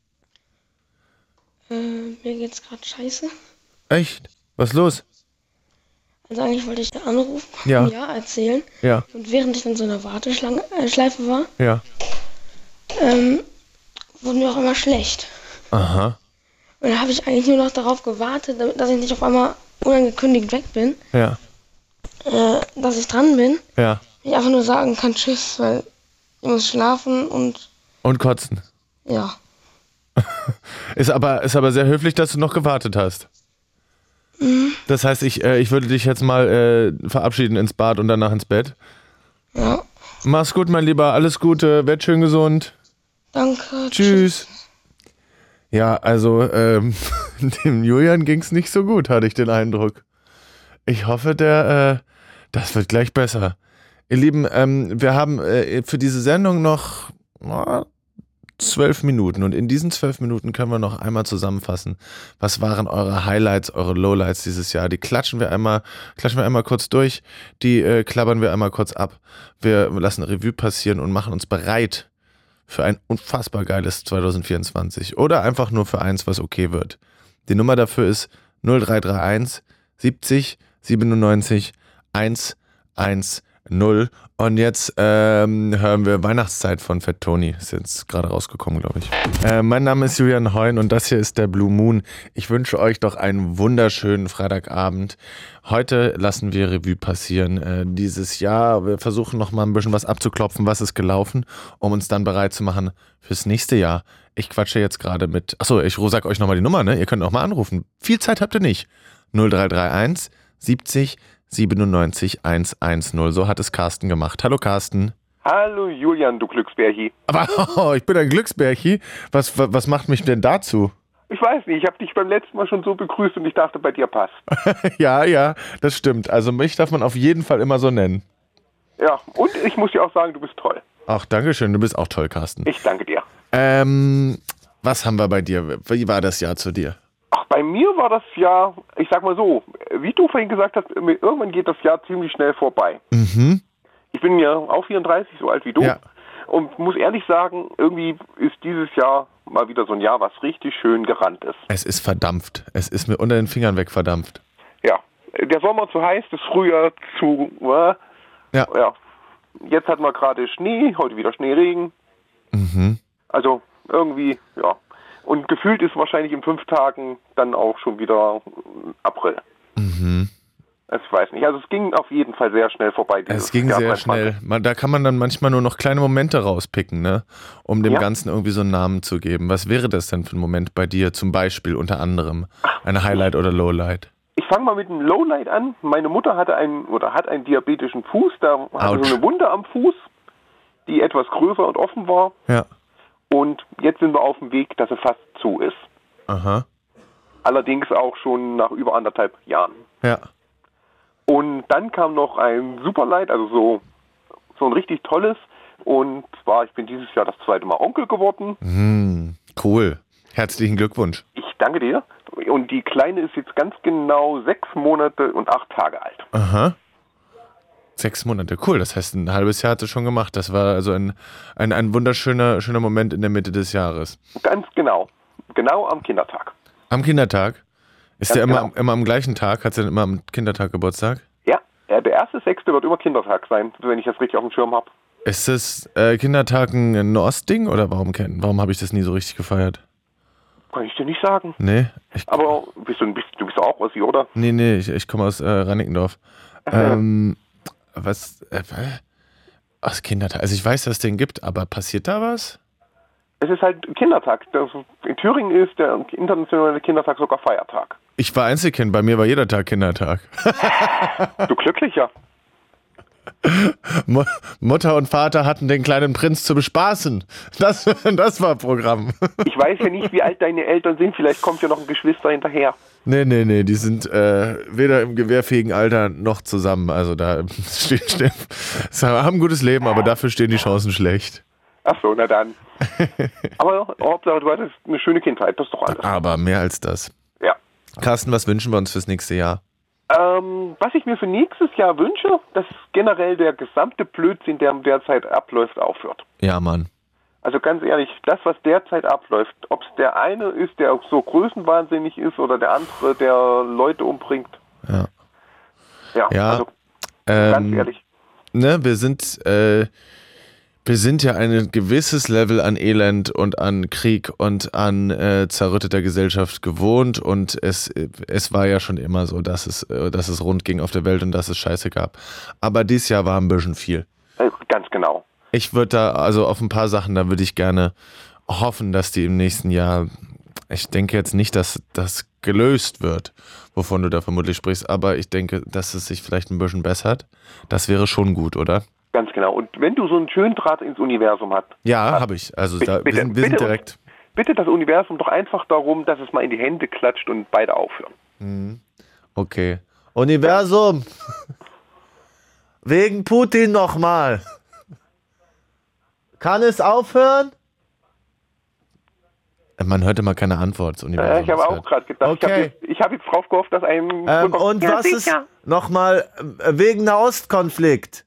Äh, mir geht's gerade scheiße. Echt? Was ist los? Also eigentlich wollte ich da anrufen Ja. und ja erzählen. Ja. Und während ich in so einer Warteschleife war, Ja. ähm, wurden mir auch immer schlecht. Aha. Und dann habe ich eigentlich nur noch darauf gewartet, damit, dass ich nicht auf einmal unangekündigt weg bin, Ja. äh, dass ich dran bin. Ja. Ich einfach nur sagen kann Tschüss, weil ich muss schlafen und Und kotzen. ja. Ist aber, ist aber sehr höflich, dass du noch gewartet hast. Mhm. Das heißt, ich, äh, ich würde dich jetzt mal äh, verabschieden ins Bad und danach ins Bett. Ja. Mach's gut, mein Lieber. Alles Gute. Werd schön gesund. Danke. Tschüss. Ja, also ähm, dem Julian ging's nicht so gut, hatte ich den Eindruck. Ich hoffe, der, äh, das wird gleich besser. Ihr Lieben, ähm, wir haben äh, für diese Sendung noch oh, zwölf Minuten und in diesen zwölf Minuten können wir noch einmal zusammenfassen, was waren eure Highlights, eure Lowlights dieses Jahr. Die klatschen wir einmal, klatschen wir einmal kurz durch, die äh, klappern wir einmal kurz ab. Wir lassen Revue passieren und machen uns bereit für ein unfassbar geiles zwanzig vierundzwanzig oder einfach nur für eins, was okay wird. Die Nummer dafür ist null drei drei eins siebzig siebenundneunzig hundertzehn. Und jetzt ähm, hören wir Weihnachtszeit von Fat Tony. Ist jetzt gerade rausgekommen, glaube ich. Äh, mein Name ist Julian Heun und das hier ist der Blue Moon. Ich wünsche euch doch einen wunderschönen Freitagabend. Heute lassen wir Revue passieren. Äh, dieses Jahr, wir versuchen noch mal ein bisschen was abzuklopfen, was ist gelaufen, um uns dann bereit zu machen fürs nächste Jahr. Ich quatsche jetzt gerade mit, achso, ich sag euch nochmal die Nummer, ne? Ihr könnt auch mal anrufen. Viel Zeit habt ihr nicht. null drei drei eins siebzig siebenundneunzig hundertzehn. So hat es Carsten gemacht. Hallo Carsten. Hallo Julian, du Glücksbärchi. Aber oh, ich bin ein Glücksbärchi. Was, was, was macht mich denn dazu? Ich weiß nicht, ich habe dich beim letzten Mal schon so begrüßt und ich dachte, bei dir passt. Ja, ja, das stimmt. Also mich darf man auf jeden Fall immer so nennen. Ja, und ich muss dir auch sagen, du bist toll. Ach, danke schön. Du bist auch toll, Carsten. Ich danke dir. Ähm, was haben wir bei dir? Wie war das Jahr zu dir? Ach, bei mir war das Jahr, ich sag mal so, wie du vorhin gesagt hast, irgendwann geht das Jahr ziemlich schnell vorbei. Mhm. Ich bin ja auch vierunddreißig, so alt wie du. Ja. Und muss ehrlich sagen, irgendwie ist dieses Jahr mal wieder so ein Jahr, was richtig schön gerannt ist. Es ist verdampft. Es ist mir unter den Fingern weg verdampft. Ja, der Sommer zu heiß, das Frühjahr zu... Äh, ja. ja. Jetzt hatten wir gerade Schnee, heute wieder Schneeregen. Mhm. Also irgendwie, ja. Und gefühlt ist wahrscheinlich in fünf Tagen dann auch schon wieder April. Mhm. Ich weiß nicht. Also es ging auf jeden Fall sehr schnell vorbei. Es ging Jahr sehr schnell. Man, da kann man dann manchmal nur noch kleine Momente rauspicken, ne? Um dem ja? Ganzen irgendwie so einen Namen zu geben. Was wäre das denn für ein Moment bei dir zum Beispiel unter anderem? Eine Highlight oder Lowlight? Ich fange mal mit einem Lowlight an. Meine Mutter hatte einen oder hat einen diabetischen Fuß. Da hatte Ouch. so eine Wunde am Fuß, die etwas größer und offen war. Ja. Und jetzt sind wir auf dem Weg, dass sie fast zu ist. Aha. Allerdings auch schon nach über anderthalb Jahren. Ja. Und dann kam noch ein Superlight, also so, so ein richtig tolles. Und zwar, ich bin dieses Jahr das zweite Mal Onkel geworden. Mm, cool. Herzlichen Glückwunsch. Ich danke dir. Und die Kleine ist jetzt ganz genau sechs Monate und acht Tage alt. Aha. Sechs Monate, cool. Das heißt, ein halbes Jahr hat sie schon gemacht. Das war also ein, ein, ein wunderschöner schöner Moment in der Mitte des Jahres. Ganz genau. Genau am Kindertag. Am Kindertag? Ist Ganz der immer, genau. immer am gleichen Tag? Hat sie denn immer am Kindertag Geburtstag? Ja, äh, der erste Sechste wird immer Kindertag sein, wenn ich das richtig auf dem Schirm habe. Ist das äh, Kindertag ein Ostding oder warum, warum habe ich das nie so richtig gefeiert? Kann ich dir nicht sagen. Nee. Ich, Aber bist du, bist, du bist auch Ossi, oder? nee, nee, ich, ich komme aus äh, Reinickendorf. Ähm, was, äh, aus Kindertag. Also ich weiß, dass es den gibt, aber passiert da was? Es ist halt Kindertag. Das, in Thüringen ist der internationale Kindertag sogar Feiertag. Ich war Einzelkind, bei mir war jeder Tag Kindertag. Du Glücklicher. Mu- Mutter und Vater hatten den kleinen Prinz zu bespaßen. Das, das war Programm. Ich weiß ja nicht, wie alt deine Eltern sind. Vielleicht kommt ja noch ein Geschwister hinterher. Nee, nee, nee, die sind äh, weder im gewehrfähigen Alter noch zusammen. Also da stehen, stehen, sie haben ein gutes Leben, aber dafür stehen die Chancen schlecht. Ach so, na dann. Aber Hauptsache, du hattest eine schöne Kindheit. Das ist doch alles. Aber mehr als das. Ja. Carsten, was wünschen wir uns fürs nächste Jahr? Ähm, was ich mir für nächstes Jahr wünsche, dass generell der gesamte Blödsinn, der derzeit abläuft, aufhört. Ja, Mann. Also ganz ehrlich, das, was derzeit abläuft, ob es der eine ist, der so größenwahnsinnig ist, oder der andere, der Leute umbringt. Ja. Ja, Ja, also ähm, ganz ehrlich. Ne, wir sind, äh, wir sind ja ein gewisses Level an Elend und an Krieg und an äh, zerrütteter Gesellschaft gewohnt, und es, es war ja schon immer so, dass es, äh, dass es rund ging auf der Welt und dass es Scheiße gab. Aber dieses Jahr war ein bisschen viel. Äh, ganz genau. Ich würde da, also auf ein paar Sachen, da würde ich gerne hoffen, dass die im nächsten Jahr, ich denke jetzt nicht, dass das gelöst wird, wovon du da vermutlich sprichst, aber ich denke, dass es sich vielleicht ein bisschen bessert. Das wäre schon gut, oder? Ganz genau. Und wenn du so einen schönen Draht ins Universum hast. Ja, habe ich. Also Bitte, da, wir bitte, sind, wir sind bitte, direkt. Bitte das Universum doch einfach darum, dass es mal in die Hände klatscht und beide aufhören. Mhm. Okay. Universum! Wegen Putin nochmal! Kann es aufhören? Man hört immer keine Antwort. Das Universum Äh, ich habe ist auch halt- gerade gedacht, Okay. ich habe jetzt, ich hab jetzt drauf gehofft, dass ein... Ähm, und Ja, was ist sicher. nochmal äh, wegen Nahostkonflikt?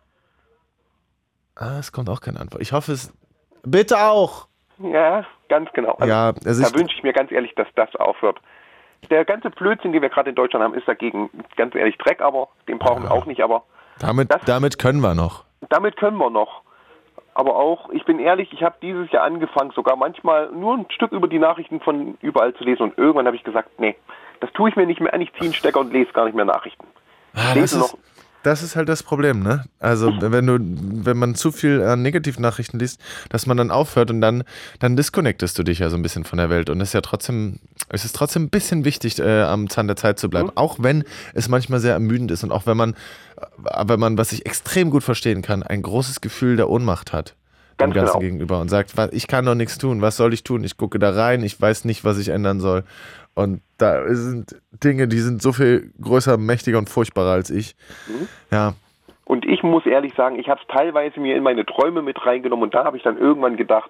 Ah, es kommt auch keine Antwort. Ich hoffe es. Bitte auch. Ja, ganz genau. Also, Ja, also da ich- wünsche ich mir ganz ehrlich, dass das aufhört. Der ganze Blödsinn, den wir gerade in Deutschland haben, ist dagegen ganz ehrlich Dreck, aber den brauchen wir auch nicht. Aber Damit, damit können wir noch. damit können wir noch. Aber auch, ich bin ehrlich, ich habe dieses Jahr angefangen, sogar manchmal nur ein Stück über die Nachrichten von überall zu lesen. Und irgendwann habe ich gesagt, nee, das tue ich mir nicht mehr an. Ich ziehe einen Stecker und lese gar nicht mehr Nachrichten. Ah, Ich das, lese ist, das ist halt das Problem, ne? Also wenn du, wenn man zu viel an Negativnachrichten liest, dass man dann aufhört und dann, dann disconnectest du dich ja so ein bisschen von der Welt. Und es ist ja trotzdem, es ist trotzdem ein bisschen wichtig, äh, am Zahn der Zeit zu bleiben. Mhm. Auch wenn es manchmal sehr ermüdend ist und auch wenn man, äh, wenn man, was ich extrem gut verstehen kann, ein großes Gefühl der Ohnmacht hat. Dem Ganz Ganzen genau. gegenüber und sagt, was, ich kann doch nichts tun, was soll ich tun? Ich gucke da rein, ich weiß nicht, was ich ändern soll. Und da sind Dinge, die sind so viel größer, mächtiger und furchtbarer als ich. Mhm. Ja. Und ich muss ehrlich sagen, ich habe es teilweise mir in meine Träume mit reingenommen und da habe ich dann irgendwann gedacht,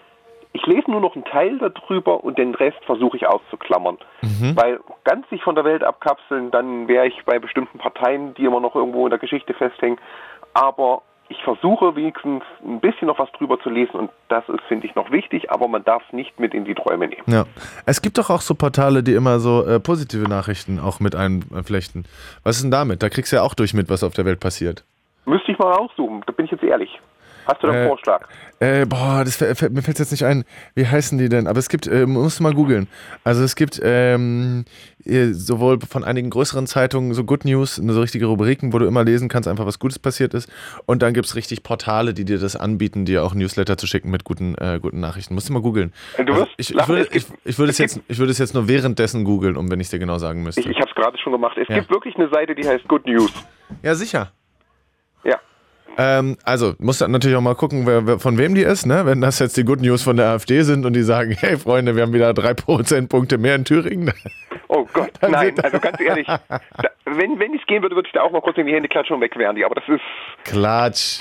ich lese nur noch einen Teil darüber und den Rest versuche ich auszuklammern. Mhm. Weil ganz sich von der Welt abkapseln, dann wäre ich bei bestimmten Parteien, die immer noch irgendwo in der Geschichte festhängen. Aber ich versuche wenigstens ein bisschen noch was drüber zu lesen und das ist, finde ich, noch wichtig, aber man darf es nicht mit in die Träume nehmen. Ja. Es gibt doch auch so Portale, die immer so äh, positive Nachrichten auch mit einflechten. Was ist denn damit? Da kriegst du ja auch durch mit, was auf der Welt passiert. Müsste ich mal raussuchen, da bin ich jetzt ehrlich. Hast du da einen Äh, Vorschlag? Äh, boah, das fällt, fällt, mir fällt jetzt nicht ein. Wie heißen die denn? Aber es gibt, äh, musst du mal googeln. Also es gibt ähm, äh, sowohl von einigen größeren Zeitungen so Good News, so richtige Rubriken, wo du immer lesen kannst, einfach was Gutes passiert ist. Und dann gibt es richtig Portale, die dir das anbieten, dir auch Newsletter zu schicken mit guten, äh, guten Nachrichten. Musst du mal googeln. Du Also wirst ich, ich, lachen, würde, es gibt- ich, ich, würde es es jetzt, ich würde es jetzt nur währenddessen googeln, um wenn ich es dir genau sagen müsste. Ich, ich habe es gerade schon gemacht. Es Ja. gibt wirklich eine Seite, die heißt Good News. Ja, sicher. Ja. Ähm, also, musst du natürlich auch mal gucken, wer, wer, von wem die ist, ne? Wenn das jetzt die Good News von der AfD sind und die sagen, hey Freunde, wir haben wieder drei Prozentpunkte mehr in Thüringen. Oh Gott, Dann nein, sieht- also ganz ehrlich, da, wenn, wenn es gehen würde, würde ich da auch mal kurz in die Hände klatschen und weg wären die. Aber das ist, Klatsch.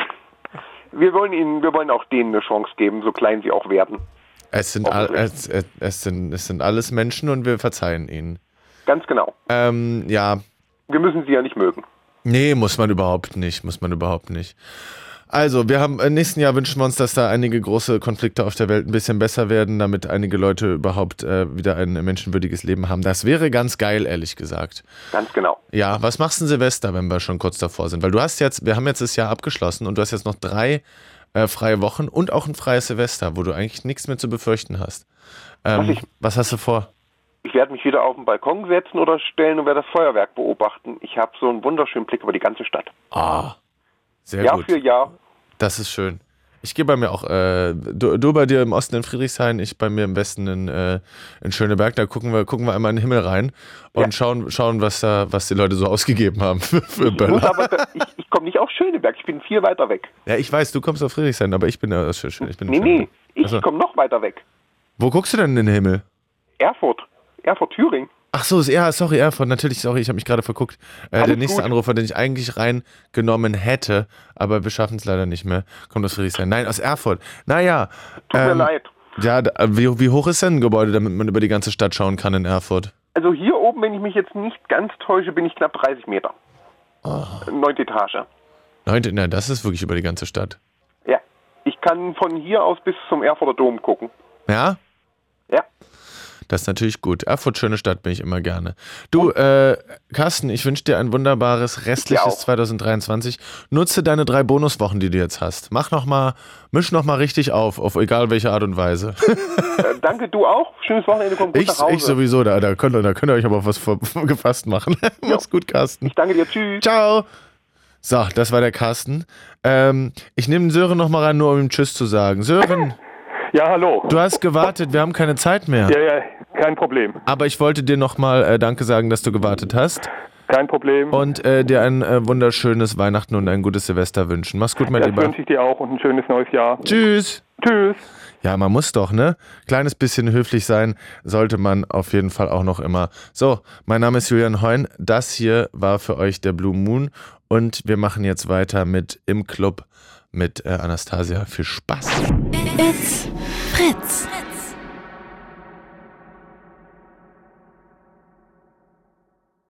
wir wollen ihnen, wir wollen auch denen eine Chance geben, so klein sie auch werden. Es sind, all, es, es, es, sind, es sind alles Menschen und wir verzeihen ihnen. Ganz genau. Ähm, ja. Wir müssen sie ja nicht mögen. Nee, muss man überhaupt nicht, muss man überhaupt nicht. Also, wir haben im nächsten Jahr wünschen wir uns, dass da einige große Konflikte auf der Welt ein bisschen besser werden, damit einige Leute überhaupt äh, wieder ein menschenwürdiges Leben haben. Das wäre ganz geil, ehrlich gesagt. Ganz genau. Ja, was machst du denn Silvester, wenn wir schon kurz davor sind? Weil du hast jetzt, wir haben jetzt das Jahr abgeschlossen und du hast jetzt noch drei äh, freie Wochen und auch ein freies Silvester, wo du eigentlich nichts mehr zu befürchten hast. Ähm, was, ich, was hast du vor? Ich werde mich wieder auf den Balkon setzen oder stellen und werde das Feuerwerk beobachten. Ich habe so einen wunderschönen Blick über die ganze Stadt. Ah, sehr Jahr gut. Jahr für Jahr. Das ist schön. Ich gehe bei mir auch, äh, du, du bei dir im Osten in Friedrichshain, ich bei mir im Westen in, äh, in Schöneberg, da gucken wir, gucken wir einmal in den Himmel rein und ja. schauen, schauen was, da, was die Leute so ausgegeben haben für, für ich Böller. Muss aber, ich ich komme nicht auf Schöneberg, ich bin viel weiter weg. Ja, ich weiß, du kommst aus Friedrichshain, aber ich bin ja aus schön. Ich bin nee, nee, ich also. komme noch weiter weg. Wo guckst du denn in den Himmel? Erfurt, Erfurt-Thüringen. Ach so, ja, sorry, Erfurt, natürlich, sorry, ich habe mich gerade verguckt. Äh, der nächste gut. Anrufer, den ich eigentlich reingenommen hätte, aber wir schaffen es leider nicht mehr, kommt aus Friedrichshain. Nein, aus Erfurt. Naja. Tut ähm, mir leid. Ja, wie, wie hoch ist denn ein Gebäude, damit man über die ganze Stadt schauen kann in Erfurt? Also hier oben, wenn ich mich jetzt nicht ganz täusche, bin ich knapp dreißig Meter. Oh. Neunte Etage. Neunte, nein, das ist wirklich über die ganze Stadt. Ja, ich kann von hier aus bis zum Erfurter Dom gucken. Ja? Ja. Das ist natürlich gut. Erfurt, schöne Stadt, bin ich immer gerne. Du, äh, Carsten, ich wünsche dir ein wunderbares restliches zwanzig dreiundzwanzig. Nutze deine drei Bonuswochen, die du jetzt hast. Mach noch mal, misch noch mal richtig auf, auf egal welche Art und Weise. äh, danke, du auch. Schönes Wochenende, komm gut ich, nach Hause. Ich sowieso, da, da, könnt ihr, da könnt ihr euch aber was vor, gefasst machen. Mach's gut, Carsten. Ich danke dir, tschüss. Ciao. So, das war der Carsten. Ähm, ich nehme den Sören noch mal rein, nur um ihm Tschüss zu sagen. Sören. Ja, hallo. Du hast gewartet, wir haben keine Zeit mehr. Ja, ja, kein Problem. Aber ich wollte dir nochmal äh, Danke sagen, dass du gewartet hast. Kein Problem. Und äh, dir ein äh, wunderschönes Weihnachten und ein gutes Silvester wünschen. Mach's gut, mein das Lieber. Das wünsche ich dir auch und ein schönes neues Jahr. Tschüss. Tschüss. Ja, man muss doch, ne? Kleines bisschen höflich sein sollte man auf jeden Fall auch noch immer. So, mein Name ist Julian Heun. Das hier war für euch der Blue Moon. Und wir machen jetzt weiter mit Im Club mit äh, Anastasia. Viel Spaß. It's Fritz.